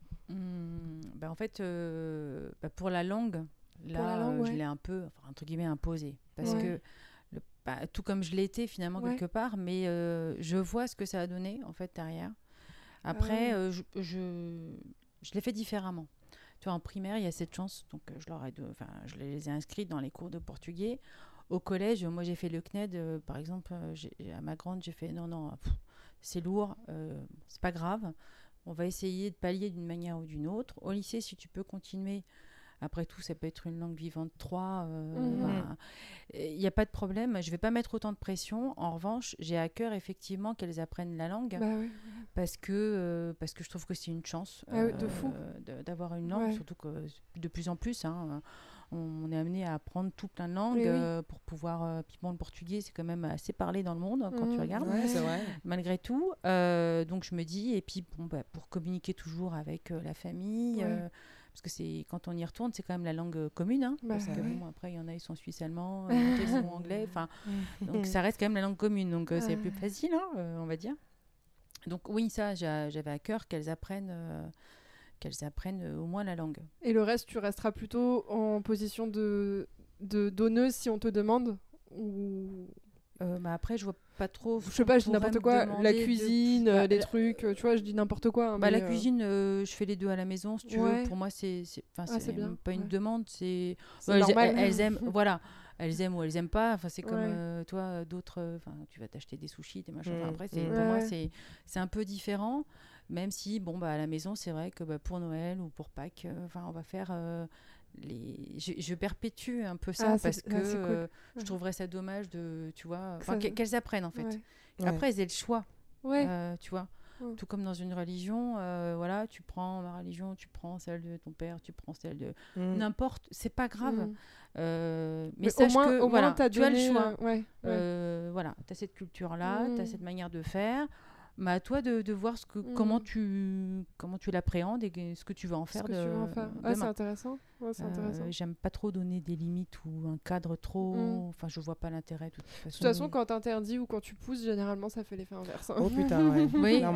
hum, bah, en fait, euh, bah, pour la langue, là, la langue, euh, je ouais. l'ai un peu, enfin, entre guillemets, imposé, parce Ouais. que le- bah, tout comme je l'ai été finalement Ouais. quelque part, mais euh, je vois ce que ça a donné en fait derrière. Après, ouais. euh, je, je, je l'ai fait différemment. Tu vois, en primaire, il y a cette chance, donc euh, je leur ai, de- enfin, je les ai inscrits dans les cours de portugais. Au collège, moi, j'ai fait le C N E D, euh, par exemple, euh, j'ai- à ma grande, j'ai fait non, non, pff, c'est lourd, euh, c'est pas grave. On va essayer de pallier d'une manière ou d'une autre. Au lycée, si tu peux continuer, après tout, ça peut être une langue vivante trois. Mhm. Il n'y a pas de problème. Je vais pas mettre autant de pression. En revanche, j'ai à cœur effectivement qu'elles apprennent la langue Bah ouais. parce que, euh, parce que je trouve que c'est une chance Ah oui, de fou. de- d'avoir une langue, Ouais. surtout que de plus en plus, hein, on est amené à apprendre tout plein de langues Oui, oui. euh, pour pouvoir. euh, puis bon, le portugais, c'est quand même assez parlé dans le monde hein, quand tu Mhm. regardes Ouais, c'est vrai. malgré tout. Euh, donc je me dis, et puis bon, bah, pour communiquer toujours avec euh, la famille, Ouais. euh, parce que c'est quand on y retourne, c'est quand même la langue euh, commune. Hein, Bah, parce que ouais. bon, après, il y en a, ils sont suisse-allemands, il y en a, ils sont anglais. Enfin, donc ça reste quand même la langue commune. Donc euh, c'est Ouais. plus facile, hein, euh, on va dire. Donc oui, ça, j'a- j'avais à cœur qu'elles apprennent, euh, qu'elles apprennent euh, au moins la langue. Et le reste, tu resteras plutôt en position de, de donneuse si on te demande ou... Euh, bah, après, je vois pas trop. Je sais pas, je dis pourrait n'importe me quoi, la demander de- cuisine, Bah, euh, les la- trucs, euh, tu vois, je dis n'importe quoi. hein, Bah, mais, la euh, cuisine, euh, je fais les deux à la maison, si tu Ouais. veux. Pour moi, c'est, c'est, enfin, Ah, c'est c'est bien, même pas une ouais. demande, c'est. c'est Ouais, elles, normal. elles- elles aiment, voilà, elles aiment ou elles aiment pas. Enfin, c'est comme Ouais. euh, toi, d'autres. euh, Enfin, tu vas t'acheter des sushis, des machins. Enfin, Mm, après, c'est, mm. pour moi, Ouais. c'est, c'est un peu différent. Même si, bon, bah, à la maison, c'est vrai que bah, pour Noël ou pour Pâques, euh, enfin, on va faire. euh, les... je, je perpétue un peu ça Ah, c'est- parce que ah, c'est cool. euh, je Ouais. trouverais ça dommage de, tu vois, Que enfin, ça- qu'e- qu'elles apprennent en fait. Ouais. Ouais. Après, elles aient le choix. Ouais. Euh, tu vois, Mm. tout comme dans une religion, euh, voilà, tu prends ma religion, tu prends celle de ton père, tu prends celle de Mm. n'importe, c'est pas grave. Mm. Euh, mais, Mais sache au moins, que au voilà, moins, t'as tu as le donné, choix. euh, ouais, ouais. Euh, voilà, tu as cette culture-là, tu as Mm. cette manière de faire. Mais à toi de, de voir ce que, Mm. comment tu comment tu l'appréhendes et que- ce que tu vas en Ce faire que de, tu veux en faire. Ah, c'est demain. intéressant. Ouais, c'est Euh, intéressant. J'aime pas trop donner des limites ou un cadre trop. Mm. Enfin, je vois pas l'intérêt de toute façon. De toute façon, quand t'interdis ou quand tu pousses, généralement, ça fait l'effet inverse. hein. Oh putain, ouais, Oui. clairement.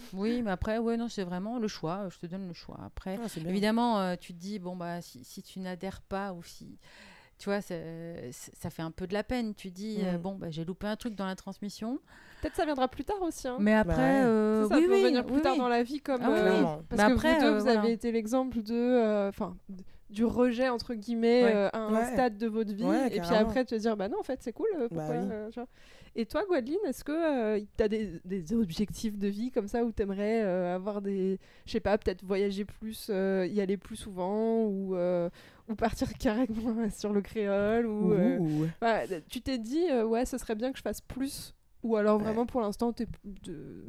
Oui, mais après, ouais, non, c'est vraiment le choix. Je te donne le choix. Après, Ah, c'est bien. évidemment, euh, tu te dis, bon, bah, si, si tu n'adhères pas ou si. Tu vois, ça, ça fait un peu de la peine. Tu dis, Mm. euh, bon, bah, j'ai loupé un truc dans la transmission. Peut-être ça viendra plus tard aussi. Hein. Mais après, Bah ouais. euh, ça, ça oui, peut oui, venir plus oui, tard oui. dans la vie comme Ah oui, euh, clairement. parce Mais que après, vous deux euh, vous voilà. avez été l'exemple de enfin du rejet entre guillemets Ouais. euh, à un Ouais. stade de votre vie Ouais, et puis carrément. après te dire bah non en fait c'est cool euh, pourquoi Bah oui. euh, tu vois. Et toi Gwendoline, est-ce que euh, tu as des, des objectifs de vie comme ça où tu aimerais euh, avoir des je sais pas peut-être voyager plus euh, y aller plus souvent ou euh, ou partir carrément sur le créole ou euh, Ouh. bah, tu t'es dit euh, ouais ce serait bien que je fasse plus ou alors Ouais. vraiment pour l'instant t'es de...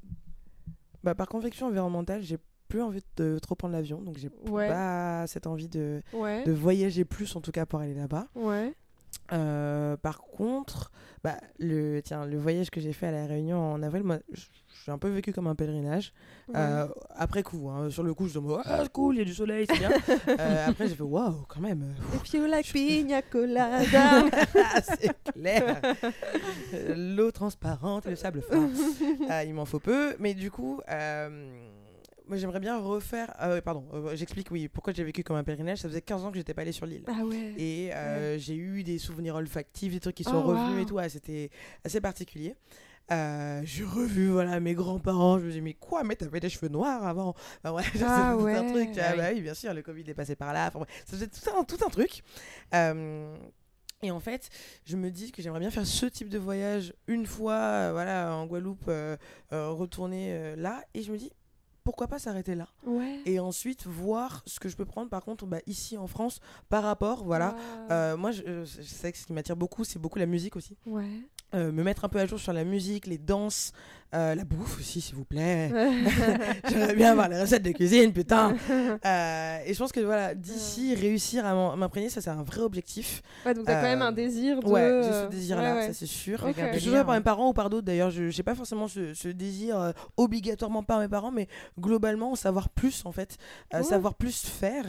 Bah, par conviction environnementale, j'ai plus envie de trop prendre l'avion, donc j'ai Ouais. pas cette envie de, ouais de voyager plus, en tout cas pour aller là-bas. ouais Euh, par contre, bah, le, tiens, le voyage que j'ai fait à La Réunion en avril, moi, j- j'ai un peu vécu comme un pèlerinage. ouais. Euh, après coup, hein, sur le coup, je me dis, ah, c'est cool, il y a du soleil, c'est bien. Euh, après, j'ai fait, waouh, quand même. euh, If you like pina colada. c'est clair. Euh, L'eau transparente, le sable fin. Euh, il m'en faut peu. Mais du coup, euh, moi, j'aimerais bien refaire. Ah ouais, pardon, euh, j'explique, oui, pourquoi j'ai vécu comme un pèlerinage. Ça faisait quinze ans que j'étais pas allée sur l'île. Ah ouais. Et euh, j'ai eu des souvenirs olfactifs, des trucs qui sont Oh, revenus wow. et tout. Ouais, c'était assez particulier. Euh, j'ai revu voilà, mes grands-parents. Je me suis dit, mais quoi, mais t'avais des cheveux noirs avant. Enfin, ouais, Ah c'est ouais. un truc. Ah Ah oui. bah oui, bien sûr, le Covid est passé par là. Enfin, ouais, ça faisait tout un, tout un truc. Euh, et en fait, je me dis que j'aimerais bien faire ce type de voyage une fois, euh, voilà, en Guadeloupe, euh, euh, retourner euh, là. Et je me dis, pourquoi pas s'arrêter là Ouais. et ensuite voir ce que je peux prendre par contre bah, ici en France par rapport voilà Wow. euh, moi je, je sais que ce qui m'attire beaucoup c'est beaucoup la musique aussi Ouais. euh, me mettre un peu à jour sur la musique les danses euh, la bouffe aussi s'il vous plaît j'aimerais bien avoir les recettes de cuisine putain euh, et je pense que voilà d'ici réussir à m'en- m'imprégner ça c'est un vrai objectif Ouais, donc t'as quand Euh, même un désir de. ouais j'ai ce euh, désir là ouais, ouais. ça c'est sûr Ok. que ce soit par mes parents ou par d'autres d'ailleurs je n'ai pas forcément ce, ce désir euh, obligatoirement par mes parents mais globalement savoir plus en fait euh, Ouais. savoir plus faire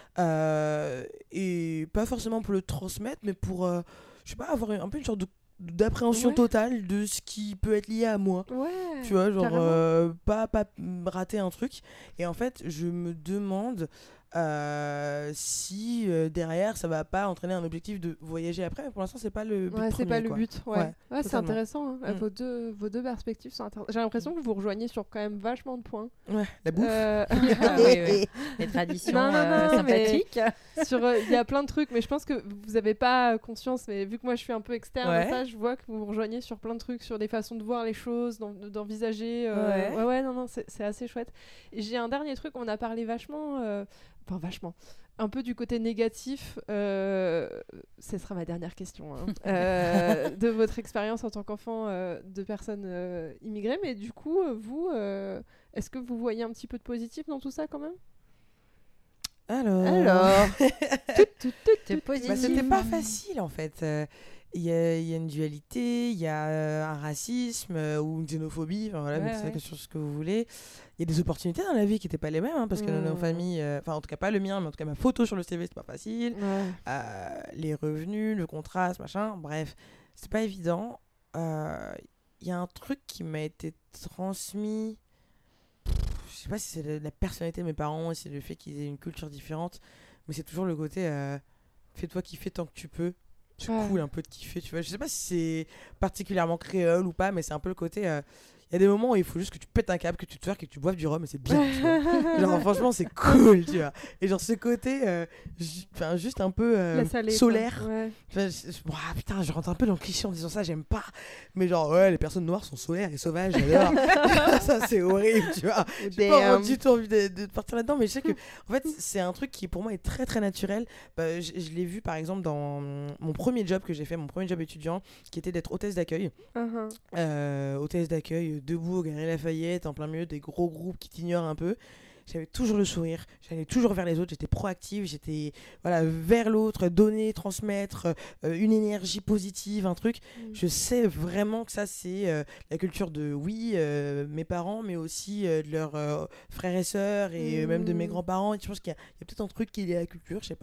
euh, et pas forcément pour le transmettre mais pour euh, je sais pas avoir un peu une sorte de d'appréhension Ouais. totale de ce qui peut être lié à moi Ouais. tu vois genre carrément. euh, pas pas rater un truc et en fait je me demande euh, si euh, derrière ça va pas entraîner un objectif de voyager après mais pour l'instant c'est pas le but Ouais, c'est premier, pas le quoi. but. Ouais, Ouais, ouais, c'est totalement. intéressant. Hein. Mm. Vos, deux, vos deux perspectives sont intéressantes. J'ai l'impression que vous rejoignez sur quand même vachement de points. Ouais, la bouffe. Euh, Ah oui, oui. Les traditions Non, non, euh, non, mais- sympathiques. sur euh, il y a plein de trucs mais je pense que vous avez pas conscience mais vu que moi je suis un peu externe Ouais. à ça je vois que vous vous rejoignez sur plein de trucs sur des façons de voir les choses d'en- d'envisager euh, Ouais. ouais ouais non non c'est c'est assez chouette. Et j'ai un dernier truc on a parlé vachement euh, enfin vachement un peu du côté négatif euh, ce sera ma dernière question hein, euh, de votre expérience en tant qu'enfant euh, de personnes euh, immigrées mais du coup euh, vous euh, est-ce que vous voyez un petit peu de positif dans tout ça quand même? Alors, Alors C'est bah, positif. c'était pas facile en fait. Euh, Il y, a, il y a une dualité, il y a euh, un racisme euh, ou une xénophobie, enfin voilà, Ouais, mettez ça ouais. que sur ce que vous voulez. Il y a des opportunités dans la vie qui n'étaient pas les mêmes, hein, parce que Mmh. nos familles, euh, enfin en tout cas pas le mien, mais en tout cas ma photo sur le C V, c'est pas facile. ouais. Euh, les revenus, le contraste, machin, bref, c'est pas évident. Euh, Il y a un truc qui m'a été transmis. Je sais pas si c'est la- la personnalité de mes parents, si c'est le fait qu'ils aient une culture différente, mais c'est toujours le côté euh, fais-toi kiffer tant que tu peux. C'est Ouais. cool un peu de kiffer, tu vois. Je sais pas si c'est particulièrement créole ou pas, mais c'est un peu le côté. euh, Il y a des moments où il faut juste que tu pètes un câble, que tu te twerques et que tu boives du rhum et c'est bien. tu vois. Genre franchement c'est cool, tu vois. Et genre ce côté, euh, ju- enfin juste un peu euh, Laisse aller, quoi. solaire. Ouais. Enfin, je- je- ouah, putain, je rentre un peu dans le cliché en disant ça, j'aime pas. Mais genre, ouais, les personnes noires sont solaires et sauvages, j'adore. Ça, c'est horrible, tu vois. J'ai pas Damn. du tout envie de, de partir là-dedans, mais je sais que, en fait, c'est un truc qui pour moi est très très naturel. Bah, je je l'ai vu par exemple dans mon premier job que j'ai fait, mon premier job étudiant, qui était d'être hôtesse d'accueil. Uh-huh. Euh, hôtesse d'accueil, debout au Galerie Lafayette, en plein milieu des gros groupes qui t'ignorent un peu. J'avais toujours le sourire, j'allais toujours vers les autres, j'étais proactive, j'étais voilà, vers l'autre, donner, transmettre euh, une énergie positive, un truc. Mm. Je sais vraiment que ça, c'est euh, la culture de, oui, euh, mes parents, mais aussi euh, de leurs euh, frères et sœurs, et euh, même de mes Mm. grands-parents. Et je pense qu'il y a, il y a peut-être un truc qui est lié à la culture, je sais pas.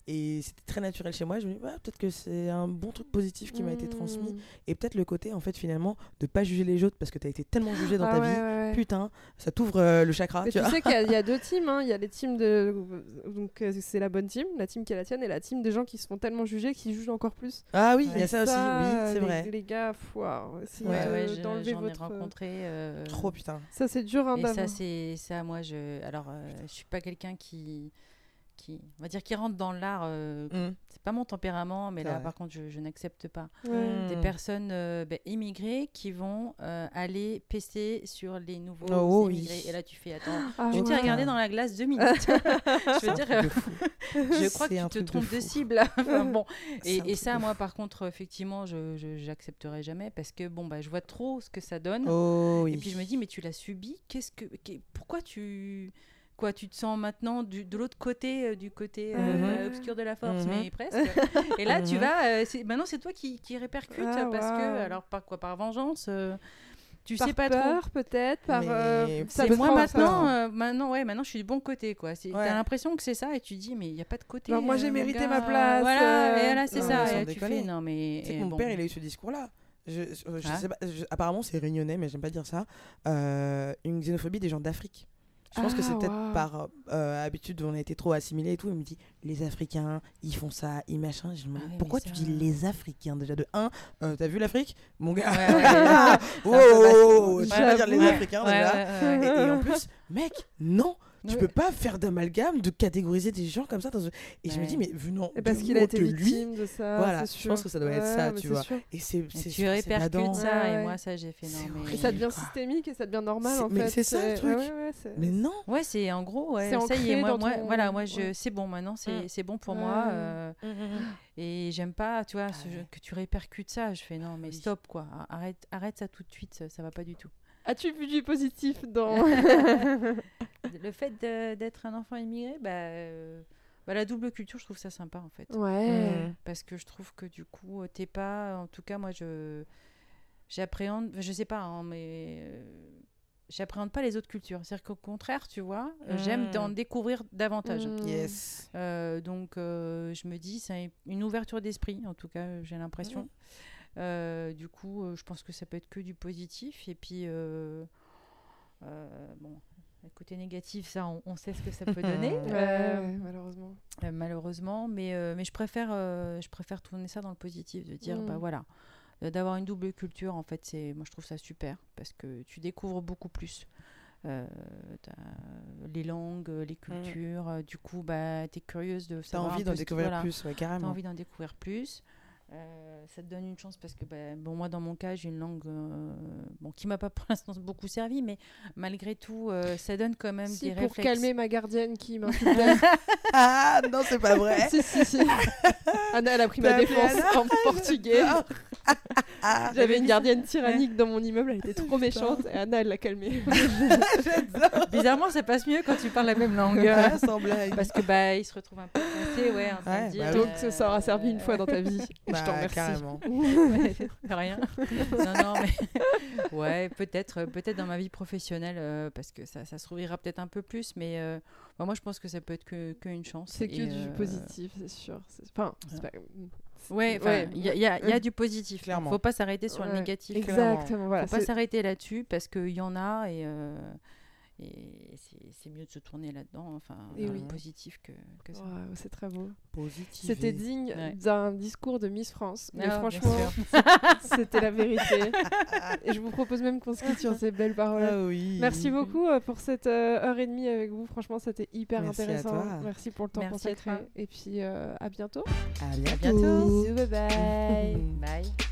Et c'était très naturel chez moi. Je me dis, ouais, peut-être que c'est un bon truc positif qui m'a été transmis. Et peut-être le côté, en fait, finalement, de pas juger les autres parce que tu as été tellement jugé dans ah ta ouais, vie. Ouais, ouais. Putain, ça t'ouvre euh, le chakra. Mais tu tu vois sais qu'il y, a- il y a deux teams. Hein. Il y a les teams de. Donc, euh, c'est la bonne team, la team qui est la tienne, et la team des gens qui se font tellement juger qui jugent encore plus. Ah oui, il y Et a ça, aussi. Oui, c'est les, vrai. Les gars, wow, essayez Ouais, de- ouais, je- d'enlever j'en ai votre. rencontré. euh, Trop putain. Ça, c'est dur hein, Et d'avoir. ça, c'est ça, moi, je. Alors, euh, je suis pas quelqu'un qui. Qui, on va dire qui rentre dans l'art, euh, Mm. c'est pas mon tempérament, mais C'est là vrai. par contre je, je n'accepte pas. Ouais. Des Mm. personnes euh, bah, immigrées qui vont euh, aller pester sur les nouveaux Oh, oui. immigrés. Et là tu fais, attends, Ah, tu t'es ouais. regardé dans la glace deux minutes. Je veux dire, Un truc de fou. je crois C'est que un tu te truc de trompes de, fou. cible. Enfin, bon. C'est Et, un et truc ça, de moi fou. par contre, effectivement, je, je j'accepterai jamais parce que bon bah je vois trop ce que ça donne. Oh oui. Et puis je me dis, mais tu l'as subi, qu'est-ce que, qu'est- pourquoi tu, quoi, tu te sens maintenant du, de l'autre côté, euh, du côté euh, Mhm. pas obscur de la force, Mhm. mais presque. Et là, tu Mhm. vas, euh, c'est- maintenant c'est toi qui, qui répercute Ah, parce waouh. que, alors par quoi, par vengeance, euh, tu Par sais pas peur, trop. peut-être, par. Mais euh, ça C'est peut moi prendre- maintenant, ça- euh, maintenant, ouais, maintenant je suis du bon côté, quoi. C'est, Ouais. T'as l'impression que c'est ça et tu dis, mais il y a pas de côté. Genre, moi, j'ai euh, mon mérité gars, ma place, Voilà, euh, et voilà, c'est non, ça. mais sans Et là, tu déconner. fais, non mais. Tu sais et que mon bon. père, il a eu ce discours-là. Je, je, je Ah. sais pas, je- apparemment, c'est réunionnais, mais j'aime pas dire ça. Euh, une xénophobie des gens d'Afrique. Je pense Ah, que c'est peut-être waouh. par euh, habitude, on a été trop assimilés et tout. Il me dit, les Africains, ils font ça, ils machin. Je me dis, Ah oui, pourquoi mais tu ça- dis les Africains déjà de un euh, T'as vu l'Afrique Mon gars Ouais, ouais, ouais. Oh, C'est un peu oh, basse. oh, tu peux pas dire les Ouais, Africains ouais, déjà. ouais, ouais. Et, et en plus, mec, non Tu Ouais. peux pas faire d'amalgame, de catégoriser des gens comme ça. Dans... Et je me Ouais. dis, mais venant Et parce de qu'il a haut été de lui, victime de ça. voilà, c'est je sûr. pense que ça doit être Ouais, ça, mais tu c'est vois. sûr. et c'est Et c'est tu sûr, c'est répercutes badant. ça, Ouais, et ouais. moi ça j'ai fait non C'est mais. Et horrible. ça devient quoi. systémique et ça devient normal C'est- en mais fait. c'est ça, le truc. Ouais, ouais, c'est- Mais non Ouais, c'est en gros, ouais, C'est ça y est, ancré moi, dans moi, ton- voilà, moi, je, ouais. c'est bon, maintenant, c'est, Mm. c'est bon pour Ouais. moi, euh, Mm, mm, mm. et j'aime pas, tu vois, Ah ce- ouais. que tu répercutes ça, je fais non, mais Oui. stop, quoi, arrête, arrête ça tout de suite, ça, ça va pas du tout. As-tu vu du positif dans. Le fait de- d'être un enfant immigré, bah, euh, bah, la double culture, je trouve ça sympa, en fait, Ouais. Mm. parce que je trouve que du coup, t'es pas, en tout cas, moi, je, j'appréhende, je sais pas, hein, mais... euh, J'appréhende pas les autres cultures. C'est-à-dire qu'au contraire, tu vois, euh, j'aime Mm. en découvrir davantage. Mm. Yes. Euh, donc, euh, je me dis, c'est une ouverture d'esprit, en tout cas, euh, j'ai l'impression. Euh, du coup, euh, je pense que ça peut être que du positif. Et puis, euh, euh, bon, le côté négatif, ça, on, on sait ce que ça peut donner, Ouais, euh, ouais, malheureusement. euh, malheureusement. Mais, euh, mais je, préfère, euh, je préfère tourner ça dans le positif, de dire, Mm. bah voilà, euh, d'avoir une double culture, en fait, c'est, moi, je trouve ça super, parce que tu découvres beaucoup plus. Euh, t'as les langues, les cultures, euh, du coup, bah, t'es curieuse de T'as savoir envie un d'en peu ce qui- découvrir voilà. plus, ouais, T'as carrément. envie d'en découvrir plus. Euh, ça te donne une chance parce que, bah, bon, moi, dans mon cas, j'ai une langue euh, bon, qui m'a pas pour l'instant beaucoup servi, mais malgré tout, euh, ça donne quand même Si, des pour réflexes. calmer ma gardienne qui m'insultait. Ah non, c'est pas vrai. si, si, si. Anna, elle a pris T'as ma appelé défense Anna en portugais. Ah, J'avais une gardienne tyrannique dans mon immeuble, elle était trop méchante et Anna, elle l'a calmée. j'adore. Bizarrement, ça passe mieux quand tu parles la même langue. Ah, sans blague. Parce que, bah, il se retrouve un peu coincé, ouais, en train Ouais, de dire. bah oui. Donc ça, ça aura servi une fois dans ta vie. Et Bah, je t'en remercie. carrément. Ouais, de rien. Non, non, mais ouais, peut-être, peut-être dans ma vie professionnelle, euh, parce que ça, ça se rouvrira peut-être un peu plus, mais euh, bah, moi, je pense que ça peut être que, que une chance. C'est que et, du euh, positif, c'est sûr. C'est- Enfin, c'est pas... Ouais, enfin, Ouais. il y, a- il y a- il y a du positif. Clairement. Faut pas s'arrêter sur le Ouais, négatif. Exactement, voilà. Faut pas c'est- s'arrêter là-dessus parce qu'il y en a et, euh, et c'est, c'est mieux de se tourner là-dedans, enfin, Et dans oui. le positif que, que ça. Waouh, c'est très beau. Positif. C'était digne Ouais. d'un discours de Miss France. Mais Ah, bien franchement, sûr. c'était la vérité. Et je vous propose même qu'on se quitte sur ces belles paroles. Ah oui. Merci beaucoup euh, pour cette euh, heure et demie avec vous. Franchement, c'était hyper Merci à intéressant. toi. Merci pour le temps Merci à consacré. toi. Et puis, euh, à bientôt. À bientôt. bientôt. Bisous, bye bye. Bye.